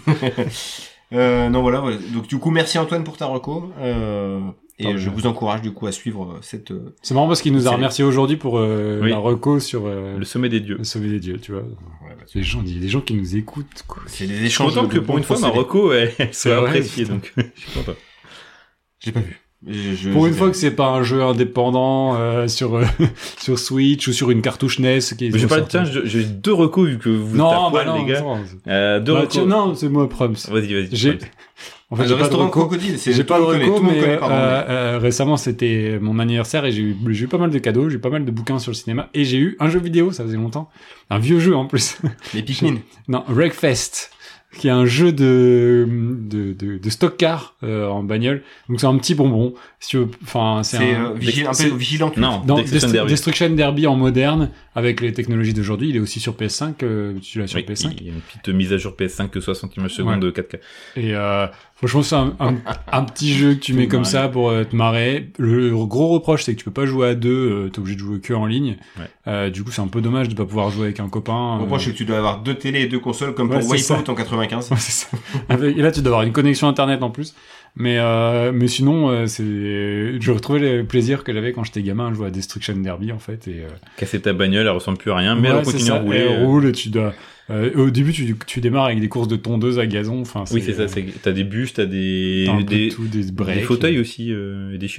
Non, voilà. Donc, du coup, merci Antoine pour ta reco. Et je vous encourage, du coup, à suivre cette... C'est marrant parce qu'il nous a C'est- remercié aujourd'hui pour la reco sur le sommet des dieux. le sommet des dieux, tu vois. Ouais, bah, Il y a des gens qui nous écoutent, quoi. c'est des Je suis échanges. content que de pour une bons fois ma procédés. reco elle C'est soit vrai, appréciée, putain. donc je suis content. J'ai pas vu. Pour une fois que c'est pas un jeu indépendant sur sur Switch ou sur une cartouche NES qui est Mais tiens, j'ai deux recos vu que vous êtes à non, poil, bah non, les gars. non. Deux Bah, recos. tiens, non, c'est moi Proms. Vas-y. J'ai en fait, le j'ai pas de restaurant reco. Crocodile, c'est J'ai tout pas de le monde connaît, reco, tout le monde mais connaît, pardon. récemment c'était mon anniversaire et j'ai eu pas mal de cadeaux, j'ai eu pas mal de bouquins sur le cinéma et j'ai eu un jeu vidéo, ça faisait longtemps, un vieux jeu en plus. Les Pikmin. Non, Wreckfest, qui est un jeu de stock car en bagnole. Donc c'est un petit bonbon. Si tu veux, enfin C'est un un peu vigilant. Non, dans Destruction Derby. Destruction Derby en moderne avec les technologies d'aujourd'hui. Il est aussi sur PS5. Tu l'as sur Oui, PS5. il y a une petite mise à jour PS5 de 60 images secondes de 4K. Et franchement, c'est un petit jeu que tu mets comme ça pour te marrer. Le gros reproche, c'est que tu peux pas jouer à deux. T'es obligé de jouer que en ligne. Ouais. Du coup, c'est un peu dommage de pas pouvoir jouer avec un copain. Bon, moi, je sais que tu dois avoir 2 télés et 2 consoles comme Ouais, pour c'est Wipeout en 95. Ouais, c'est ça. Et là, tu dois avoir une connexion internet en plus. Mais sinon, je retrouvais le plaisir que j'avais quand j'étais gamin à jouer à Destruction Derby, en fait. Et, Casser ta bagnole, elle ressemble plus à rien, mais elle ouais, c'est continue ça. à rouler. Elle roule, et tu dois, au début, tu démarres avec des courses de tondeuse à gazon. Enfin, Oui, c'est ça. T'as des bûches, t'as t'as un peu des tout, des breaks. fauteuils aussi, et des chiottes.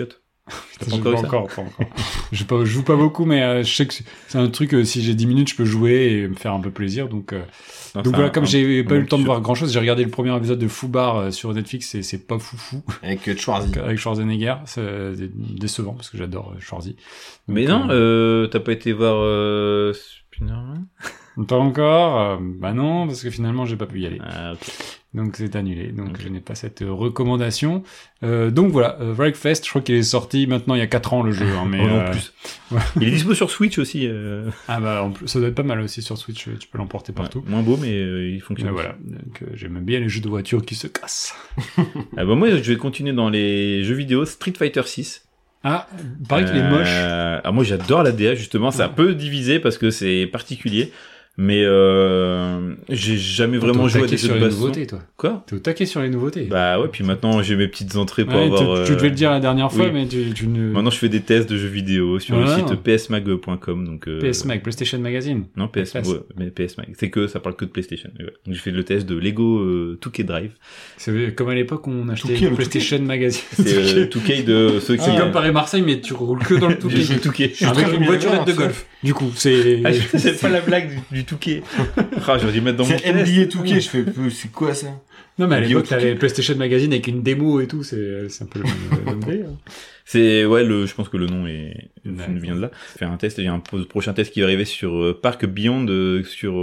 T'as pas encore eu ça pas encore. Je joue pas beaucoup, mais je sais que c'est un truc, si j'ai 10 minutes, je peux jouer et me faire un peu plaisir. Donc voilà, comme j'ai pas eu le temps de voir grand chose, j'ai regardé le premier épisode de Foubar sur Netflix et c'est pas foufou. Avec Schwarzy. Avec Schwarzenegger, c'est décevant parce que j'adore Schwarzy. Donc, mais non, t'as pas été voir Spider-Man? Pas encore. Bah non, parce que finalement j'ai pas pu y aller. Ah, ok. Donc c'est annulé. Donc je n'ai pas cette recommandation. Donc voilà, Wreckfest, je crois qu'il est sorti maintenant il y a 4 ans le jeu. Hein, mais non plus. Il est dispo sur Switch aussi. Ah bah en plus, ça doit être pas mal aussi sur Switch. Tu peux l'emporter partout. Ouais, moins beau, mais il fonctionne. Mais voilà. Donc j'aime bien les jeux de voiture qui se cassent. Ah bah moi je vais continuer dans les jeux vidéo. Street Fighter 6. Ah, pareil qu'il est moche. Ah moi j'adore la DA justement. C'est un peu divisé parce que c'est particulier. Mais j'ai jamais vraiment joué à des jeux de baston. Nouveautés, toi. Quoi? T'es au taquet sur les nouveautés. Bah ouais, puis maintenant j'ai mes petites entrées pour avoir... Tu devais le dire la dernière fois, oui. mais tu ne... Maintenant je fais des tests de jeux vidéo sur le site psmag.com. Donc, PSMag, PlayStation Magazine. Non, mais PSMag. C'est que ça parle que de PlayStation. Ouais. Donc j'ai fait le test de Lego 2K Drive. C'est comme à l'époque où on achetait le PlayStation Magazine. C'est 2K de ceux qui... C'est comme Paris-Marseille, mais tu roules que dans le 2K. Avec une voiturette de golf. Du coup, c'est... Ah, c'est pas la blague du 2K. Ah, j'aurais dû mettre dans mon C'est NBA 2K, je fais, c'est quoi ça? Non, mais à l'époque, t'avais PlayStation Magazine avec une démo et tout, c'est un peu le même délire. C'est, ouais, je pense que le nom vient de là. Faire un test, il y a un prochain test qui va arriver sur Park Beyond, sur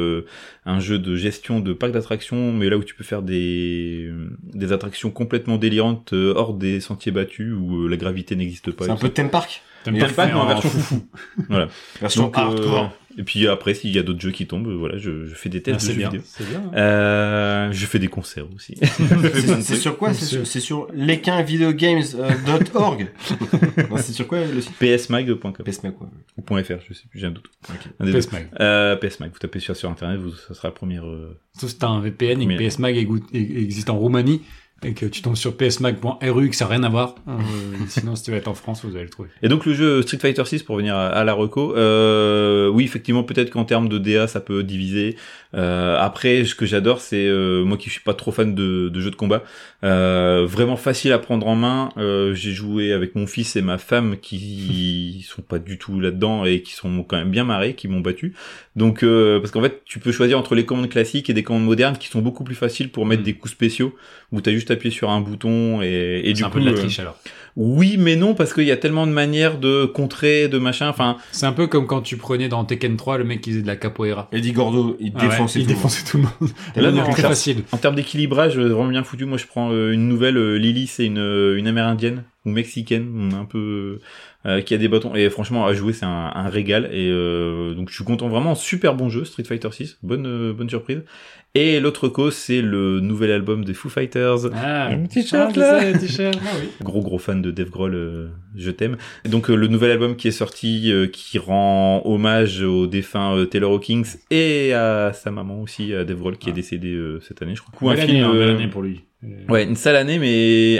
un jeu de gestion de parc d'attractions, mais là où tu peux faire des attractions complètement délirantes hors des sentiers battus où la gravité n'existe pas. C'est un peu Theme Park. Theme Park, mais en version foufou. Voilà. Version hardcore. Et puis après, s'il y a d'autres jeux qui tombent, voilà, je fais des tests de jeux vidéo. C'est bien. Je fais des concerts aussi. C'est sur quoi? C'est sur lesquinvideogames.org. Non, c'est sur quoi le site? psmag.com. PSMag, quoi. Ou .fr, je sais plus, j'ai un doute. Okay. PSMag. PSMag, vous tapez sur internet, ça sera la première... Sauf si t'as un VPN et que PSMag existe en Roumanie, et que tu tombes sur psmag.ru, que ça n'a rien à voir. Sinon, si tu vas être en France, vous allez le trouver. Et donc, le jeu Street Fighter 6, pour venir à la reco, oui, effectivement, peut-être qu'en termes de DA, ça peut diviser. Après, ce que j'adore, c'est, moi qui suis pas trop fan de jeux de combat, vraiment facile à prendre en main. J'ai joué avec mon fils et ma femme qui sont pas du tout là-dedans et qui sont quand même bien marrés, qui m'ont battu. Donc, parce qu'en fait, tu peux choisir entre les commandes classiques et des commandes modernes qui sont beaucoup plus faciles pour mettre des coups spéciaux où t'as juste appuyé sur un bouton et du coup... C'est un peu de la triche, alors. Oui, mais non, parce qu'il y a tellement de manières de contrer, de machin, enfin... C'est un peu comme quand tu prenais dans Tekken 3 le mec qui faisait de la capoeira. Eddie Gordo, il défonçait tout le monde. Là, c'est très facile. En termes d'équilibrage, vraiment bien foutu. Moi, je prends une nouvelle, Lily, c'est une amérindienne ou mexicaine, un peu... qui a des bâtons, et franchement, à jouer, c'est un régal, et donc je suis content, vraiment, super bon jeu, Street Fighter 6, bonne surprise. Et l'autre cause, c'est le nouvel album des Foo Fighters. Ah, un t-shirt là. T-shirt. Ah, oui. Gros fan de Dave Grohl, je t'aime. Et donc le nouvel album qui est sorti, qui rend hommage au défunt Taylor Hawkins et à sa maman aussi, à Dave Grohl, qui est décédé cette année, je crois. Belle année pour lui. Ouais, une sale année, mais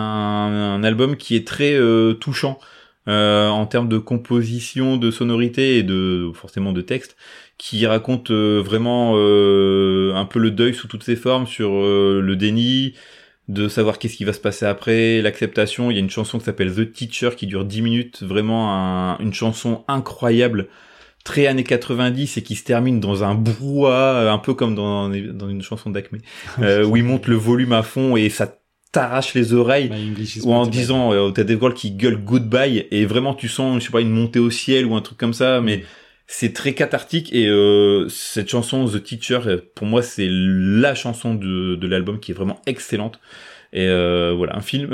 un album qui est très touchant en termes de composition, de sonorité et forcément de texte, qui raconte vraiment un peu le deuil sous toutes ses formes, sur le déni, de savoir qu'est-ce qui va se passer après, l'acceptation. Il y a une chanson qui s'appelle The Teacher qui dure 10 minutes, vraiment une chanson incroyable, très années 90 et qui se termine dans un brouhaha, un peu comme dans une chanson d'Acme, où il monte le volume à fond et ça t'arrache les oreilles, ou en disant t'as Dave Grohl qui gueule Goodbye, et vraiment tu sens, je sais pas, une montée au ciel ou un truc comme ça, mais c'est très cathartique. Et cette chanson The Teacher, pour moi, c'est la chanson de l'album qui est vraiment excellente. Et voilà,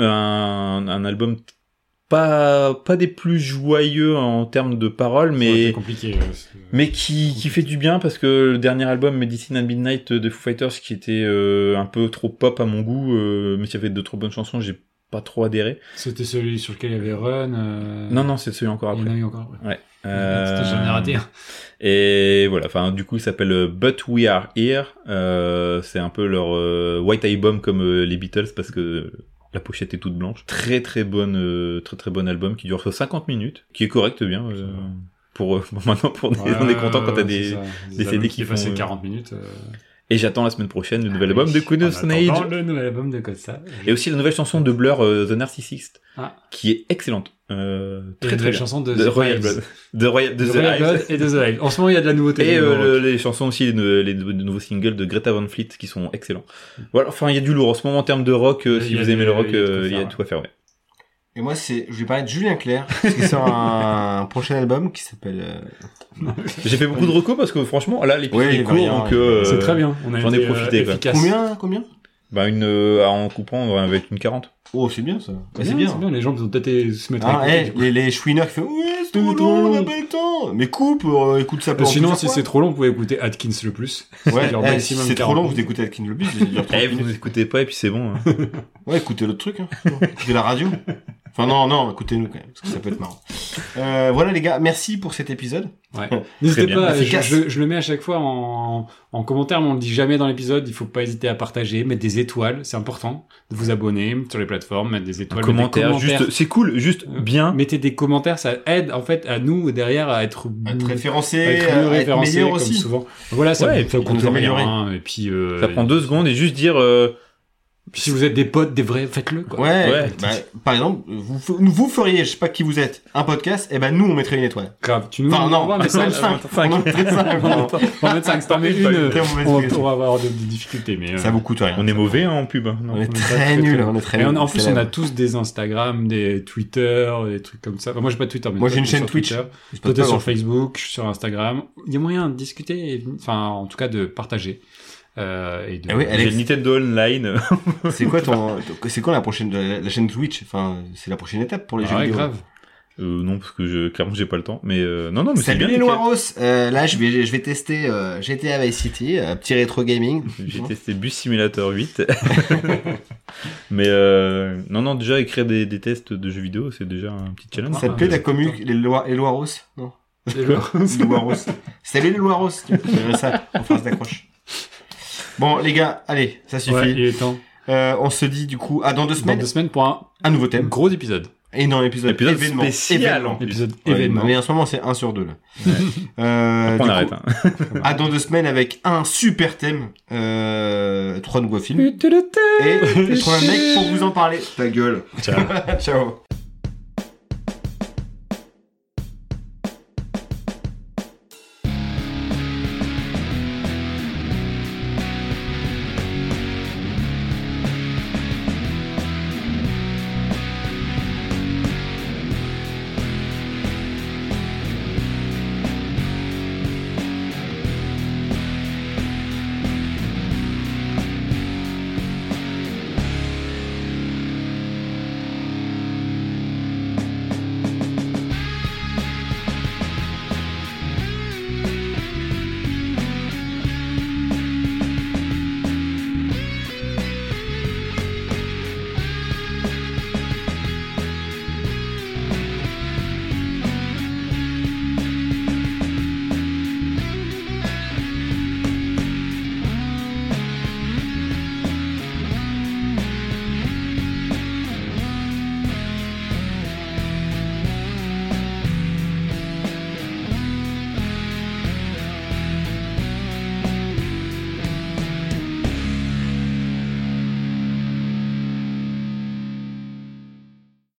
un album pas des plus joyeux en termes de paroles, mais compliqué, mais qui fait du bien, parce que le dernier album Medicine at Midnight de Foo Fighters, qui était un peu trop pop à mon goût, mais qui avait de trop bonnes chansons, j'ai pas trop adhéré. C'était celui sur lequel il y avait Run. Non, c'est celui encore après. Il y en a eu encore. Ouais. C'était jamais raté. Et voilà, enfin du coup il s'appelle But We Are Here. C'est un peu leur White Album comme les Beatles, parce que la pochette est toute blanche. Très bon album qui dure 50 minutes, qui est correct bien. Maintenant on est content quand t'as des CD qui font 40 minutes. Et j'attends la semaine prochaine le nouvel album de Queen of Stone Age. Le nouvel album de Kossa. Et aussi la nouvelle chanson de Blur, The Narcissist, qui est excellente. Très belle bien. chanson de The The Royal Hives. Blood. De Royal Blood Hives. et de The Hive. En ce moment, il y a de la nouveauté. Et les chansons aussi, les nouveaux singles de Greta Van Fleet qui sont excellents. Voilà, enfin, il y a du lourd. En ce moment, en termes de rock, si vous aimez le rock, il y a tout à faire, ouais. Et moi, je vais parler de Julien Clerc, qui sort un prochain album qui s'appelle... J'ai fait beaucoup de recos parce que franchement, là, l'épisode est court, donc c'est très bien. J'en ai profité, quoi. Efficace. Combien? Bah, en coupant avec une 40. Oh, c'est bien, ça. C'est bien. Les gens vont peut-être se mettre à écouter. Les chouineurs qui font, ouais, c'est trop long, on n'a pas le temps. Mais coupe, écoute ça pendant sinon, plusieurs si fois. c'est trop long, vous pouvez écouter Atkins le plus. Ouais, genre si maximum c'est trop 40 long, minutes. vous écoutez Atkins le Bus, ça dure 30 Vous minutes. écoutez pas et puis c'est bon. Hein. Ouais, écoutez l'autre truc, hein. Écoutez la radio. Enfin, non, écoutez-nous quand même, parce que ça peut être marrant. Voilà, les gars, merci pour cet épisode. Ouais. N'hésitez bien. pas, Efficace. je le mets à chaque fois en commentaire, mais on le dit jamais dans l'épisode, il faut pas hésiter à partager, mettre des étoiles, c'est important, de vous abonner sur les plateformes, mettre des étoiles, Un mettre des commentaire, juste, c'est cool, juste bien. Mettez des commentaires, ça aide en fait à nous derrière à être Référencé, à être mieux à être référencé meilleur comme aussi. souvent. Voilà, ça, Ouais, et ça puis coûte nous rien, améliorer. et puis Ça prend 2 secondes et juste dire, puis si vous êtes des potes, des vrais, faites-le quoi. Ouais. Bah, par exemple, vous feriez, je sais pas qui vous êtes, un podcast, et ben nous on mettrait une étoile. Grave, tu nous Enfin non, envoies un message. 5. On en mettrait 5. On va mettre 5, si t'en mets une, Très mauvaise on va avoir des difficultés, mais Ça vous coûte rien. on est mauvais hein, en pub. Hein. Non. On est très nuls, on est très Mais nuls. en plus, C'est on la- a tous des Instagram, des Twitter, des trucs comme ça. Enfin, moi, j'ai pas de Twitter, mais Moi, j'ai toi, une t'es chaîne sur Twitch. Twitter. C'est Toi, pas t'es sur grave. Facebook, je suis sur Instagram. Il y a moyen de discuter, enfin, en tout cas, de partager. Et de... Ah oui, J'ai Alex, le Nintendo Online. c'est quoi la prochaine, la chaîne Twitch? Enfin, c'est la prochaine étape pour les jeux Ah ouais, vidéo. grave. Non, parce que clairement j'ai pas le temps. Mais non, mais c'est Salut bien. les nickel. Loiros. Là, je vais tester GTA Vice City, petit rétro gaming. J'ai testé Bus Simulator 8. Mais non, déjà écrire des tests de jeux vidéo, c'est déjà un petit challenge. Ça te plaît ta commu, les Loiros? Non. Et alors, Les Loiros. Salut les Loiros. Tu verrais ça en phrase d'accroche. Bon, les gars, allez, ça suffit. ouais, il est temps. On se dit du coup, dans 2 Dans semaines, 2 semaines pour un nouveau un thème. gros épisode. Et non, épisode événement. spécial. En plus. Épisode Ouais, événement. mais en ce moment, c'est 1 sur 2, là. Après, on du arrête. coup, Hein. dans 2 semaines avec un super thème, 3 nouveaux films. Et je trouve un mec pour vous en parler. Ta gueule. Ciao. Ciao.